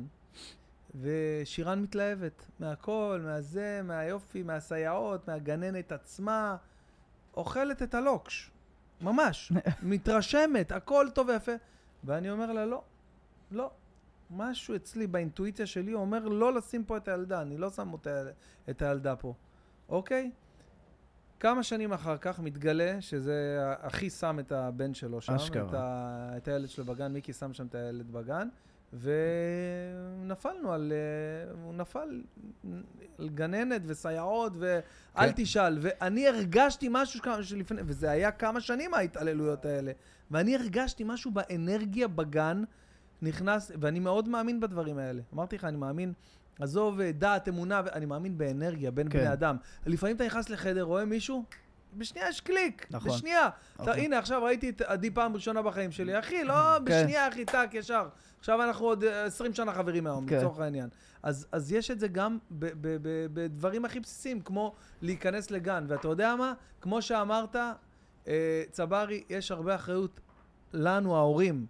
ושירן מתלהבת, מהכל, מהזה, מהיופי, מהסייעות, מהגננת עצמה, אוכלת את הלוקש, ממש, מתרשמת, הכל טוב ויפה. ואני אומר לה, לא, לא, משהו אצלי באינטואיציה שלי אומר לא לשים פה את הילדה, אני לא שם אותה, את הילדה פה, אוקיי? כמה שנים אחר כך מתגלה שזה אחי שם את הבן שלו שם, אשכרה. את, ה, את הילד שלו בגן, מיקי שם שם את הילד בגן, ונפלנו על, הוא נפל על גננת וסייעות, ואל כן. תשאל. ואני הרגשתי משהו שלפני, וזה היה כמה שנים ההתעללויות האלה, ואני הרגשתי משהו באנרגיה בגן, נכנס, ואני מאוד מאמין בדברים האלה. אמרתי לך, אני מאמין, עזוב דעת, אמונה, אני מאמין באנרגיה בין כן. בני אדם. לפעמים אתה נכנס לחדר, רואה מישהו, בשנייה יש קליק, נכון. בשנייה. אתה, אוקיי. הנה, עכשיו ראיתי את עדי פעם ראשונה בחיים שלי. אחי, לא, בשנייה, אחי, טק, ישר. עכשיו אנחנו עוד עשרים שנה חברים מהיום, כן. לצורך העניין. אז, אז יש את זה גם ב- ב- ב- בדברים הכי בסיסיים, כמו להיכנס לגן. ואתה יודע מה? כמו שאמרת, אה, צברי, יש הרבה אחריות לנו, ההורים.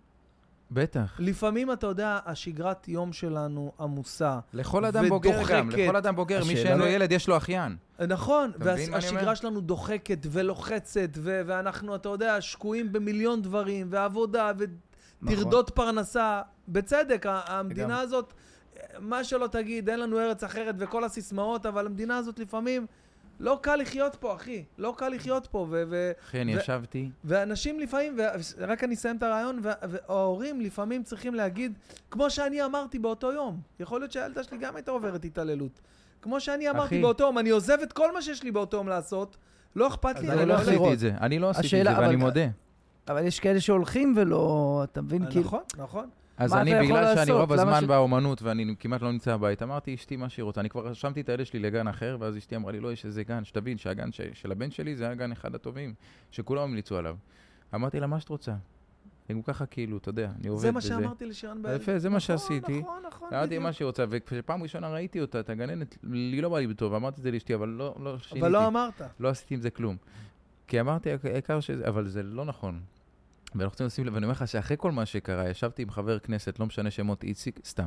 בטח. לפעמים, אתה יודע, השגרת יום שלנו עמוסה. לכל אדם בוגר גם, ודוחקת. לכל אדם בוגר, מי השאלה שאין לו לא- ילד, יש לו אחיין. נכון, אתה מבין מה אני והשגרה אומר? שלנו דוחקת ולוחצת, ו- ואנחנו, אתה יודע, שקועים במיליון דברים, ועבודה, וטרדות פרנסה. בצדק, ה- המדינה לגמרי. הזאת, מה שלא תגיד, אין לנו ארץ אחרת וכל הסיסמאות, אבל המדינה הזאת לפעמים לא קל לחיות פה, אחי. לא קל לחיות פה, ו- ו- אחי, אני ו- ישבתי, ואנשים לפעמים, ורק אני אסיים את הרעיון, וה- וההורים לפעמים צריכים להגיד, כמו שאני אמרתי באותו יום, יכול להיות שהילדה שלי גם הייתה עוברת התעללות. כמו שאני אמרתי אחי. באותו יום, אני עוזב את כל מה שיש לי באותו יום לעשות, לא אכפת לי. אז אני אני לא לא עשיתי לראות. את זה, אני לא עשיתי את השאלה, זה, ואני אבל- מודה. אבל יש כאלה שהולכים ולא, אתה מבין? כאילו, נכון, נכון. אז מה אני, אתה יכול בגלל שאני לעשות? רוב למה הזמן ש- באומנות ואני כמעט לא נמצא בבית, אמרתי אשתי מה שהיא רוצה. אני כבר רשמתי את הילד שלי לגן אחר, ואז אשתי אמרה לי, לא, יש איזה גן, שתבין שהגן ש- של הבן שלי זה הגן אחד הטובים, שכולם המליצו עליו. אמרתי לה, מה שאת רוצה? אני ככה כאילו, אתה יודע, אני עובד זה בזה. מה שאמרתי לשירן בילד. יפה, זה מה שעשיתי. נכון, נכון, אמרתי בדיוק. מה שהיא רוצה, וכשפעם ראשונה ראיתי אותה, את הגננת, לי לא בא לי בטוב, אמרתי את זה לאשתי, אבל לא, לא שיניתי. אבל לא אמרת. לא עשיתי עם זה כלום. כי אמרתי, העיקר שזה, אבל זה לא נכון. ואנחנו רוצים לשים לב, ואני אומר לך שאחרי כל מה שקרה, ישבתי עם חבר כנסת, לא משנה שמות איציק, סתם.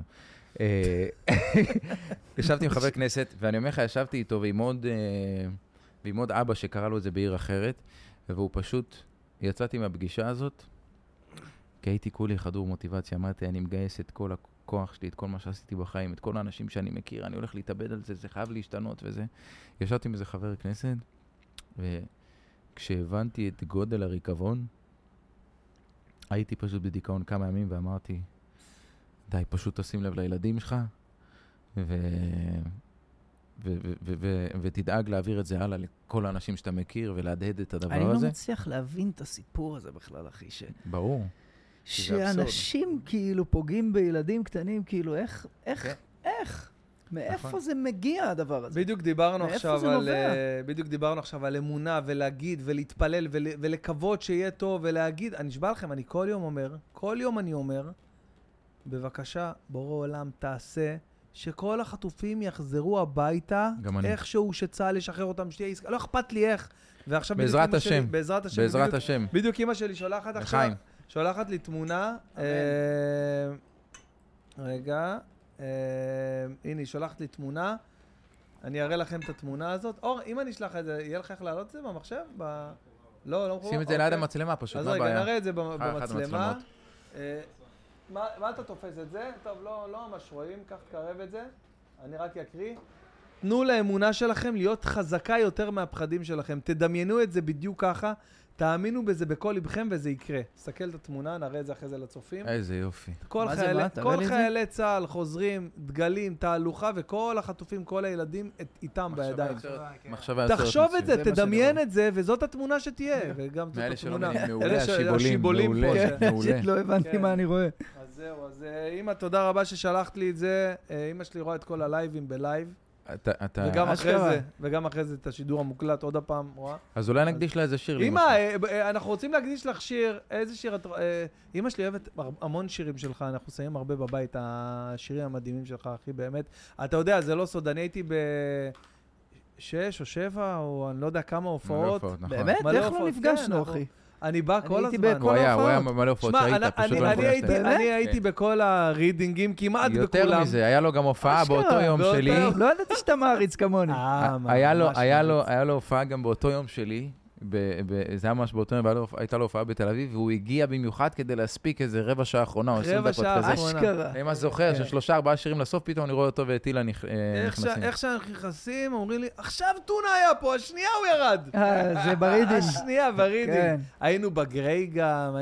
אה, ישבתי עם חבר כנסת, ואני אומר לך, ישבתי איתו ועם עוד, אה, ועם עוד אבא שקרא לו את זה בעיר אחרת, והוא פשוט, יצאתי מהפגישה הזאת, כי הייתי כולי חדור מוטיבציה, אמרתי, אני מגייס את כל הכוח שלי, את כל מה שעשיתי בחיים, את כל האנשים שאני מכיר, אני הולך להתאבד על זה, זה חייב להשתנות וזה. ישבתי עם איזה חבר כנסת, וכשהבנתי את גודל הריקבון, הייתי פשוט בדיכאון כמה ימים ואמרתי, די, פשוט תשים לב לילדים שלך, ו... ו- ו- ו- ו- ותדאג להעביר את זה הלאה לכל האנשים שאתה מכיר ולהדהד את הדבר אני לא הזה. מצליח להבין את הסיפור הזה בכלל, אחי, ש... ברור. זה אבסורד. שאנשים כאילו פוגעים בילדים קטנים, כאילו איך, איך, כן. איך? מאיפה נכון. זה מגיע הדבר הזה? בדיוק דיברנו מאיפה עכשיו זה על... נובע? אה, בדיוק דיברנו עכשיו על אמונה ולהגיד ולהתפלל ול, ולקוות שיהיה טוב ולהגיד, אני נשבע לכם, אני כל יום אומר, כל יום אני אומר, בבקשה, בורא עולם, תעשה שכל החטופים יחזרו הביתה, גם אני. איכשהו שצהל ישחרר אותם, שתהיה עסקה, לא אכפת לי איך. ועכשיו בדיוק בעזרת אמא שלי- השם. בעזרת השם. בעזרת בדיוק- השם. בדיוק אמא שלי שולחת עכשיו, לחיים. שולחת לי תמונה, אמן. אה, רגע, אה, הנה היא שולחת לי תמונה, אני אראה לכם את התמונה הזאת. אור, אם אני אשלח את זה, יהיה לך איך להעלות את זה במחשב? ב... לא, לא מחובר? שים את זה אוקיי. ליד המצלמה פשוט, אז מה רגע, הבעיה? נראה את זה ב- אחת במצלמה. המצלמות. אה, מה מה אתה תופס את זה? טוב, לא לא ממש רואים, קח תקרב את זה. אני רק אקריא. תנו לאמונה שלכם להיות חזקה יותר מהפחדים שלכם. תדמיינו את זה בדיוק ככה, תאמינו בזה בכל לבכם וזה יקרה. תסתכל את התמונה, נראה את זה אחרי זה לצופים. איזה יופי. כל מה זה, חיילי, מה? תראה כל לי את זה. חיילי צה"ל חוזרים, דגלים, תהלוכה, וכל החטופים, כל הילדים את, איתם מחשבה בידיים. יוצרת- כן. מחשבה יוצרת תחשוב את מציאות. זה, זה מה תדמיין שאני את זה, וזאת התמונה שתהיה. וגם זאת מאלה שלא התמונה. מבינים, מעולה, אלה ש- השיבולים, השיבולים פה, מעולה, ש- מעולה. לא הבנתי כן. מה אני רואה. אז זהו, אז אה, אמא, תודה רבה ששלחת לי את זה. אה, אמא שלי רואה את כל הלייבים בלייב, אתה- אתה- וגם אחרי אשכרה. זה, וגם אחרי זה את השידור המוקלט עוד הפעם, רואה? אז אולי נקדיש לה איזה שיר. אמא, לאמא שלי. אה, ב- אה, אנחנו רוצים להקדיש לך שיר, איזה שיר את... אה, אמא שלי אוהבת הר- המון שירים שלך, אנחנו שמים הרבה בבית, השירים המדהימים שלך, אחי, באמת. אתה יודע, זה לא סוד, אני הייתי בשש או שבע, או אני לא יודע כמה הופעות. מלא נכון. באמת? מלא איך לא הופעות, נפגשנו, כן, אחי? אני בא אני כל הייתי הזמן. בכל הוא היה, הוא היה ההופעות. מלא הופעות שמע, שהיית, אני- פשוט אני- לא אני נפגשת. הייתי- באמת? אני הייתי בכל הרידינגים, כמעט בכולם. יותר מזה, היה לו גם הופעה אשכרה, באותו יום באותו שלי. יום. לא ידעתי שאתה מעריץ כמוני. אה, מה, היה לו, ממש היה לו, מעריץ. היה לו הופעה גם באותו יום שלי, זה היה ממש באותו יום, הייתה לו הופעה בתל אביב, והוא הגיע במיוחד כדי להספיק איזה רבע שעה האחרונה, או עשרים דקות כזה. אשכרה. אני מה זוכר, ששלושה ארבעה שירים לסוף, פתאום אני רואה אותו וטילה נכנסים. איך שאנחנו נכנסים, אומרים לי, עכשיו טונה היה פה, השנייה הוא ירד. זה ברידין. השנייה, ברידין. היינו בגריי גם,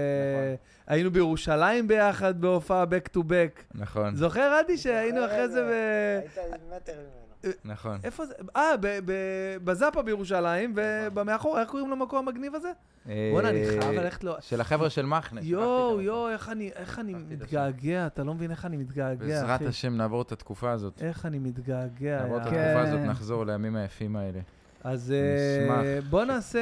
היינו בירושלים ביחד, בהופעה back to back. נכון. זוכר, עדי, שהיינו אחרי זה ב... היית מטר ממנו. נכון. איפה זה? אה, בזאפה בירושלים, ובמאחור, איך קוראים למקום המגניב הזה? בוא'נה, אני חייב ללכת לו... של החבר'ה של מחנה. יואו, יואו, איך אני מתגעגע, אתה לא מבין איך אני מתגעגע, אחי. בעזרת השם נעבור את התקופה הזאת. איך אני מתגעגע. נעבור את התקופה הזאת, נחזור לימים היפים האלה. אז בוא נעשה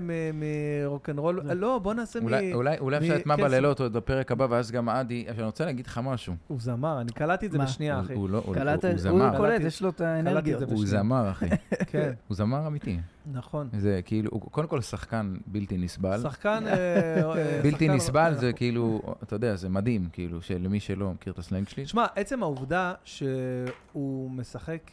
מרוקנרול, לא, בוא נעשה מ... אולי אפשר את מה בלילות או בפרק הבא, ואז גם עדי, אני רוצה להגיד לך משהו. הוא זמר, אני קלטתי את זה בשנייה, אחי. הוא זמר. הוא קולט, יש לו את האנרגיות. הוא זמר, אחי. כן. הוא זמר אמיתי. נכון. זה כאילו, קודם כל שחקן בלתי נסבל. שחקן... בלתי נסבל זה כאילו, אתה יודע, זה מדהים, כאילו, שלמי שלא מכיר את הסלנג שלי. תשמע, עצם העובדה שהוא משחק...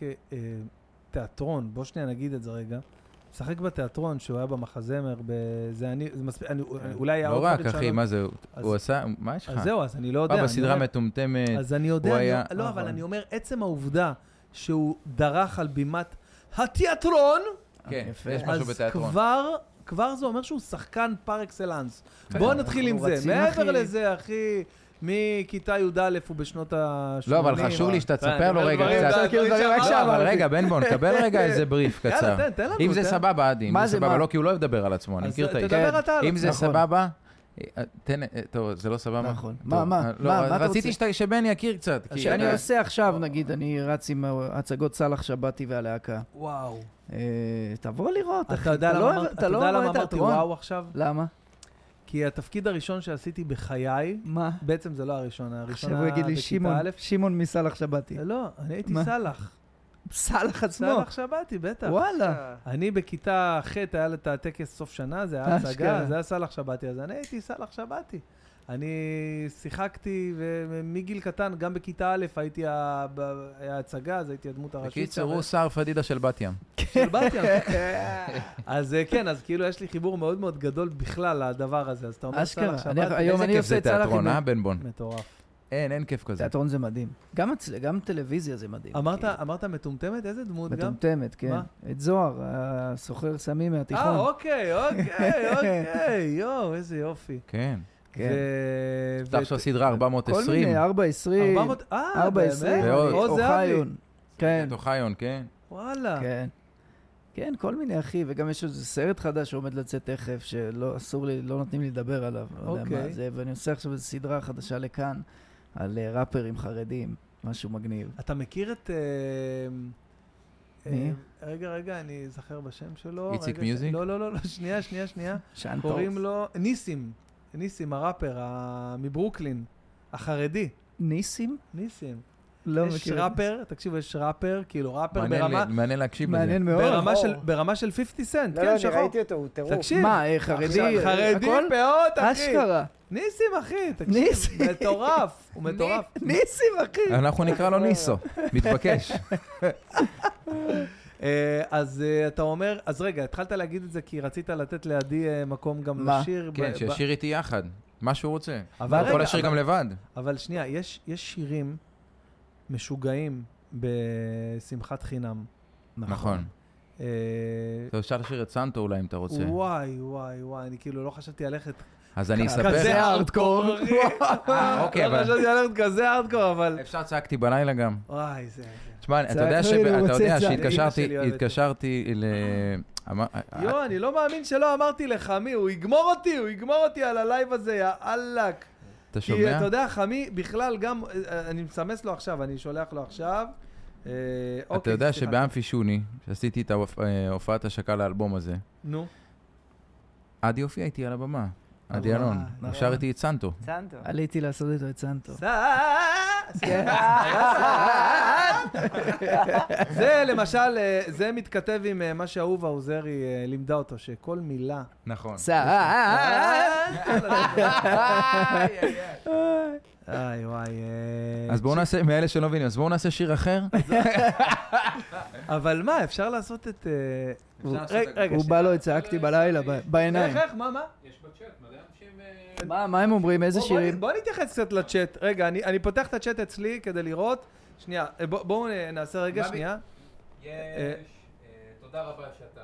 תיאטרון, בוא שנייה נגיד את זה רגע, משחק בתיאטרון שהוא היה במחזמר, זה אני, זה מספיק, אולי היה עוד דברים שלנו. לא רק, אחי, מה זה, הוא עשה, מה יש לך? אז זהו, אז אני לא יודע. בא בסדרה מטומטמת, אז אני יודע, לא, אבל אני אומר, עצם העובדה שהוא דרך על בימת התיאטרון, כן, יש משהו בתיאטרון. אז כבר, כבר זה אומר שהוא שחקן פר אקסלנס. בוא נתחיל עם זה, מעבר לזה, אחי. מכיתה י"א הוא בשנות ה-שמונים. לא, אבל חשוב לי שאתה תספר לו רגע קצת. אבל רגע, בן בון, קבל רגע איזה בריף קצר. יאללה, תן לנו. אם זה סבבה, עדי, אם זה סבבה, לא, כי הוא לא אוהב לדבר על עצמו, אני מכיר את האיש. אם זה סבבה, תן, טוב, זה לא סבבה? נכון. מה, מה? מה אתה רוצה? רציתי שבן יכיר קצת. שאני עושה עכשיו, נגיד, אני רץ עם הצגות סלח שבתי והלהקה. וואו. תבוא לראות, אחי. אתה יודע למה אמרתי וואו עכשיו? למה? כי התפקיד הראשון שעשיתי בחיי, מה? בעצם זה לא הראשון, הראשון עכשיו הוא יגיד לי שמעון, שמעון מסלח שבתי. לא, אני הייתי סלח. סלח עצמו? סלח שבתי, בטח. וואלה. אני בכיתה ח' היה את הטקס סוף שנה, זה היה הצגה, זה היה סלח שבתי, אז אני הייתי סלח שבתי. אני שיחקתי, ומגיל קטן, גם בכיתה א' הייתי ההצגה, אז הייתי הדמות הראשית. בקיצור, הוא שר פדידה של בת ים. של בת ים. אז כן, אז כאילו יש לי חיבור מאוד מאוד גדול בכלל לדבר הזה, אז אתה אומר סלח שבתי. היום אני עושה את סלח תיאטרון, אה, בן בון? מטורף. אין, אין כיף כזה. תיאטרון זה מדהים. גם טלוויזיה זה מדהים. אמרת מטומטמת? איזה דמות גם? מטומטמת, כן. את זוהר, הסוחר סמים מהתיכון. אה, אוקיי, אוקיי, אוקיי. יואו, איזה יופי. כן. כן. פתח של סדרה ארבע מאות עשרים. כל מיני, ארבע עשרים. אה, באמת? עוז אוחיון. כן. אוחיון, כן. וואלה. כן. כן, כל מיני, אחי, וגם יש איזה סרט חדש שעומד לצאת תכף, שלא, אסור לי, לא נותנים לי לדבר עליו. אוקיי. זה, ואני עושה עכשיו איזו סדרה חדשה לכאן, על ראפרים חרדים, משהו מגניב. אתה מכיר את... מי? רגע, רגע, אני זכר בשם שלו. איציק מיוזיק? לא, לא, לא, שנייה, שנייה, שנייה. שאנטור. קוראים לו ניסים. ניסים, הראפר, מברוקלין, החרדי. ניסים? ניסים. לא יש מכיר. ראפר, תקשיב, יש ראפר, כאילו ראפר ברמה... מעניין להקשיב בזה. מעניין מאוד. ברמה של חמישים סנט, לא, כן, לא, אני שחור. ראיתי אותו, הוא טירוף. תקשיב. מה, חרדי? חרדי, הכל? פאות, אחי. אשכרה. ניסים, אחי, תקשיב. ניסים. מטורף, הוא מטורף. ניסים, אחי. אנחנו נקרא לו ניסו, מתבקש. אז אתה אומר, אז רגע, התחלת להגיד את זה כי רצית לתת לידי מקום גם לשיר. כן, שישיר איתי יחד, מה שהוא רוצה. אבל הוא יכול לשיר גם לבד. אבל שנייה, יש שירים משוגעים בשמחת חינם. נכון. אתה אפשר לשיר את סנטו אולי אם אתה רוצה. וואי, וואי, וואי, אני כאילו לא חשבתי ללכת... אז אני אספר... כזה הארדקור. אוקיי, אבל... לא חשבתי ללכת כזה הארדקור, אבל... אפשר צעקתי בלילה גם. וואי, זה... תשמע, אתה יודע שהתקשרתי ל... יו, אני לא מאמין שלא אמרתי לחמי, הוא יגמור אותי, הוא יגמור אותי על הלייב הזה, יא אללק. אתה שומע? כי אתה יודע, חמי בכלל גם, אני מסמס לו עכשיו, אני שולח לו עכשיו. אתה יודע שבאמפי שוני, שעשיתי את הופעת השקה לאלבום הזה, נו. עדי הופיע איתי על הבמה. עדי אלון, נשר איתי את סנטו. סנטו. עליתי לעשות איתו את סנטו. זה למשל, זה מתכתב עם מה שאהובה עוזרי לימדה אותו, שכל מילה... נכון. איי, וואי. אה, אז בואו נעשה, מאלה שלא מבינים, אז בואו נעשה שיר אחר. אבל מה, אפשר לעשות את... אה, אפשר לעשות רגע, את- רגע, הוא בא לו צעקתי בלילה ב- בעיניים. איך, איך, מה, מה? יש בצ'אט מלא אנשים... אה, מה, מה הם אומרים? איזה בוא- בוא נ- שירים? בוא נתייחס קצת לצ'אט. רגע, אני אני פותח את הצ'אט אצלי כדי לראות. שנייה, אה, בוא- בואו נעשה רגע, מה שנייה. יש, אה, אה, תודה רבה שאתה.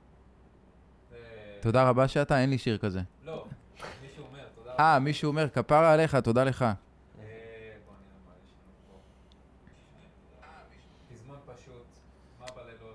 אה, תודה רבה שאתה, אין לי שיר כזה. לא, מישהו אומר, תודה רבה. אה, מישהו אומר, כפרה עליך, תודה לך. אה, בוא נראה מה יש לנו פה. פזמון פשוט, מה בלילות.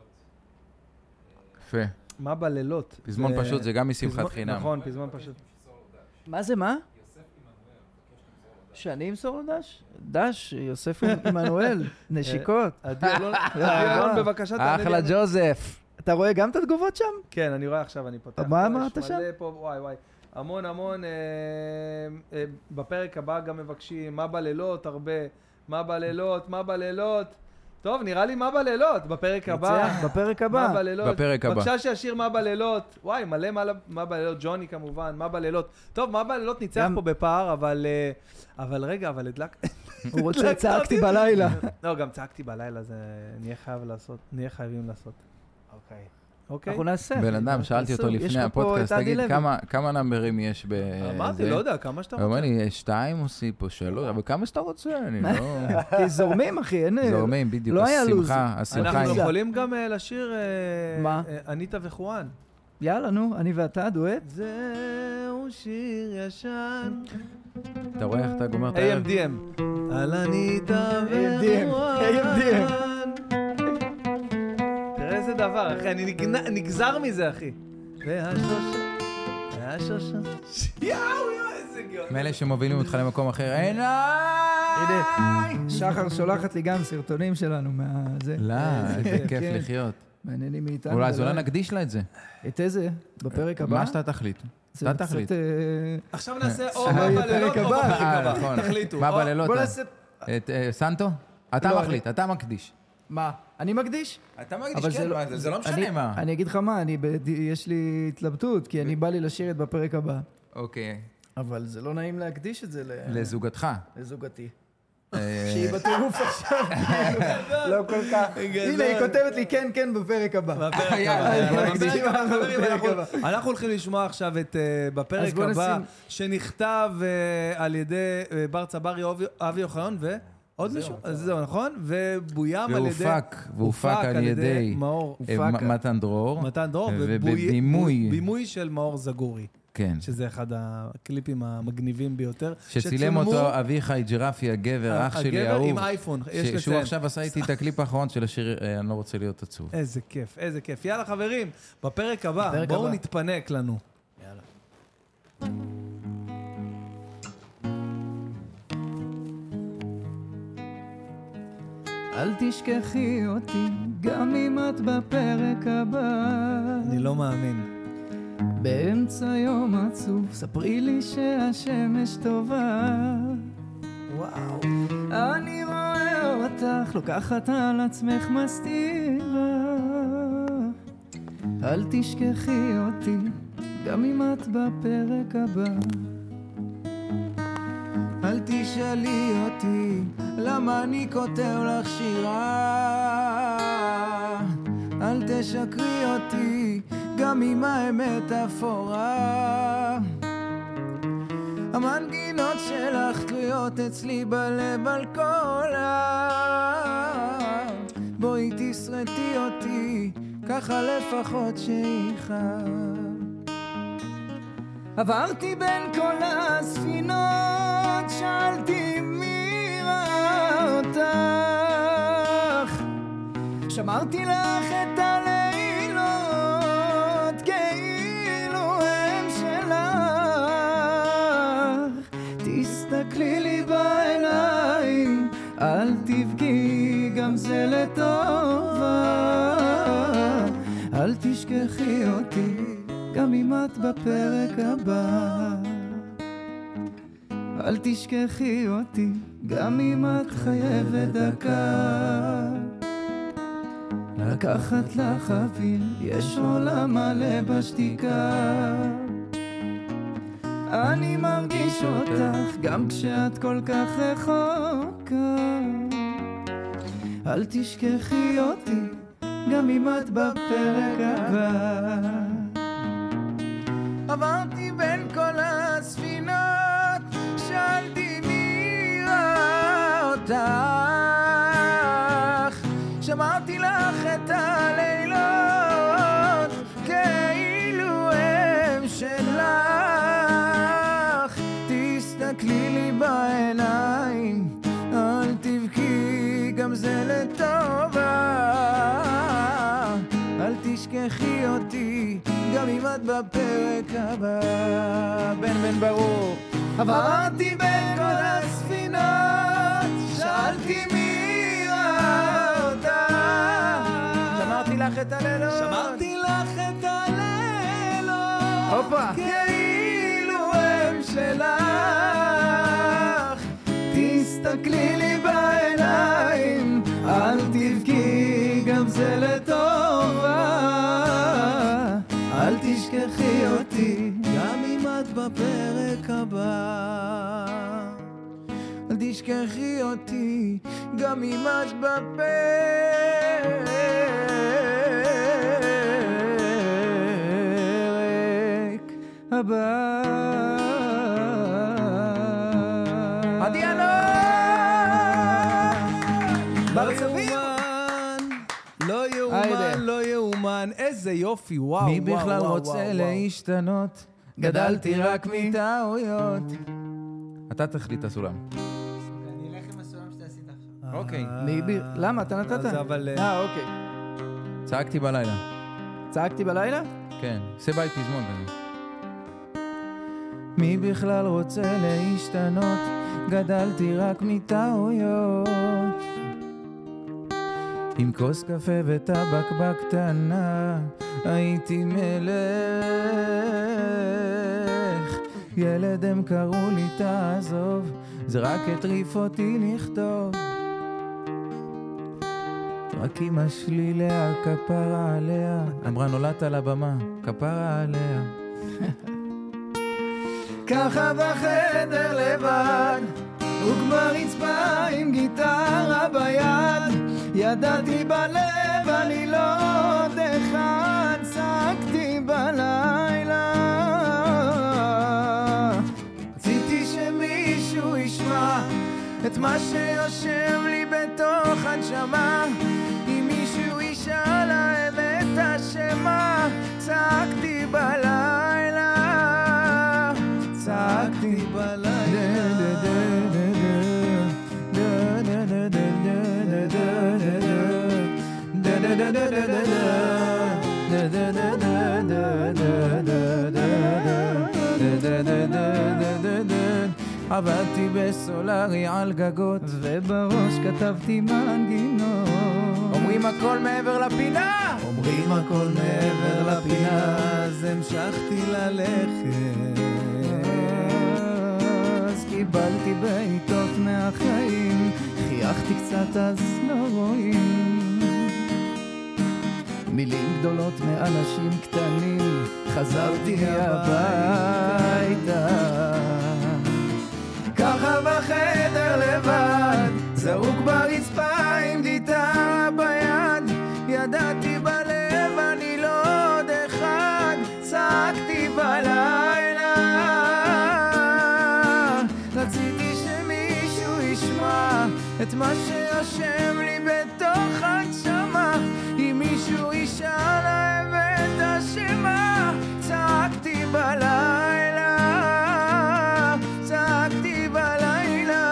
יפה. מה בלילות? פזמון זה- פשוט זה גם משמחת פזמון- חינם. נכון, פזמון פשוט. מה זה מה? יוסף עמנואל, מבקש למסור לו דש. שאני אמסור לו דש? דש, יוסף עמנואל, נשיקות. עדי אלון, עדי אלון, בבקשה תענה לי. אחלה ג'וזף. אתה רואה גם את התגובות שם? כן, אני רואה עכשיו, אני פותח. מה פה, אמרת יש שם? מלא פה, וואי וואי. המון המון, אה, אה, בפרק הבא גם מבקשים, מה בלילות, הרבה. מה בלילות, מה בלילות. טוב, נראה לי מה בלילות, בפרק הבא. ניצח, בפרק מה הבא. בלילות. בפרק הבא. בבקשה שישיר מה בלילות. וואי, מלא מה, מה בלילות, ג'וני כמובן, מה בלילות. טוב, מה בלילות ניצח גם- פה בפער, אבל... אה, אבל רגע, אבל הדלק... הוא רוצה צעקתי בלילה. לא, גם צעקתי בלילה, זה נהיה חייב לעשות, נהיה חייבים לעשות. אוקיי. אוקיי? אנחנו נעשה. בן אדם, שאלתי אותו תעשו. יש לפני לך פה הפודקאסט, את עדי תגיד, לוי. כמה- כמה נאמברים יש בזה? אמרתי, לא יודע, כמה שאתה הוא אומר רוצה. לי, שתיים עושים פה שלוש, אבל כמה שאתה רוצה, אני לא... כי זורמים, אחי, אין... זורמים, בדיוק, לא היה לוז. השמחה, השמחה אנחנו היא... יכולים גם אה, לשיר אה, מה? אה, אניטה וחואן. יאללה, נו, אני ואתה, דואט. זהו שיר ישן. אתה רואה איך אתה גומר את איי אם הערב? די אם. על אניטה איי אם די אם, איי אם די אם. וחואן. תראה איזה דבר, אחי, אני נגנ- נגזר מזה, אחי. והשלושה, והשלושה. יאו, יאו, איזה גאון. מאלה שמובילים אותך למקום אחר, עיניי! הנה, שחר שולחת לי גם סרטונים שלנו מה... זה. לא, איזה כיף כן. לחיות. מעניינים מאיתנו. אולי, אז אולי בלילה. נקדיש לה את זה. את איזה? בפרק הבא? מה שאתה תחליט. זה אתה תחליט. קצת, אה, עכשיו נעשה או שלא מה יהיה בלילות פרק או הבא. בפרק אה, הבא. נכון. תחליטו. מה או- בלילות? בוא נעשה... את אה, סנטו? אתה לא, מחליט, אתה מקדיש. מה? אני מקדיש? אתה אבל זה לא- אני- אני אגיד לך מה, אני ב- יש לי התלבטות, כי אני בא לי לשיר את בפרק הבא. אוקיי. אבל זה לא נעים להקדיש את זה ל- לזוגתך. לזוגתי. אה, שהיא בטירוף עכשיו. לא כל כך. הנה, היא כותבת לי כן, כן, בפרק הבא. בפרק יאללה, הבא. בוא אבל נקדיש. חברים, חברים, בפרק אנחנו- הבא. אנחנו הולכים לשמוע עכשיו את אה, בפרק אז בוא הבא, נשים- שנכתב אה, על ידי אה, בר צברי, אבי- אבי אוחיון, ועוד מישהו? אז זהו, נכון? ובוים על ידי... והופק, והופק על ידי מאור אה, הופק. מ- מתן דרור. מתן דרור, ובבימוי. בימוי של מאור זגורי, כן. שזה אחד הקליפים המגניבים ביותר. שצילם שצולמו- אותו אביחי ג'רפי הגבר, אח שלי הגבר האהוב. עם אייפון, יש ש- שהוא לציין. עכשיו עשה איתי את הקליפ האחרון של השיר אה, אני לא רוצה להיות עצוב. איזה כיף, איזה כיף. יאללה חברים, בפרק הבא, בפרק בואו הבא. נתפנק לנו. אל תשכחי אותי, גם אם את בפרק הבא. אני לא מאמין. באמצע יום עצוב, ספרי לי שהשמש טובה. וואו. אני רואה אותך, לוקחת על עצמך מסתירה. אל תשכחי אותי, גם אם את בפרק הבא. אל תשאלי אותי למה אני כותב לך שירה. אל תשקרי אותי גם אם האמת אפורה. המנגינות שלך תלויות אצלי בלב על כל ה... בואי תסרטי אותי ככה לפחות שיחד. עברתי בין כל הספינות, שאלתי מי ראה אותך. שמרתי לך את הלילות כאילו הם שלך. תסתכלי לי בעיניים, אל תבכי, גם זה לטובה. אל תשכחי אותי, גם אם את בפרק הבא. אל תשכחי אותי, גם אם את חייבת דקה. לקחת לך אוויר, יש עולם מלא בשתיקה. אני מרגיש אותך גם כשאת כל כך רחוקה. אל תשכחי אותי גם אם את בפרק הבא. עברתי בין כל הספינות, שאלתי מי ראה אותך, שמרתי לך את הלילות כאילו הם שלך. תסתכלי לי בעיניים, אל תבכי, גם זה לטובה. אל תשכחי אותי גם אם את בפרק הבא. בן בן ברור. עברתי בין כל הספינות, שאלתי מי ראה אותה, שמרתי לך את הלילות, שמרתי לך את הלילות, הופה, כאילו הם שלך. תסתכלי לי בעיניים, אל תבכי, גם זה לטובה. אל תשכחי אותי גם אם את בפרק הבא. אל תשכחי אותי גם אם את בפרק הבא. הדיאלוג לא יאומן, לא יאומן, איזה יופי, וואו, וואו, מי וואו, בכלל וואו, רוצה וואו. להשתנות? גדלתי רק מטעויות. אתה תחליט את הסולם. אני אלך עם הסולם שאתה עשית עכשיו. אוקיי. מי ב... למה? אתה נתת? אז אבל... אה, אוקיי. צעקתי בלילה. צעקתי בלילה? כן. עושה בית פזמון כזה. מי בכלל רוצה להשתנות? גדלתי רק מטעויות. עם כוס קפה וטבק בקטנה הייתי מלך. ילד הם קראו לי תעזוב, זה רק הטריף אותי לכתוב. רק אמא שלי לאה כפרה עליה, אמרה נולדת על הבמה, כפרה עליה. ככה בחדר לבד, וכברצפה עם גיטרה ביד, ידעתי בלב אני לא עוד אחד, צעקתי בלילה. רציתי שמישהו ישמע את מה שיושב לי בתוך הנשמה, אם מישהו ישאל האמת אשמה, צעקתי בלילה, צעקתי בלילה. עבדתי בסולרי על גגות, ובראש כתבתי מנגינות. אומרים הכל מעבר לפינה, אומרים הכל מעבר לפינה, אז המשכתי ללכת. אז קיבלתי בעיטות מהחיים, חייכתי קצת אז לא רואים. מילים גדולות מאנשים קטנים, חזרתי הביתה. ככה בחדר לבד, זרוק ברצפה עם גיטרה ביד, ידעתי בלב אני לא עוד אחד, צעקתי בלילה. רציתי שמישהו ישמע את מה שיושב לי בתוך הנשמה, אם מישהו ישאל האמת אשמה, צעקתי בלילה, צעקתי בלילה.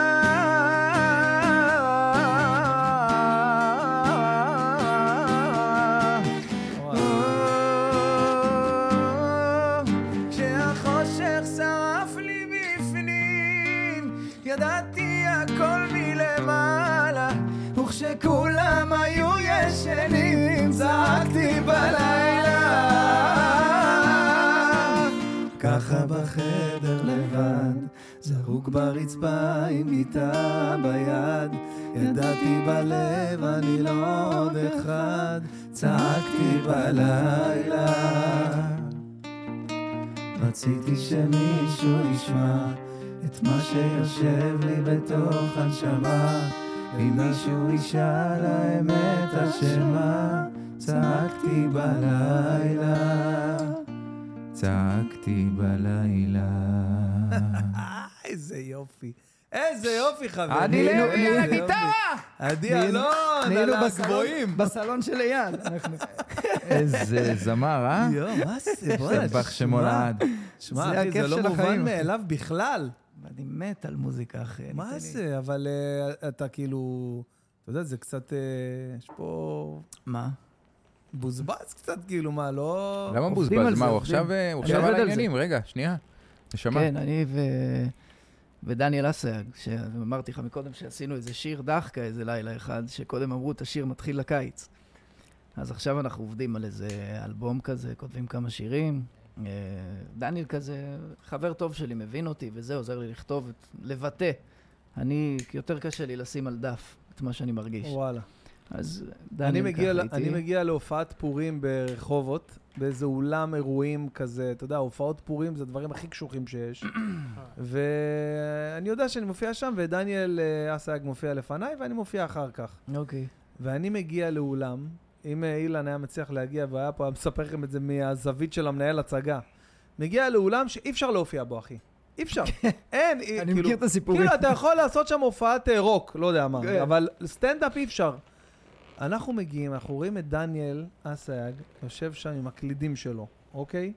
כשהחושך שרף לי בפנים, ידעתי הכל מלמעלה, וכשכולם היו ישנים, צעקתי בלילה. ככה בחדר לבד, זרוק ברצפה עם גיטרה ביד, ידעתי בלב אני לא עוד אחד, צעקתי בלילה. רציתי שמישהו ישמע את מה שיושב לי בתוך הנשמה. אם מישהו ישאל האמת אשמה, צעקתי בלילה, צעקתי בלילה. איזה יופי. איזה יופי, חברים. עדי לוי על הגיטרה! עדי אלון, על הגבוהים. בסלון של אייל. איזה זמר, אה? יואו, מה זה? בוא'נה, סבח שמולד. שמע, זה אחי, זה הכיף לא של מובן החיים. מאליו בכלל. אני מת על מוזיקה, אחי. מה אני- זה? אבל אה, אתה כאילו, אתה יודע, זה קצת, אה, יש פה מה? בוזבז קצת, כאילו, מה, לא... למה עובדים על בוזבז? זה, מה, הוא עובדים. עכשיו אה, הוא אני עכשיו עובד על על זה. העניינים? רגע, שנייה. נשמה. כן, אני ו... ודניאל אסייג, שאמרתי לך מקודם שעשינו איזה שיר דחקה איזה לילה אחד, שקודם אמרו את השיר מתחיל לקיץ. אז עכשיו אנחנו עובדים על איזה אלבום כזה, כותבים כמה שירים. אה, דניאל כזה, חבר טוב שלי, מבין אותי, וזה עוזר לי לכתוב, את- לבטא. אני, יותר קשה לי לשים על דף את מה שאני מרגיש. וואלה. אז אני דניאל מגיע, ל- ככה אני איתי. מגיע להופעת פורים ברחובות, באיזה אולם אירועים כזה, אתה יודע, הופעות פורים זה הדברים הכי קשוחים שיש. ואני יודע שאני מופיע שם, ודניאל אה, אסייג מופיע לפניי, ואני מופיע אחר כך. אוקיי. ואני מגיע לאולם, אם אה, אילן היה מצליח להגיע, והיה פה, מספר לכם את זה מהזווית של המנהל הצגה, מגיע לאולם שאי אפשר להופיע בו, אחי. אי אפשר. אין, אי- אני כאילו, מכיר את הסיפורים. כאילו, אתה יכול לעשות שם הופעת אה, רוק, לא יודע מה, כן. אבל סטנדאפ אי אפשר. אנחנו מגיעים, אנחנו רואים את דניאל אסייג, יושב שם עם הקלידים שלו, אוקיי?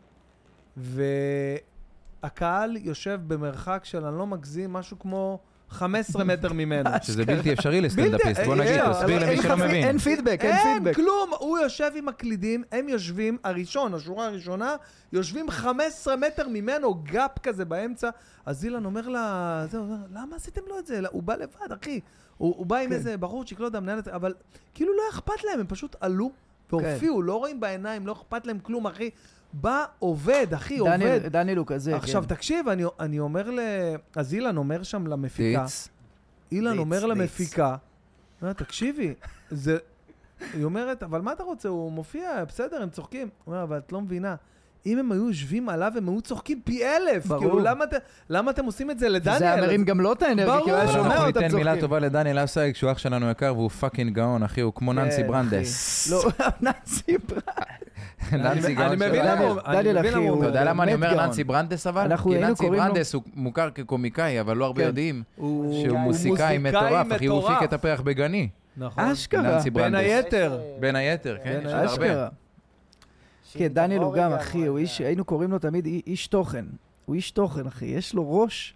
והקהל יושב במרחק של, אני לא מגזים, משהו כמו חמישה עשר מטר ממנו. שזה בלתי אפשרי לסטנדאפיסט. בוא בלתי- נגיד, אה, תסביר אבל למי אין שלא חפי- מבין. אין פידבק, אין אין פידבק. כלום, הוא יושב עם הקלידים, הם יושבים, הראשון, השורה הראשונה, יושבים חמישה עשר מטר ממנו, גאפ כזה באמצע, אז אילן אומר לה, זה, הוא אומר, למה עשיתם לו את זה? הוא בא לבד, אחי. הוא, הוא בא עם כן. איזה בחורצ'יק, לא יודע, מנהלת, אבל כאילו לא אכפת להם, הם פשוט עלו והופיעו, לא רואים בעיניים, לא אכפת להם כלום, אחי. בא, עובד, אחי, עובד. דניאל- דניאל הוא כזה, עכשיו, כן. תקשיב, אני, אני אומר ל... אז אילן אומר שם למפיקה, דיץ. אילן ליץ, אומר ליץ. למפיקה, אומר, תקשיבי, זה... היא אומרת, אבל מה אתה רוצה? הוא מופיע, בסדר, הם צוחקים. הוא אומר, אבל את לא מבינה. אם הם היו יושבים עליו, הם היו צוחקים פי אלף. ברור. כאילו, למה, ת- למה אתם עושים את זה לדניאל? זה היה מרים גם לא את האנרגיה, כי הוא היה ברור. שומע אנחנו אותם ניתן מילה צוחקים. טובה לדניאל אסייג, שהוא אח שלנו יקר, והוא פאקינג גאון, אחי, הוא כמו ננסי כן, ברנדס. אחי. לא, ננסי ברנדס. ננסי אני גאון מבין שלנו. למה הוא- אני דניאל, מבין אחי, למה הוא הוא- אתה יודע למה אני באמת אומר גאון. ננסי ברנדס אבל? אנחנו כי היינו ננסי קוראים לו- ברנדס הוא מוכר כקומיקאי, אבל לא הרבה כן. יודעים הוא שהוא מוסיקאי מטורף, אחי, הוא הפיק את הפרח בגני. נכון. אשכרה. ננסי בין ברנדס. היתר. בין היתר, כן? בין יש עוד הרבה. אשכרה. שאם כן, דניאל הוא תבוא גם, רגע, אחי, אבל- הוא איש, היינו קוראים לו תמיד אי- איש תוכן. הוא איש תוכן, אחי. יש לו ראש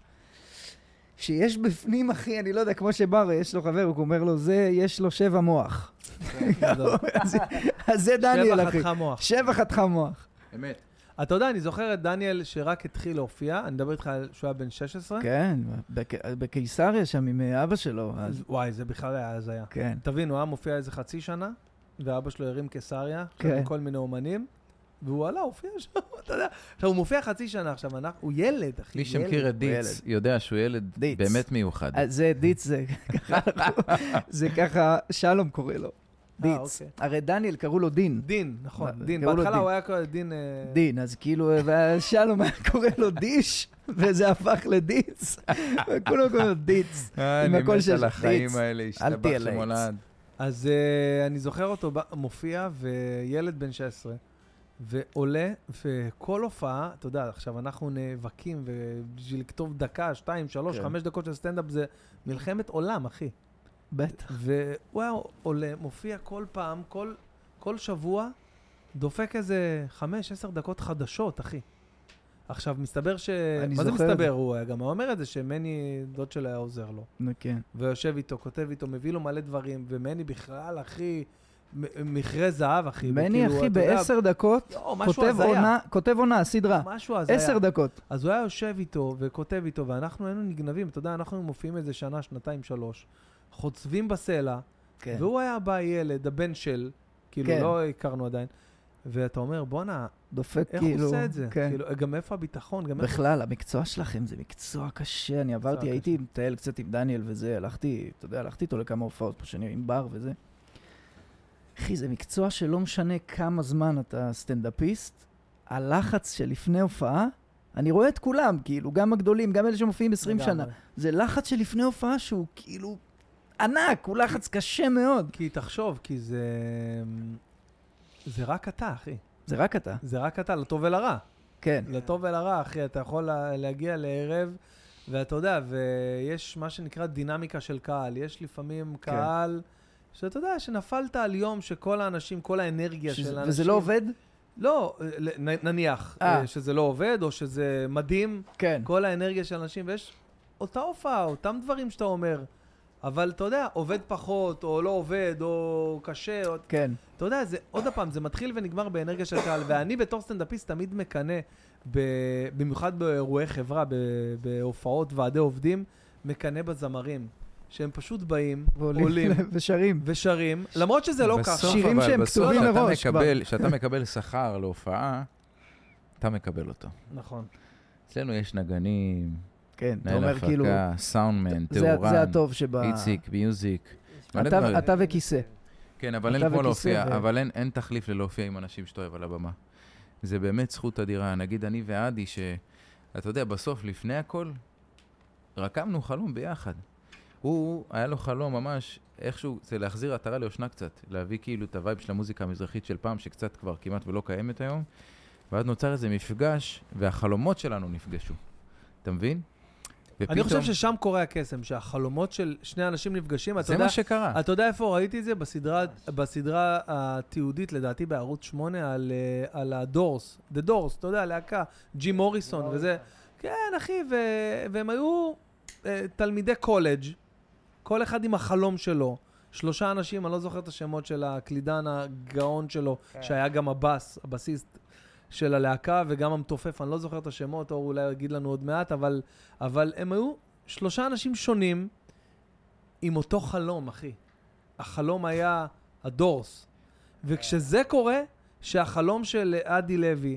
שיש בפנים, אחי, אני לא יודע, כמו שבר, יש לו חבר, הוא אומר לו, זה, יש לו שבע מוח. אז- אז זה דניאל, שבע אחי. חתיכה מוח. שבע חתיכה מוח. אמת. אתה יודע, אני זוכר את דניאל שרק התחיל להופיע, אני מדבר איתך על שהוא היה בן שש עשרה. כן, בק- בקיסריה שם עם אה, אבא שלו. אז אז- וואי, זה בכלל היה הזיה. כן. תבין, הוא היה מופיע איזה חצי שנה, ואבא שלו הרים קיסריה, כן. עם כל מיני אומנים, והוא עלה, הופיע שם, אתה יודע. עכשיו, הוא מופיע חצי שנה עכשיו, אנחנו- הוא ילד, אחי, מי ילד. שמכיר את דיץ ילד. יודע שהוא ילד דיץ. באמת מיוחד. אז זה דיץ, זה ככה, אנחנו- זה ככה, שלום קורא לו. דיץ. אוקיי. הרי דניאל קראו לו דין. דין, נכון, מה, דין. קראו לו בהתחלה דין. הוא היה קורא דין... אה, דין, אז כאילו, שלום היה קורא לו דיש, וזה הפך לדיץ, וכולם קוראים לו דיץ. אה, עם אני הקול מת של על החיים דיץ. האלה, אל השתבח תהיה לעץ. שמולד. אז uh, אני זוכר אותו בא- מופיע, וילד בן שש עשרה, ועולה, וכל הופעה, אתה יודע, עכשיו אנחנו נאבקים, ובשביל לכתוב דקה, שתיים, שלוש, כן. חמש דקות של סטנדאפ, זה מלחמת עולם, אחי. בטח. והוא היה עולה, מופיע כל פעם, כל, כל שבוע, דופק איזה חמש, עשר דקות חדשות, אחי. עכשיו, מסתבר ש... אני מה זה זוכר את מסתבר? זה. הוא היה גם אומר את זה, שמני, דוד שלו היה עוזר לו. כן. ויושב איתו, כותב איתו, מביא לו מלא דברים, ומני בכלל, אחי, מ- מכרה זהב, אחי. מני, וכאילו, אחי, אתה יודע, בעשר דקות, יואו, משהו כותב הזיה. עונה, כותב עונה, סדרה. משהו הזיה. עשר דקות. אז הוא היה יושב איתו וכותב איתו, ואנחנו היינו נגנבים, אתה יודע, אנחנו מופיעים איזה שנה, שנתיים, שלוש, חוצבים בסלע, כן. והוא היה בא ילד, הבן של, כאילו, כן. לא הכרנו עדיין, ואתה אומר, בואנה, דופק איך כאילו... הוא עושה את זה? כן. כאילו, גם איפה הביטחון? גם איפה... בכלל, המקצוע שלכם זה מקצוע קשה. אני עברתי, קשה. הייתי מטייל קצת עם דניאל וזה, הלכתי, אתה יודע, הלכתי איתו לכמה הופעות פה שאני עם בר וזה. אחי, זה מקצוע שלא משנה כמה זמן אתה סטנדאפיסט, הלחץ שלפני הופעה אני רואה את כולם, כאילו, גם הגדולים, גם אלה שמופיעים עשרים לגמרי. שנה. זה לחץ שלפני הופעה שהוא כאילו ענק, הוא לחץ קשה מאוד. כי תחשוב, כי זה... זה רק אתה, אחי. זה רק אתה. זה רק אתה, לטוב ולרע. כן. לטוב ולרע, אחי, אתה יכול לה- להגיע לערב, ואתה יודע, ויש מה שנקרא דינמיקה של קהל. יש לפעמים כן. קהל, שאתה יודע, שנפלת על יום שכל האנשים, כל האנרגיה שזה- של האנשים... וזה לא עובד? לא, נ- נניח אה. אה, שזה לא עובד, או שזה מדהים, כן. כל האנרגיה של אנשים, ויש אותה הופעה, אותם דברים שאתה אומר, אבל אתה יודע, עובד פחות, או לא עובד, או קשה, או... כן. אתה יודע, זה, עוד פעם, זה מתחיל ונגמר באנרגיה של קהל, ואני בתור סטנדאפיסט תמיד מקנה, ב, במיוחד באירועי חברה, ב, בהופעות ועדי עובדים, מקנה בזמרים, שהם פשוט באים, ועולים עולים ושרים. ושרים, למרות שזה לא ככה. בסוף, שירים אבל שהם בסוף כתובים שאתה מראש מקבל- שאתה מקבל שכר להופעה, אתה מקבל אותו. נכון. אצלנו יש נגנים, כן, אתה מנהל אומר כאילו, הפקה, סאונדמן, זה- תאורן, זה הטוב שבה... איציק, מיוזיק. מלא אתה- דברים. אתה וכיסא. כן, אבל אין אתה כמו וכיסא להופיע, ו- אבל אין, אין תחליף ללהופיע עם אנשים שאתה אוהב על הבמה. זה באמת זכות אדירה. נגיד אני ועדי, שאתה יודע, בסוף, לפני הכל, רקמנו חלום ביחד. הוא, היה לו חלום ממש, איכשהו, זה להחזיר עטרה ליושנה קצת, להביא כאילו את הווייב של המוזיקה המזרחית של פעם, שקצת כבר כמעט ולא קיימת היום, ואז נוצר איזה מפגש, והחלומות שלנו נפגשו. אתה מבין? אני ופתאום- חושב ששם קורה הקסם, שהחלומות של שני אנשים נפגשים, אתה זה יודע, מה שקרה. אתה יודע איפה ראיתי את זה? בסדרה, בסדרה התיעודית, לדעתי בערוץ שמונה, על, אה, על הדורס, The Doors, אתה יודע, להקה, ג'ים מוריסון וזה. כן, אחי, ו, והם היו אה, תלמידי קולג', כל אחד עם החלום שלו. שלושה אנשים, אני לא זוכר את השמות של הקלידן הגאון שלו, שהיה גם הבאס, הבסיסט של הלהקה, וגם המתופף, אני לא זוכר את השמות, או אולי יגיד לנו עוד מעט, אבל, אבל הם היו שלושה אנשים שונים עם אותו חלום, אחי. החלום היה הדורס. וכשזה קורה, שהחלום של אדי לוי,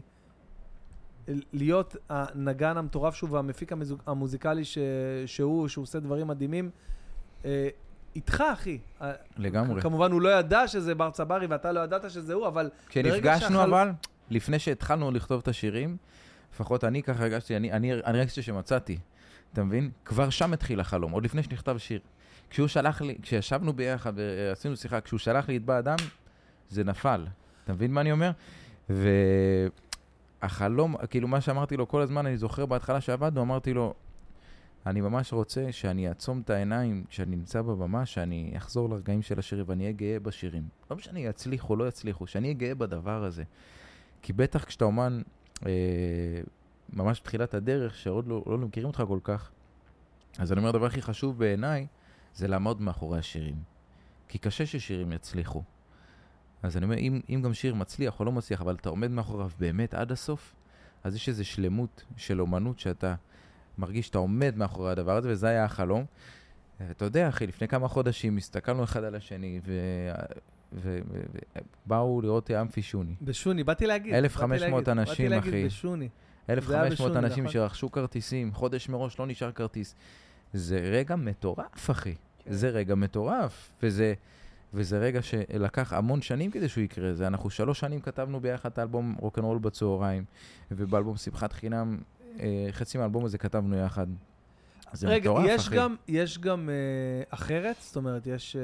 להיות הנגן המטורף שהוא והמפיק המזוק, המוזיקלי ש, שהוא, שהוא עושה דברים מדהימים, אה, איתך, אחי. לגמרי. כמובן, הוא לא ידע שזה בר צברי, ואתה לא ידעת שזה הוא, אבל... כשנפגשנו אבל, לפני שהתחלנו לכתוב את השירים, לפחות אני ככה הרגשתי, אני, אני, אני הרגשתי שמצאתי, אתה מבין? כבר שם התחיל החלום, עוד לפני שנכתב שיר. כשהוא שלח לי, כשישבנו ביחד ועשינו שיחה, כשהוא שלח לי את בא אדם, זה נפל. אתה מבין מה אני אומר? והחלום, כאילו מה שאמרתי לו כל הזמן, אני זוכר בהתחלה שעבדנו, אמרתי לו, אני ממש רוצה שאני אעצום את העיניים כשאני נמצא בבמה, שאני אחזור לרגעים של השירים ואני אהיה גאה בשירים. לא משנה יצליחו או לא יצליחו, שאני אהיה גאה בדבר הזה. כי בטח כשאתה אומן אה, ממש בתחילת הדרך, שעוד לא, לא מכירים אותך כל כך, אז אני אומר, הדבר הכי חשוב בעיניי, זה לעמוד מאחורי השירים. כי קשה ששירים יצליחו. אז אני אומר, אם, אם גם שיר מצליח או לא מצליח, אבל אתה עומד מאחוריו באמת עד הסוף, אז יש איזו שלמות של אומנות שאתה מרגיש שאתה עומד מאחורי הדבר הזה, וזה היה החלום. אתה יודע, אחי, לפני כמה חודשים הסתכלנו אחד על השני, ובאו לראות אמפי שוני. בשוני, באתי להגיד. אלף וחמש מאות אנשים, אחי. באתי להגיד, בשוני. אלף וחמש מאות אנשים נכון. שרכשו כרטיסים, חודש מראש לא נשאר כרטיס. זה רגע מטורף, אחי. זה רגע מטורף, וזה, וזה רגע שלקח המון שנים כדי שהוא יקרה. זה אנחנו שלוש שנים כתבנו ביחד את האלבום רוק'נ'רול בצהריים, ובאלבום שמחת חינם, חצי מהאלבום הזה כתבנו יחד. זה רגע, מטורף, יש אחי. גם, יש גם אה, אחרת? זאת אומרת, יש... אה,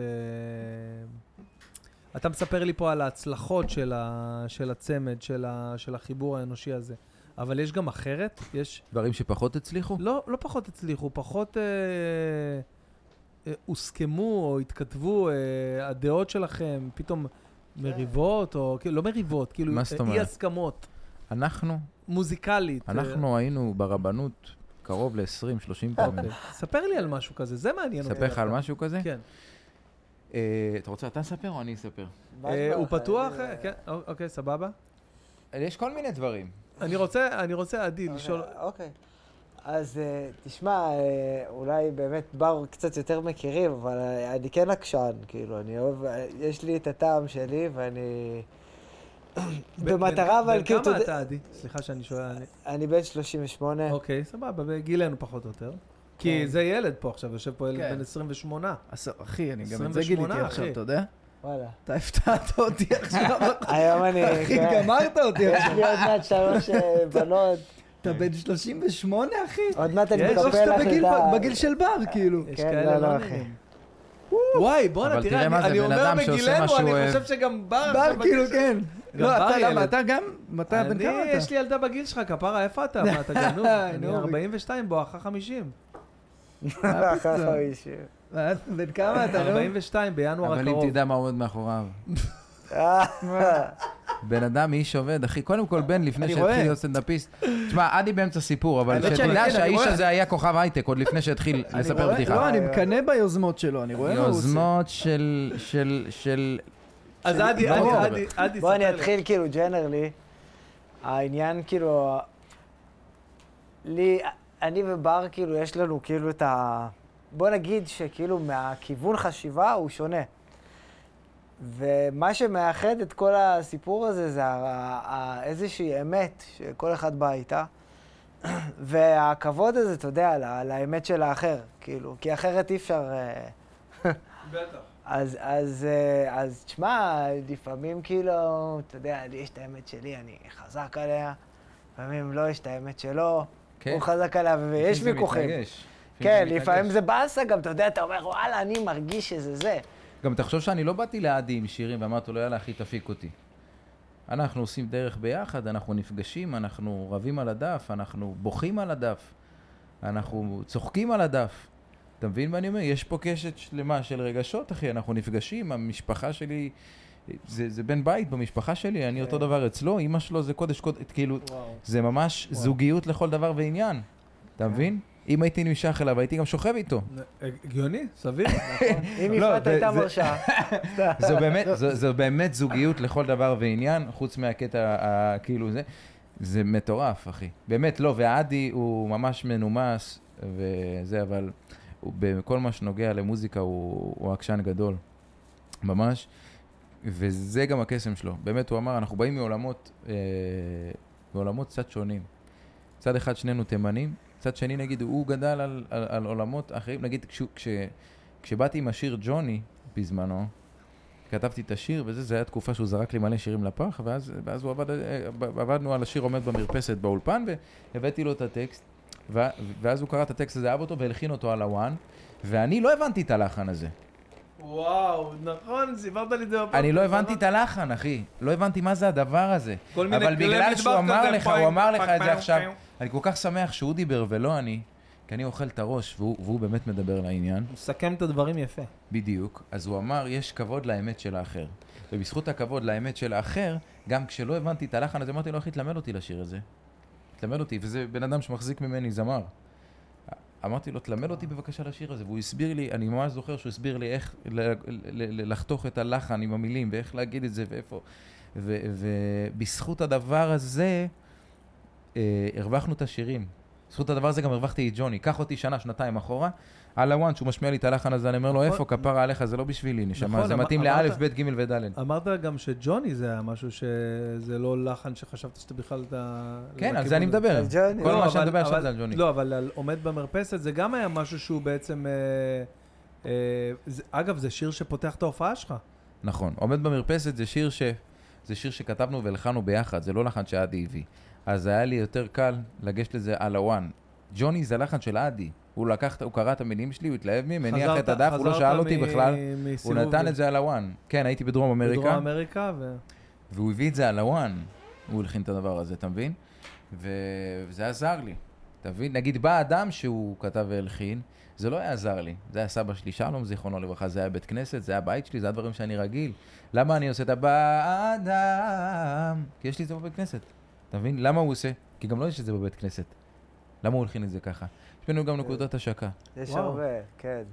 אתה מספר לי פה על ההצלחות של, ה, של הצמד, של, ה, של החיבור האנושי הזה. אבל יש גם אחרת? יש... דברים שפחות הצליחו? לא, לא פחות הצליחו, פחות אה, אה, הוסכמו או התכתבו, אה, הדעות שלכם, פתאום מריבות, או כאילו, לא מריבות, כאילו, מה זאת אה, אומרת? אי הסכמות, אנחנו, מוזיקלית. אה, אנחנו היינו ברבנות קרוב ל-עשרים שלושים פעמים. אוקיי. ספר לי על משהו כזה, זה מעניין אותי. אספר לך על משהו כזה? כן. אה, אתה רוצה, אתה אספר או אני אספר? אה, הוא פתוח? אה, כן, אוקיי, סבבה. יש כל מיני דברים. אני רוצה, אני רוצה, עדי, לשאול... אוקיי. אז אה, תשמע, אה, אולי באמת בר קצת יותר מכירים, אבל אה, אני כן עקשן, כאילו, אני אוהב, אה, יש לי את הטעם שלי, ואני... במטרה, אבל בן כאילו... כמה יודע- אתה, עדי? סליחה שאני שואל. אני- אני בן שלושים ושמונה. אוקיי, סבבה, בגילנו פחות או יותר. כי זה ילד פה עכשיו, יושב פה ילד כן. בן עשרים ושמונה. אז, אחי, אני גם את עשרים זה גיליתי ושמונה, עכשיו, אחי. אתה יודע? וואלה. אתה הפתעת אותי עכשיו. היום אני... אחי, כן. גמרת אותי יש עכשיו. לי עוד מעט שלוש אה, בנות. אתה בן שלושים ושמונה, אחי? עוד מעט אני יש, טוב מקפל שאתה לך את בגיל- ה... בגיל של בר, כאילו. יש כן, כאלה לא, לא לא, אחי. נראים. וואי, בואנה, אבל תראה, תראה אני- מה זה, אני בן אומר אדם שעושה מה בגילנו, שהוא אני אוהב. חושב שגם בר... בר, עכשיו כאילו, בגיל- כן. גם לא, בר אתה למה? ילד. אתה גם? מתי, בן אני, כמה אתה? יש לי ילדה בגיל שלך, כפרה, איפה אתה? מה, אתה גנוב? אני נו, ארבעים ושתיים, בואכה חמישים. מה אחר פתאום? חמישים. מה, בן כמה אתה, לא? ארבעים ושתיים בינואר אבל אם הקרוב. תדע מה עומד מאחוריו. אה, בן אדם, איש עובד, אחי. קודם כל, בן, לפני אני שהתחיל רואה. להיות סטנדאפיסט. תשמע, עדי באמצע סיפור, אבל האמת שאני- שתדע כן, אני שהאיש רואה. הזה היה כוכב הייטק עוד לפני שהתחיל אני לספר רואה- בדיחה. לא, אני מקנא ביוזמות שלו, אני רואה מה הוא עושה. יוזמות של... של... של... אז עדי, מה עדי, אתה עדי, עדי, בוא אני ספר לי. אתחיל כאילו ג'נרלי. העניין כאילו... לי, אני ובר כאילו יש לנו כאילו את ה... בוא נגיד שכאילו מהכיוון חשיבה הוא שונה. ומה שמאחד את כל הסיפור הזה זה ה- ה- איזושהי אמת שכל אחד בא איתה. והכבוד הזה, אתה יודע, ל- לאמת של האחר, כאילו, כי אחרת אי אפשר... אה, בטח. אז, אז, אה, אז תשמע, לפעמים כאילו, אתה יודע, לי יש את האמת שלי, אני חזק עליה, לפעמים לא יש את האמת שלו, כן. הוא חזק עליה, ויש לפעמים זה ויכוחים. מתנגש. כן, זה לפעמים מתנגש. זה באסה גם, אתה יודע, אתה אומר, וואלה, אני מרגיש שזה זה. גם תחשוב שאני לא באתי לעדי עם שירים ואמרתי לו, יאללה אחי, תפיק אותי. אנחנו עושים דרך ביחד, אנחנו נפגשים, אנחנו רבים על הדף, אנחנו בוכים על הדף, אנחנו צוחקים על הדף. אתה מבין מה אני אומר? יש פה קשת שלמה של רגשות, אחי, אנחנו נפגשים, המשפחה שלי, זה, זה בן בית במשפחה שלי, אני אותו דבר אצלו, אמא שלו זה קודש קודש, כאילו, זה ממש זוגיות לכל דבר ועניין. אתה מבין? אם הייתי נמשך אליו, הייתי גם שוכב איתו. הגיוני, סביר. אם לא, יפעת זה- הייתה זה- מרשה. זו באמת, זו, זו באמת זוגיות לכל דבר ועניין, חוץ מהקטע, ה- כאילו זה, זה מטורף, אחי. באמת, לא, ועדי הוא ממש מנומס, וזה, אבל הוא, בכל מה שנוגע למוזיקה הוא, הוא עקשן גדול, ממש, וזה גם הקסם שלו. באמת, הוא אמר, אנחנו באים מעולמות, אה, מעולמות קצת שונים. צד אחד שנינו תימנים, צד שני, נגיד, הוא גדל על, על, על עולמות אחרים, נגיד, כש, כש, כשבאתי עם השיר ג'וני, בזמנו, כתבתי את השיר, וזה, זה היה תקופה שהוא זרק לי מלא שירים לפח, ואז, ואז הוא עבד, עבדנו על השיר עומד במרפסת באולפן, והבאתי לו את הטקסט, ו, ואז הוא קרא את הטקסט הזה, אהב אותו, והלחין אותו על הוואן, ואני לא הבנתי את הלחן הזה. וואו, נכון, סיפרת לי את זה בפרק. אני לא הבנתי את הלחן, אחי. לא הבנתי מה זה הדבר הזה. כל מיני אבל כלי בגלל מטבח שהוא אמר כזה, לך, פיים, הוא אמר לך פיים, את זה פיים, עכשיו, פיים. אני כל כך שמח שהוא דיבר ולא אני, כי אני אוכל את הראש, והוא, והוא באמת מדבר לעניין. מסכם את הדברים יפה. בדיוק. אז הוא אמר, יש כבוד לאמת של האחר. ובזכות הכבוד לאמת של האחר, גם כשלא הבנתי את הלחן הזה, אמרתי לו, אחי, תלמד אותי לשיר הזה. תלמד אותי, וזה בן אדם שמחזיק ממני זמר. אמרתי לו, תלמד אותי בבקשה לשיר הזה, והוא הסביר לי, אני ממש זוכר שהוא הסביר לי איך ל- ל- ל- לחתוך את הלחן עם המילים, ואיך להגיד את זה, ואיפה. ו- ובזכות הדבר הזה, אה, הרווחנו את השירים. בזכות הדבר הזה גם הרווחתי את ג'וני. קח אותי שנה, שנתיים אחורה, על הוואן, שהוא משמיע לי את הלחן הזה, אני אומר לו, איפה, כפרה עליך, זה לא בשבילי, נשמה, נכון, זה אמר- מתאים אמרת- לאלף, בית, גימל ודלת. אמרת גם שג'וני זה היה משהו שזה לא לחן שחשבת שאתה בכלל אתה... כן, על זה אני מדבר. על ג'וני. כל לא, מה אבל- שאני מדבר עכשיו אבל- זה על ג'וני. לא, אבל על עומד במרפסת זה גם היה משהו שהוא בעצם... אה, אה, זה- אגב, זה שיר שפותח את ההופעה שלך. נכון. עומד במרפסת זה שיר ש... זה שיר שכתבנו והלחנו ביחד, זה לא לחן שעדי הביא. אז היה לי יותר קל לגשת לזה על הוואן. ג'וני זה לחן של עדי. הוא לקח, הוא קרא את המילים שלי, הוא התלהב מי, מניח חזרת- את הדף, הוא לא חזרת שאל אותי מ- בכלל. הוא מסיבוב נתן ב- את זה על הוואן. כן, הייתי בדרום אמריקה, בדרום אמריקה, ו... והוא הביא את זה על הוואן. הוא הלחין את הדבר הזה, אתה מבין? ו- וזה עזר לי. אתה מבין? נגיד, בא אדם שהוא כתב והלחין, זה לא היה עזר לי. זה היה סבא שלי, שלום, זיכרונו לברכה, זה היה בית כנסת, זה היה בית שלי, זה הדברים שאני רגיל. למה אני עושה את הבאדם? כי יש לי את זה בבית כנסת. אתה מבין? למה הוא עושה? כי גם לא יש את זה בבית כנסת. למה הוא הלחין את זה ככה? יש בינינו גם נקודת השקה. יש וואו. הרבה, כן.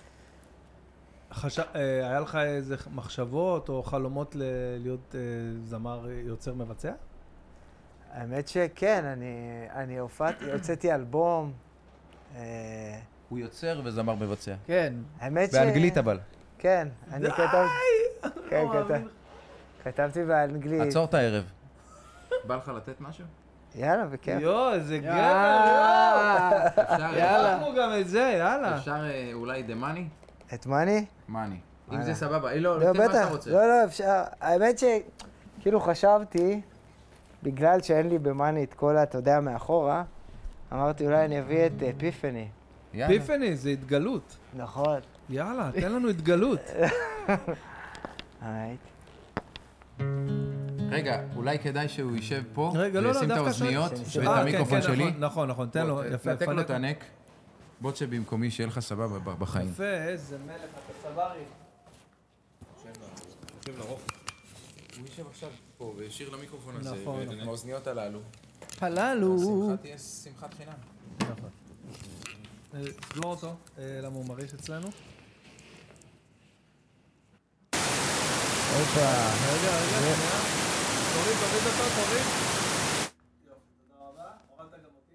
חש... אה, היה לך איזה מחשבות או חלומות ל... להיות אה, זמר אה, יוצר מבצע? האמת שכן, אני, אני הופעתי, הוצאתי אלבום. אה, הוא יוצר וזמר מבצע. כן. האמת ש... באנגלית אבל. כן, אני די! כתבתי... כן, לא כתב- מאמין. כתבתי באנגלית. עצור את הערב. בא לך לתת משהו? יאללה, בכיף. יואו, איזה גבר, יאללה. יואו! יאללה. גם את זה, יאללה. אפשר אולי דה מאני? את מאני? מאני. אם וואלה. זה סבבה. לא, לא, תן מה שאתה בטח. רוצה. לא, לא, אפשר. האמת שכאילו חשבתי בגלל שאין לי במה לתקול, אתה יודע, מאחורה, אמרתי, אולי אני אביא את אפיפני. יאללה. פיפני, זה התגלות. נכון. יאללה, תן לנו התגלות. הייט. רגע, אולי כדאי שהוא יישב פה, רגע, לא, לא, וישים את דווקא האוזניות שאני- ואת אה, המיקרופון כן, כן, שלי. נכון, נכון, נכון, תן לו, יפה, נתק לו פנק. את הנק. בוא תשב במקומי, שיהיה לך סבבה ב- בחיים. יפה, איזה מלך, אתה סברי. הוא יישב עכשיו פה וישיר למיקרופון הזה, נכון, ועם האוזניות הללו. הללו. השמחה תהיה שמחת חינם. נכון. אה, סגור אותו, אה, למה הוא מרעיש אצלנו. הופה. רגע, רגע, שנייה. תוריד, תוריד אותו, תוריד. יופי, תודה רבה. הורדת גם אותי.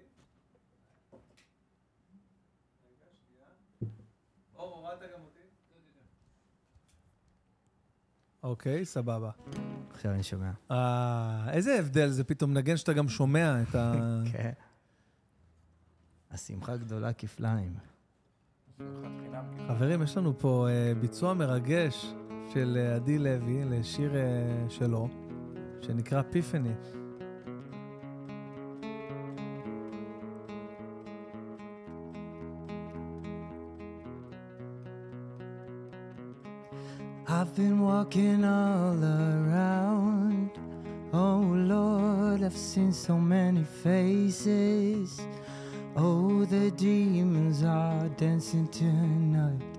רגע, שנייה. אור, הורדת גם אותי? אוקיי, סבבה. עכשיו אני שומע. אה, איזה הבדל זה פתאום נגן שאתה גם שומע את ה... כן. השמחה גדולה כפליים. חברים, יש לנו פה אה, ביצוע מרגש של אה, עדי לוי לשיר אה, שלו, שנקרא פיפני. I've been walking all around. Oh Lord, I've seen so many faces. Oh, the demons are dancing tonight,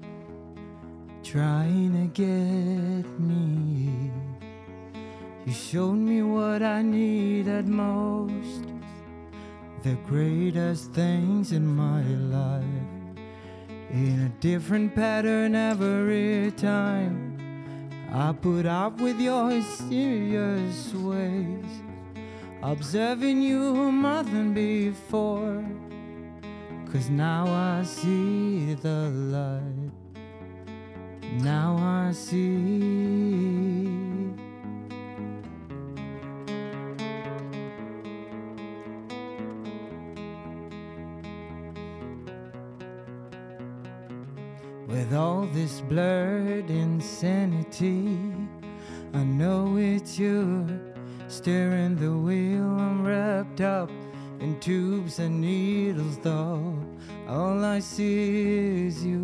trying to get me. You showed me what I needed most, the greatest things in my life. In a different pattern every time, I put up with your serious ways, observing you more than before, 'cause now I see the light, now I see. With all this blurred insanity, I know it's you steering the wheel. I'm wrapped up in tubes and needles, though all I see is you.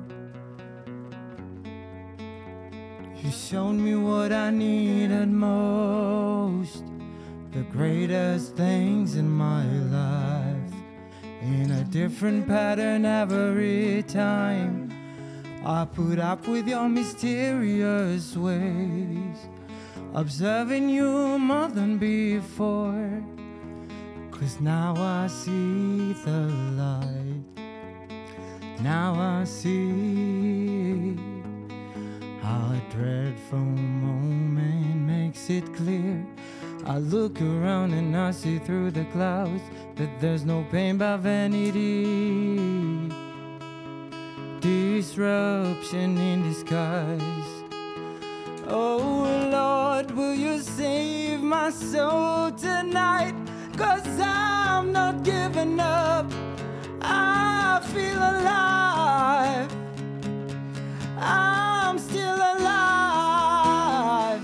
You showed me what I needed most, the greatest things in my life. In a different pattern every time, I put up with your mysterious ways, observing you more than before, 'cause now I see the light, now I see how a dreadful moment makes it clear. I look around and I see through the clouds that there's no pain but vanity, disruption in disguise. Oh Lord, will you save my soul tonight? 'Cause I'm not giving up, I feel alive, I'm still alive.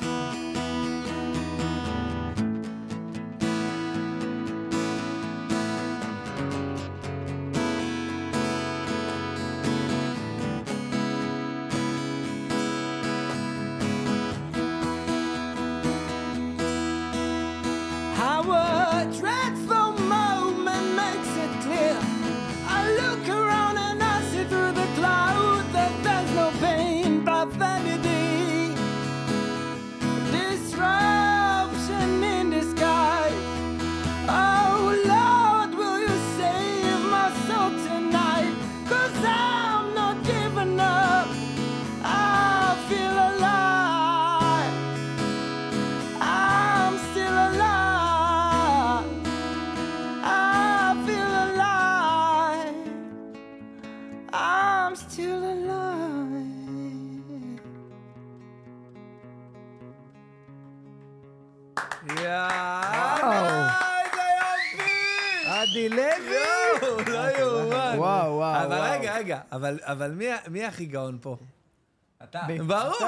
How a dreadful moment makes it clear. I look around and I see through the cloud that there's no pain but vanity, disruption in disguise. Oh Lord, will you save my soul tonight? 'Cause I'm not giving up, I feel alive, I'm still alive, I feel alive, I'm still alive. יאללה, איזה יופי! עדי לוי! יואו, לא יאומן. וואו, וואו, אבל וואו. רגע, רגע, אבל אבל מי- מי הכי גאון פה? אתה. ברור,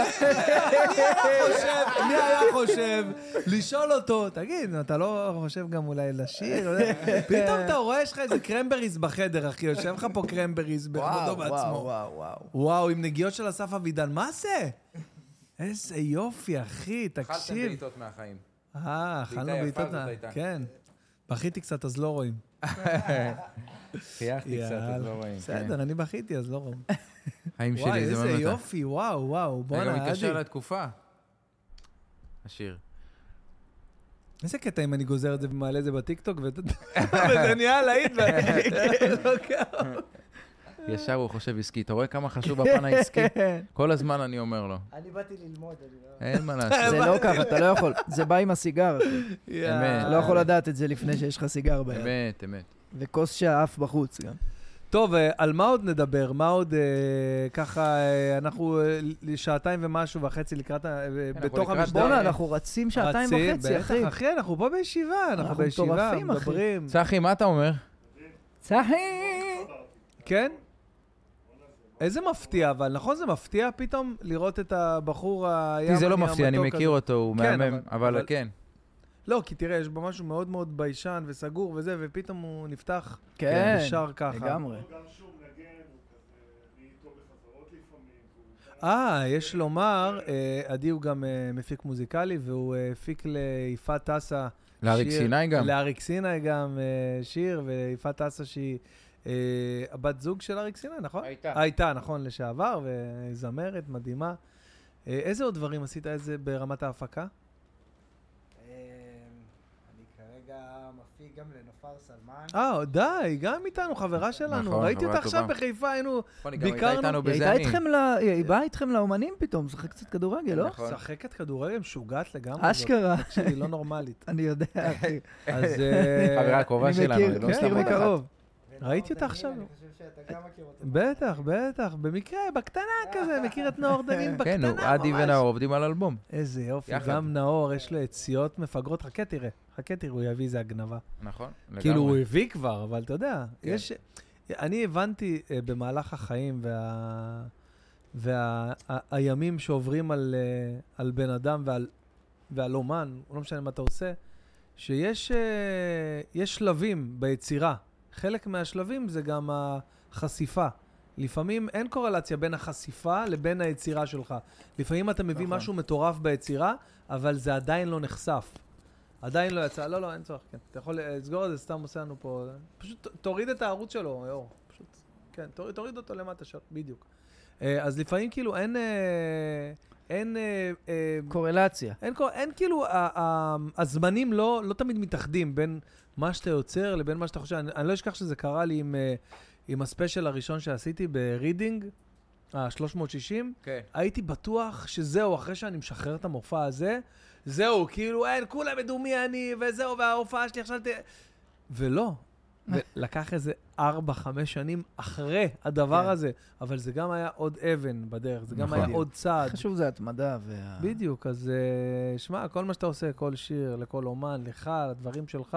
מי היה חושב לשאול אותו, תגיד, אתה לא חושב גם אולי לשיר? פתאום אתה רואה, יש לך איזה קרמבריז בחדר, אחי, יושב לך פה קרמבריז בכבודו בעצמו. וואו, וואו. וואו, עם נגיעות של אסף אבידן, מה זה? איזה יופי, אחי, אכלתם תקשיב. בעיטות מהחיים. אה, אכלנו בעיטה בעיטות יפה מה... זאת הייתה. כן. בכיתי קצת, אז לא רואים. חייכתי קצת, אז לא רואים. בסדר, אני בכיתי, אז לא רואים. חיים וואי, שלי, זה איזה ממש... יופי, וואו, וואו. זה בוא'נה, גם אדי. מתקשר לתקופה. השיר. איזה קטע אם אני גוזר את זה ומעלה את זה בטיקטוק, וזה נהיה להיט. ישר הוא חושב עסקי. אתה רואה כמה חשוב הפן העסקי? כל הזמן אני אומר לו. אני באתי ללמוד, אני לא... אין מה לעשות. זה לא ככה, אתה לא יכול. זה בא עם הסיגר, אחי. אמת. אתה לא יכול לדעת את זה לפני שיש לך סיגר ביד. אמת, אמת. וכוס שהאף בחוץ גם. טוב, על מה עוד נדבר? מה עוד ככה, אנחנו שעתיים ומשהו וחצי לקראת, בתוך המשדר. בוא'נה, אנחנו רצים שעתיים וחצי, אחי. בטח, אחי, אנחנו פה בישיבה, אנחנו בישיבה, מטורפים, אחי. מדברים. צחי, מה אתה אומר? צחי! כן? איזה מפתיע, אבל נכון זה מפתיע פתאום לראות את הבחור הים... אותי זה לא מפתיע, אני מכיר אותו, הוא כן, מהמם, אבל- אבל אבל- כן. לא, כי תראה, יש בו משהו מאוד מאוד ביישן וסגור וזה, ופתאום הוא נפתח כן, ושר ככה. לגמרי. גם שהוא מנגן, הוא כזה, אני איתו בחזרות לפעמים. והוא- אה, יש לומר, אה, עדי הוא גם אה, מפיק מוזיקלי, והוא אה, הפיק ליפעת טסה לאריק שיר- סיני גם. לאריק סיני גם אה, שיר, ויפעת טסה שהיא אה, הבת זוג של אריק סיני, נכון? הייתה. הייתה, נכון, לשעבר, וזמרת מדהימה. אה, איזה עוד דברים עשית איזה ברמת ההפקה? אני כרגע מפיק גם לנופר סלמן. אה, די, גם איתנו, חברה שלנו. נכון, ראיתי חברה אותה עכשיו טובה. בחיפה, היינו... נכון, היא גם הייתה ביקרנו- איתנו היא בזה הייתה אני. איתכם, ל- היא באה איתכם לאומנים פתאום, שחק קצת כדורגל, לא? נכון. משחקת כדורגל, משוגעת לגמרי. אשכרה. זאת. תקשיבי, לא נורמלית. אני יודע, אחי. אז... אה, חברה הקרובה אני שלנו, מכיר, היא לא כן, סתם מכיר אחת. מקרוב. ראיתי אותה עכשיו. אני חושב שאתה גם מכיר אותו. בטח, בטח, במקרה, בקטנה כזה, מכיר את נאור דנין כן, בקטנה נו, עדי ממש. ונאור עובדים על אלבום. איזה יופי, יחד. גם נאור, יש לו יציאות מפגרות. חכה תראה, חכה תראה, הוא יביא איזה הגנבה. נכון, לגמרי. כאילו, הוא הביא כבר, אבל אתה יודע, כן. יש... אני הבנתי אה, במהלך החיים וה... והימים שעוברים על, אה, על בן אדם ועל, ועל אומן, לא משנה מה אתה עושה, שיש אה, יש שלבים ביצירה. חלק מהשלבים זה גם החשיפה. לפעמים אין קורלציה בין החשיפה לבין היצירה שלך. לפעמים אתה מביא נכון. משהו מטורף ביצירה, אבל זה עדיין לא נחשף. עדיין לא יצא, לא, לא, אין צורך, כן. אתה יכול לסגור את זה, סתם עושה לנו פה, פשוט תוריד את הערוץ שלו, אור, פשוט, כן, תוריד, תוריד אותו למטה שם, בדיוק. אה, אז לפעמים כאילו אין, אה, אין, אה, אה, קורלציה. אין, קור- אין כאילו, ה- ה- הזמנים לא, לא תמיד מתאחדים בין מה שאתה יוצר לבין מה שאתה חושב. אני, אני לא אשכח שזה קרה לי עם, אה, עם הספיישל הראשון שעשיתי ברידינג, ה-שלוש מאות שישים, כן. הייתי בטוח שזהו, אחרי שאני משחרר את המופע הזה, זהו, כאילו, אין, כולם ידעו מי אני, וזהו, וההופעה שלי עכשיו... ת- ולא. ולקח איזה ארבע, חמש שנים אחרי הדבר כן. הזה, אבל זה גם היה עוד אבן בדרך, זה גם נכון. היה עוד צעד. חשוב זה התמדה וה... בדיוק, אז uh, שמע, כל מה שאתה עושה, כל שיר, לכל אומן, לך, לדברים שלך,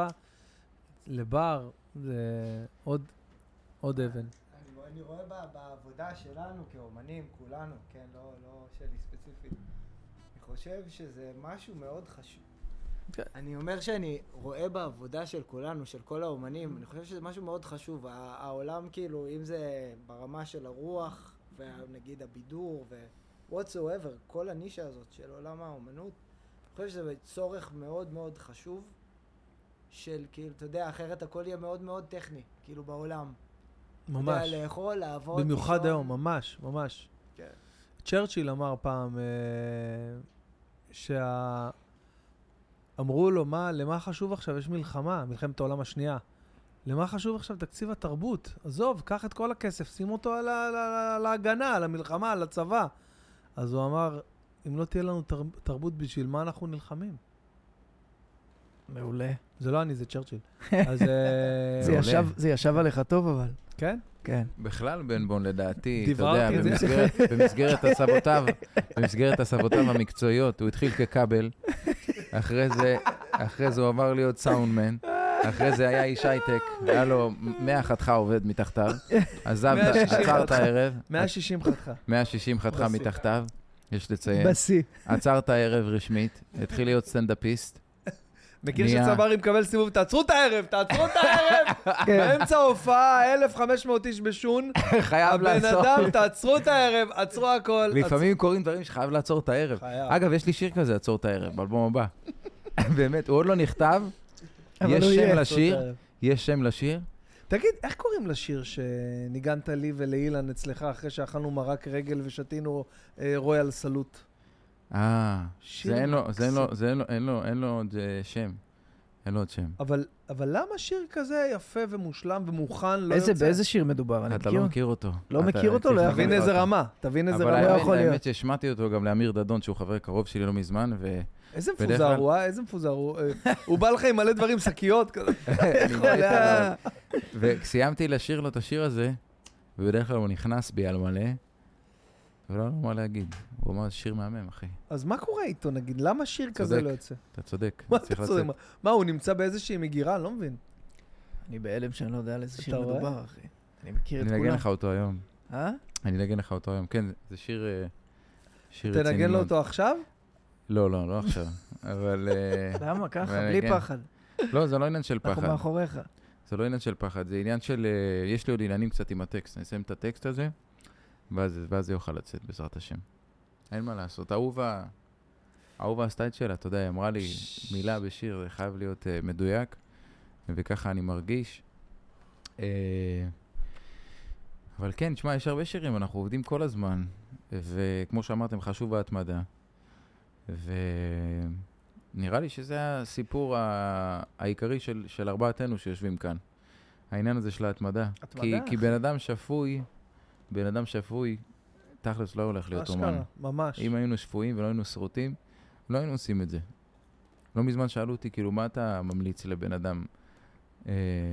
לבר, זה עוד, עוד אבן. אני, אני רואה ב- בעבודה שלנו כאומנים, כולנו, כן, לא, לא שלי ספציפית. אני חושב שזה משהו מאוד חשוב. כן. אני אומר שאני רואה בעבודה של כולנו, של כל האומנים, אני חושב שזה משהו מאוד חשוב. הע- העולם כאילו, אם זה ברמה של הרוח, ונגיד הבידור, ו-whatsoever, כל הנישה הזאת של עולם האומנות, אני חושב שזה צורך מאוד מאוד חשוב, של כאילו, אתה יודע, אחרת הכל יהיה מאוד מאוד טכני, כאילו בעולם. ממש. אתה יודע, לאכול, לעבוד, במיוחד לישון. היום, ממש, ממש. כן. צ'רצ'יל אמר פעם, אה, שה... אמרו לו, מה, למה חשוב עכשיו? יש מלחמה, מלחמת העולם השנייה. למה חשוב עכשיו תקציב התרבות? עזוב, קח את כל הכסף, שים אותו על, ה- על, ה- על ההגנה, על המלחמה, על הצבא. אז הוא אמר, אם לא תהיה לנו תר, תרבות, בשביל מה אנחנו נלחמים? מעולה. זה לא אני, זה צ'רצ'יל. אז... אה, זה עולה. ישב- זה ישב עליך טוב, אבל. כן? כן. בכלל בן בון לדעתי, אתה דיברתי יודע, את זה. במסגרת, במסגרת הסבותיו, במסגרת הסבותיו המקצועיות, הוא התחיל ככבל, אחרי זה, אחרי זה הוא עבר להיות סאונדמן, אחרי זה היה איש הייטק, היה לו מאה חתיכה עובד מתחתיו, עזב, מאה שישים עצר את חתיכה. הערב, מאה שישים חתיכה. מאה שישים חתיכה בשיא. מתחתיו, יש לציין, בשיא. עצר את הערב רשמית, התחיל להיות סטנדאפיסט, מכיר נהיה- שצברי מקבל סיבוב, תעצרו את הערב, תעצרו את הערב! באמצע ההופעה, אלף וחמש מאות איש בשון, חייב הבן לעצור. אדם, תעצרו את הערב, עצרו הכל. לפעמים קורים דברים שחייב לעצור את הערב. חייב. אגב, יש לי שיר כזה, לעצור את הערב, באלבום הבא. באמת, הוא עוד לא נכתב, אבל יש הוא שם יהיה. לשיר, יש שם לשיר. תגיד, איך קוראים לשיר שניגנת לי ולאילן אצלך אחרי שאכלנו מרק רגל ושתינו אה, רויאל סלוט? אה, שיר זה אין לו, זה אין לו, מקסים. זה אין לו, אין לו, אין לו עוד אה, שם. אין לו עוד שם. אבל, אבל למה שיר כזה יפה ומושלם ומוכן לא איזה, יוצא? באיזה שיר מדובר? אני אתה מכיר? לא מכיר אותו. לא אתה- מכיר אותו? צריך לא יכול תבין להבין איזה אותו. רמה, תבין איזה אבל רמה. לא האמת- יכול להיות. האמת שהשמעתי אותו גם לאמיר דדון, שהוא חבר קרוב שלי לא מזמן, ו... איזה בדרך מפוזר כלל- הוא, אה? איזה מפוזר הוא. אה, הוא בא לך עם מלא דברים, שקיות כזה. אני מת עליה. עליו. וכסיימתי לשיר לו את השיר הזה, ובדרך כלל הוא נכנס בי על מלא, ולא היה לו מה להגיד. הוא אמר, שיר מהמם, אחי. אז מה קורה איתו, נגיד? למה שיר כזה צודק. לא יוצא? אתה צודק. מה צריך אתה צודק? לצאת. מה, הוא נמצא באיזושהי מגירה? אני לא מבין. אני בהלם שאני לא יודע על איזה אתה שיר רואה? מדובר, אחי. אני מכיר את אני אנגן כולם. לך אותו היום. אה? אני אנגן לך אותו היום. כן, זה שיר... אה, שיר רציני תנגן לו מאוד. אותו עכשיו? לא, לא, לא עכשיו. אבל... אה, למה? ככה, ואני בלי אנגן. פחד. לא, זה לא עניין של אנחנו פחד. מאחוריך. זה לא עניין של פחד, זה עניין של... אה, יש לי עוד עניינים קצת עם הטקסט. אני אסיים את הטקסט הזה, ואז ואז זה יוכל לצאת, בעזרת השם. אין מה לעשות. אהובה... אהובה עשתה את שלה, אתה יודע, היא אמרה לי מילה בשיר, זה חייב להיות אה, מדויק, וככה אני מרגיש. אה, אבל כן, תשמע, יש הרבה שירים, אנחנו עובדים כל הזמן, וכמו שאמרתם, חשוב ההתמדה. ונראה לי שזה הסיפור ה... העיקרי של, של ארבעתנו שיושבים כאן. העניין הזה של ההתמדה. התמדה, כי, אחי. כי בן אדם שפוי, בן אדם שפוי, תכלס לא הולך להיות אומן. אשכרה, ממש. אם היינו שפויים ולא היינו שרוטים, לא היינו עושים את זה. לא מזמן שאלו אותי, כאילו, מה אתה ממליץ לבן אדם, אה,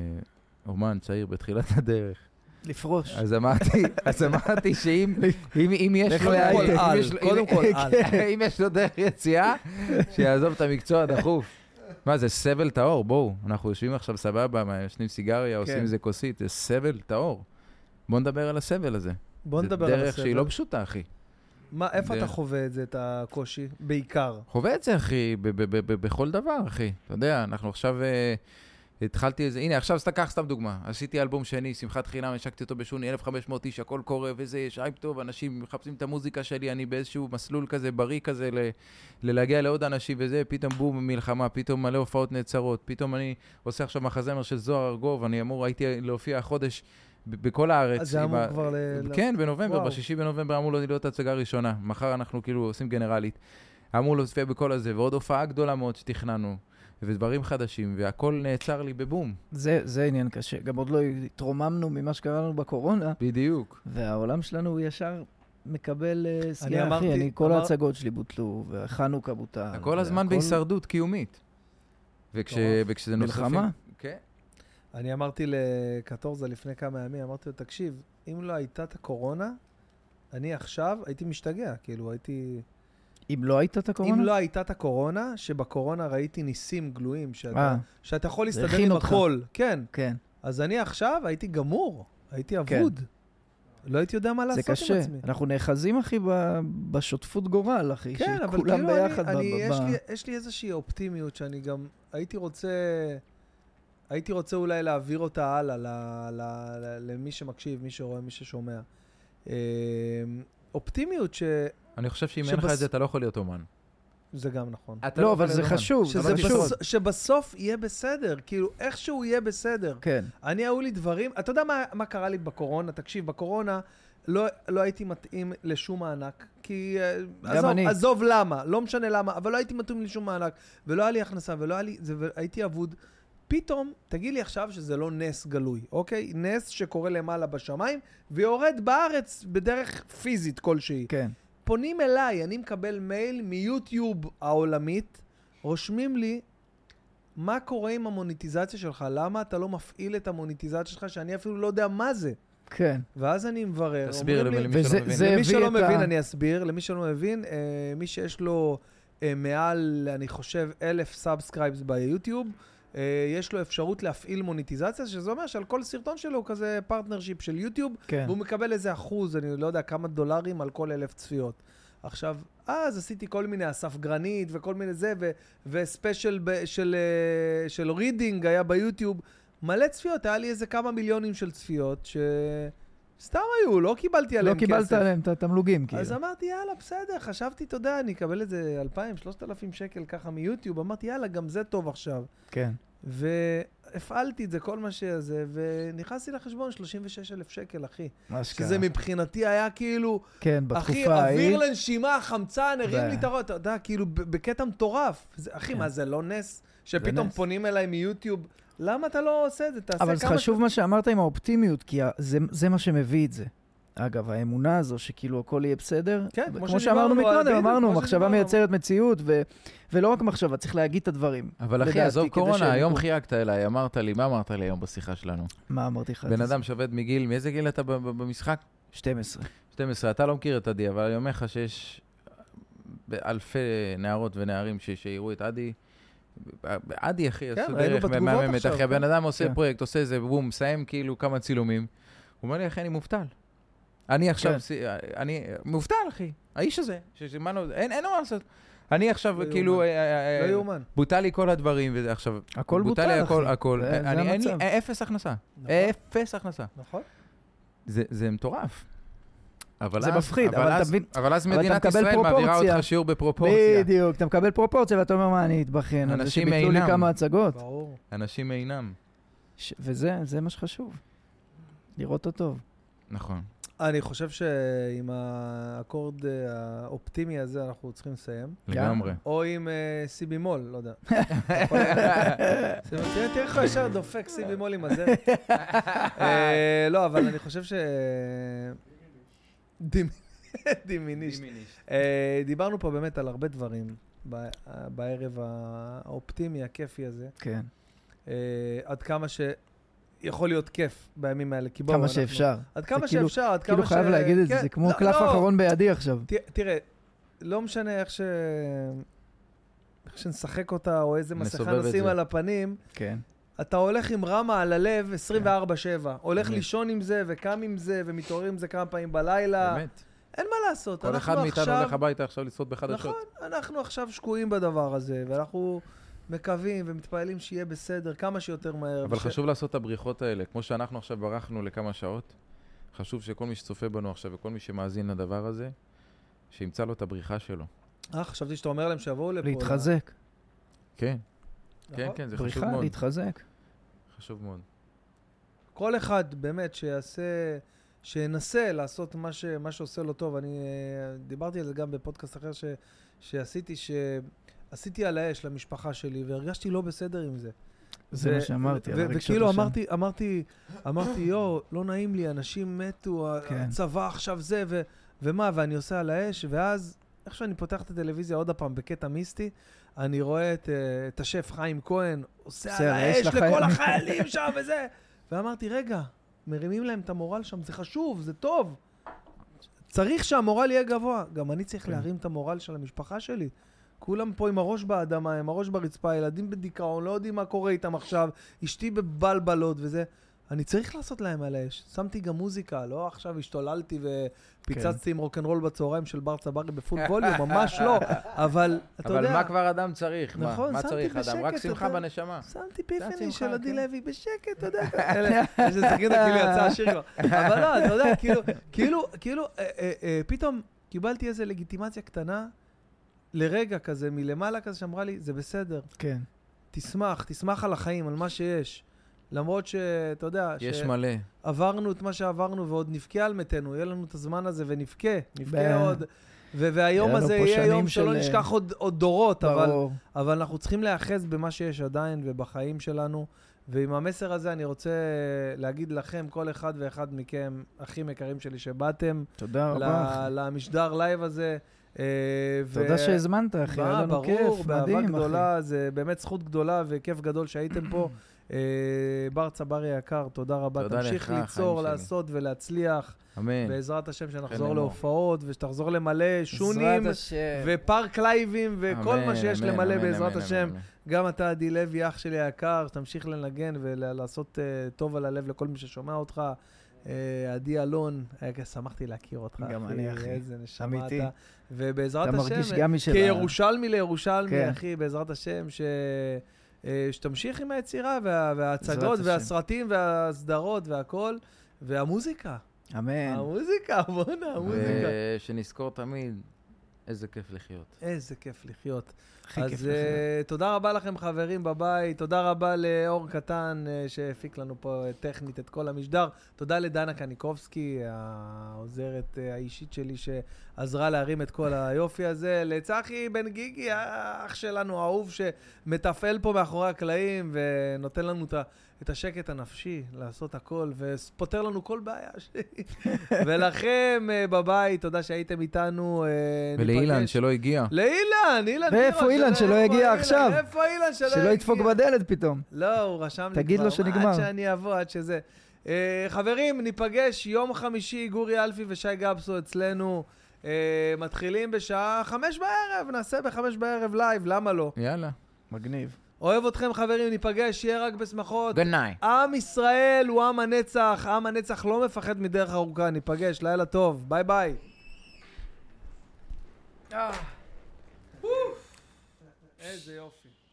אומן צעיר בתחילת הדרך? לפרוש. אז אמרתי, אז אמרתי שאם אם, אם יש לו... קודם כל אם על, יש לו- קודם אם- כל על. אם יש לו דרך יציאה, שיעזוב את המקצוע דחוף. מה, זה סבל טהור, בואו. אנחנו יושבים עכשיו סבבה, ישנים סיגריה, עושים איזה כוסית, זה סבל טהור. בואו נדבר על הסבל הזה. בוא נדבר על זה דרך הסבל. שהיא לא פשוטה, אחי. מה, איפה אתה דרך. חווה את זה, את הקושי? בעיקר. חווה את זה, אחי, ב- ב- ב- ב- בכל דבר, אחי. אתה יודע, אנחנו עכשיו... אה, התחלתי איזה... הנה, עכשיו סתקח סתם דוגמה. עשיתי אלבום שני, שמחת חינם, השקתי אותו בשוני, אלף וחמש מאות איש, הכל קורה וזה, יש אייפ טוב, אנשים מחפשים את המוזיקה שלי, אני באיזשהו מסלול כזה בריא כזה ל- ללהגיע לעוד אנשים וזה, פתאום בום מלחמה, פתאום מלא הופעות נעצרות, פתאום אני עושה עכשיו מחזמר של זוהר ארגוב, אני אמור, הייתי להופיע החודש ב- בכל הארץ. אז זה עם אמור ה- כבר ל... כן, בנובמבר, וואו. בשישי בנובמבר אמור להיות הצגה ראשונה. מחר אנחנו כאילו עושים גנרלית. אמור להופיע בכל הזה, ועוד הופעה גדולה מאוד שתכננו, ודברים חדשים, והכל נעצר לי בבום. זה, זה עניין קשה. גם עוד לא התרוממנו ממה שקרה לנו בקורונה, בדיוק. והעולם שלנו הוא ישר מקבל אה, סליחה, אמרתי- אחי, אני, כל אמר- ההצגות שלי בוטלו, וחנוכה בוטל. כל הזמן והכל- בהישרדות קיומית. וכש- מטורף. וכשזה נוספים... מלחמה? כן. אני אמרתי לקטורזה לפני כמה ימים, אמרתי לו, תקשיב, אם לא הייתה את הקורונה, אני עכשיו הייתי משתגע, כאילו הייתי... אם לא הייתה את הקורונה? אם לא הייתה את הקורונה, שבקורונה ראיתי ניסים גלויים, שאתה, אה, שאתה יכול זה להסתדר הכין עם אותך. הכל. כן. כן. אז אני עכשיו הייתי גמור, הייתי כן. אבוד. לא הייתי יודע מה זה לעשות עם קשה. עצמי. אנחנו נאחזים, אחי, ב- בשותפות גורל, אחי. כן, אבל שכולם כאילו ביחד. אני, ב- אני, ב- יש, ב- לי, יש לי איזושהי אופטימיות שאני גם הייתי רוצה, הייתי רוצה אולי להעביר אותה הלאה ל, ל, ל, למי שמקשיב, מי שרואה, מי ששומע. אה, אופטימיות שזה אני חושב שאם אין לך שבס- את זה, אתה לא יכול להיות אומן. גם נכון. אתה לא, יכול אבל להיות זה אומן. חשוב. שזה זה חשוב. בס, שבסוף יהיה בסדר, כאילו איכשהו יהיה בסדר. כן. אני, היו לי דברים, אתה יודע מה, מה קרה לי בקורונה? תקשיב, בקורונה לא, לא הייתי מתאים לשום מענק, כי אה, גם עזוב, אני. עזוב למה, לא משנה למה, אבל לא הייתי מתאים לשום מענק, ולא היה לי הכנסה, ולא היה לי, זה, והייתי אבוד. פתאום, תגיד לי עכשיו שזה לא נס גלוי, אוקיי? נס שקורה למעלה בשמיים, ויורד בארץ בדרך פיזית כלשהי. כן. פונים אליי, אני מקבל מייל מיוטיוב העולמית, רושמים לי, מה קורה עם המוניטיזציה שלך? למה אתה לא מפעיל את המוניטיזציה שלך, שאני אפילו לא יודע מה זה? כן. ואז אני מברר. תסביר אומרים למי לי- שלא וזה- מבין. זה למי הביא שלא את מבין, ה- אני אסביר. למי שלא מבין, אה, מי שיש לו אה, מעל, אני חושב, אלף סאבסקרייבס ביוטיוב, יש לו אפשרות להפעיל מוניטיזציה, שזה אומר שעל כל סרטון שלו הוא כזה פרטנרשיפ של יוטיוב, כן. והוא מקבל איזה אחוז, אני לא יודע כמה דולרים על כל אלף צפיות. עכשיו, אז עשיתי כל מיני אסף גרנית וכל מיני זה, ו- וספיישל ב- של, uh, של רידינג היה ביוטיוב, מלא צפיות, היה לי איזה כמה מיליונים של צפיות, שסתם היו, לא קיבלתי עליהם לא כסף. קיבלת עליהם את התמלוגים, כאילו. אז אמרתי, יאללה, בסדר, חשבתי, אתה יודע, אני אקבל איזה אלפיים, שלושת אלפים שקל ככה מיוטיוב, אמרתי, יאללה, גם זה טוב עכשיו. כן. והפעלתי את זה, כל מה שזה, ונכנסתי לחשבון שלושים ושש אלף שקל, אחי. מה שקרה. שזה מבחינתי היה כאילו, כן, אחי, בתקופה ההיא. אוויר לנשימה, חמצן, הרים ב- לי את הראש, אתה יודע, כאילו, ב- בקטע מטורף. זה- אחי, כן. מה, זה לא נס? שפתאום נס. פונים אליי מיוטיוב, למה אתה לא עושה את זה? תעשה אבל זה כמה חשוב ש- מה שאמרת עם האופטימיות, כי ה- זה, זה מה שמביא את זה. אגב, האמונה הזו שכאילו הכל יהיה בסדר, כן, כמו כמו שדיברנו, שאמרנו בדיוק, מקודם, אמרנו, כמו מחשבה שדיברנו. מייצרת מציאות, ו- ולא רק מחשבה, צריך להגיד את הדברים. אבל אחי, לדעתי, עזוב כדי קורונה, שהם היום יקרו. חייגת אליי, אמרת לי, מה אמרת לי היום בשיחה שלנו? מה אמרתי לך? בן אדם שעובד מגיל, מאיזה גיל אתה ב- ב- במשחק? שתים עשרה. שתים עשרה, אתה לא מכיר את עדי, אבל אני אומר לך שיש אלפי נערות ונערים ש- שיראו את עדי. עדי, אחי, כן, עשו ראינו דרך בתגובות מהממת, עכשיו, אחי, הבן כן. אדם עושה כן. פרויקט, עושה איזה בום, מסיים כאילו כמה צילומים. הוא אומר לי, אחי, אני מובטל. אני עכשיו, כן. סי- אני מובטל, אחי, האיש הזה, שזימנו, אין אין לו מה לעשות. אני עכשיו לא כאילו, יאומן. אה, לא אה, יאומן. בוטל לי כל הדברים, ועכשיו, הכל בוטל בוטל, לי הכל, אחי. הכל. זה- זה אני- אין לי המצב. אפס הכנסה. נכון. אפס הכנסה. נכון. זה זה מטורף. אבל זה אז- מפחיד, אבל אז- אתה מבין- אבל אז אבל אתה מדינת מקבל ישראל מעבירה פרופורציה. אותך שיעור בפרופורציה. בדיוק, אתה מקבל פרופורציה ואתה אומר מה, אני אתבחן על זה אנשים שביטלו לי אינם. כמה הצגות. ברור. אנשים אינם. ש- וזה, זה מה שחשוב. לראות אותו טוב. נכון. אני חושב שעם האקורד אה, האופטימי הזה אנחנו צריכים לסיים. לגמרי. או עם אה, סי בימול, לא יודע. תראה תראה איך הוא ישר דופק סי בימול עם הזה. אה, לא, אבל אני חושב ש... דימ- דימיניש. אה, דיברנו פה באמת על הרבה דברים ב- בערב האופטימי, הכיפי הזה. כן. אה, עד כמה שיכול להיות כיף בימים האלה. כי בואו, כמה אנחנו- שאפשר. עד כמה זה כאילו- שאפשר, עד כמה כאילו ש... חייב להגיד את זה, כן, זה כמו לא, קלף לא. האחרון בידי עכשיו. ת- תראה, לא משנה איך ש... איך שנשחק אותה, או איזה מסכה נסובב את נשים זה. על הפנים, כן. אתה הולך עם רמה על הלב עשרים וארבע שבע. הולך באמת. לישון עם זה, וקם עם זה, ומתעורר עם זה כמה פעמים בלילה. באמת. אין מה לעשות. כל אנחנו אחד מאיתנו עכשיו- הולך הביתה עכשיו לצפות בחדשות. נכון, אנחנו עכשיו שקועים בדבר הזה, ואנחנו מקווים ומתפעלים שיהיה בסדר כמה שיותר מהר. אבל וש- חשוב לעשות את הבריחות האלה. כמו שאנחנו עכשיו ברחנו לכמה שעות, חשוב שכל מי שצופה בנו עכשיו וכל מי שמאזין לדבר הזה, שימצא לו את הבריחה שלו. אה, חשבתי שאתה אומר להם שיבואו לפה. להתחזק. כן, כן, נכון. כן, זה חשוב בריחה, מאוד. להתחזק. חשוב מאוד. כל אחד באמת שיעשה, שינסה לעשות מה, ש, מה שעושה לו טוב. אני אה, דיברתי על זה גם בפודקאסט אחר ש, שעשיתי, שעשיתי על האש למשפחה שלי, והרגשתי לא בסדר עם זה. זה ו- מה שאמרתי, ו- על הרגשות וכאילו השם. אמרתי, אמרתי, אמרתי, יו, לא נעים לי, אנשים מתו, כן. הצבא עכשיו זה, ו- ומה, ואני עושה על האש, ואז, איך שאני פותח את הטלוויזיה עוד הפעם בקטע מיסטי, אני רואה את, אה, את השף חיים כהן, עושה עושה על על האש האש לחיילים. לכל החיילים שם וזה. ואמרתי, רגע, מרימים להם את המורל שם, זה חשוב, זה טוב. צריך שהמורל יהיה גבוה. גם אני צריך כן. להרים את המורל של המשפחה שלי. כולם פה עם הראש באדמה, עם הראש ברצפה, ילדים בדיכאון, לא יודעים מה קורה איתם עכשיו, אשתי בבלבלות וזה. אני צריך לעשות להם על האש. שמתי גם מוזיקה, לא עכשיו השתוללתי ופיצצתי עם רוקנרול בצהריים של בר צברי בפול ווליום, ממש לא. אבל אתה יודע... אבל מה כבר אדם צריך? מה- נכון, מה שמתי צריך אדם? רק בשקט, שמחה אתה- בנשמה. שמתי פיפני שמחה, של עדי כן. לוי בשקט, אתה יודע. אלה, יש איזה גידה כאילו יצא השיר כבר. אבל לא, אתה יודע, כאילו, כאילו, כאילו, אה, אה, אה, פתאום קיבלתי איזו לגיטימציה קטנה, לרגע כזה, מלמעלה כזה, שאמרה לי, זה בסדר, כן. תשמח, תשמח על החיים, על מה שיש. למרות שאתה יודע, יש מלא. שעברנו את מה שעברנו ועוד נבכה על מתנו, יהיה לנו את הזמן הזה ונבכה, נבכה ב- עוד. ו- והיום היה לנו הזה פה יהיה יום שנים שלא של- נשכח עוד, עוד דורות, אבל, ברור. אבל אנחנו צריכים להיאחז במה שיש עדיין ובחיים שלנו. ועם המסר הזה אני רוצה להגיד לכם, כל אחד ואחד מכם, אחים יקרים שלי, שבאתם תודה ל- רבה. למשדר לייב הזה. אה, ו- תודה שהזמנת, אחי. היה מה, לנו ברור, כיף, באהבה מדהים, אחי. גדולה, זה באמת זכות גדולה וכיף גדול שהייתם פה. אה, בר צברי יקר, תודה רבה. תודה תמשיך לך, ליצור, חיים שלי. לעשות ולהצליח. אמן. בעזרת השם שנחזור לאמור. להופעות, ושתחזור למלא שונים, בעזרת השם. ופארק לייבים, וכל אמן, מה שיש אמן, למלא אמן, בעזרת אמן, השם. אמן. גם אתה, עדי לוי, אח שלי היקר, שתמשיך לנגן ולעשות uh, טוב על הלב לכל מי ששומע אותך. Uh, עדי אלון, היה, שמחתי להכיר אותך. גם אני, אחי. איזה נשמה אמיתי. אתה. ובעזרת אתה השם, מרגיש גם משל... כירושלמי לירושלמי, כן. אחי, בעזרת השם, ש... אה, שתמשיך עם היצירה וה, וההצגות בעזרת השם. והסרטים והסדרות והכל, והמוזיקה. אמן. המוזיקה, בוא'נה, המוזיקה. ושנזכור תמיד איזה כיף לחיות. איזה כיף לחיות. הכי כיף אז לחיות. uh, תודה רבה לכם חברים בבית, תודה רבה לאור קטן uh, שהפיק לנו פה uh, טכנית את כל המשדר, תודה לדנה קניקובסקי, העוזרת uh, האישית שלי שעזרה להרים את כל היופי הזה, לצחי בן גיגי, האח שלנו האהוב שמתפעל פה מאחורי הקלעים ונותן לנו את ה... את השקט הנפשי, לעשות הכל, ופותר לנו כל בעיה שלי. ולכם uh, בבית, תודה שהייתם איתנו. Uh, ולאילן ניפגש. שלא הגיע. לאילן, אילן. ואיפה נירה, אילן שלא- שלא איפה יגיע אילן? עכשיו? איפה אילן שלא יגיע? שלא ידפוק בדלת פתאום. לא, הוא רשם לי כבר. תגיד לו שנגמר. עד שאני אבוא, עד שזה. Uh, חברים, ניפגש יום חמישי, גורי אלפי ושי גבסו אצלנו. Uh, מתחילים בשעה חמש בערב, נעשה בחמש בערב לייב, למה לא? יאללה. מגניב. אוהב אתכם חברים, ניפגש, יהיה רק בשמחות. Good night. עם ישראל הוא עם הנצח, עם הנצח לא מפחד מדרך ארוכה, ניפגש, לילה טוב, ביי ביי. איזה יופי.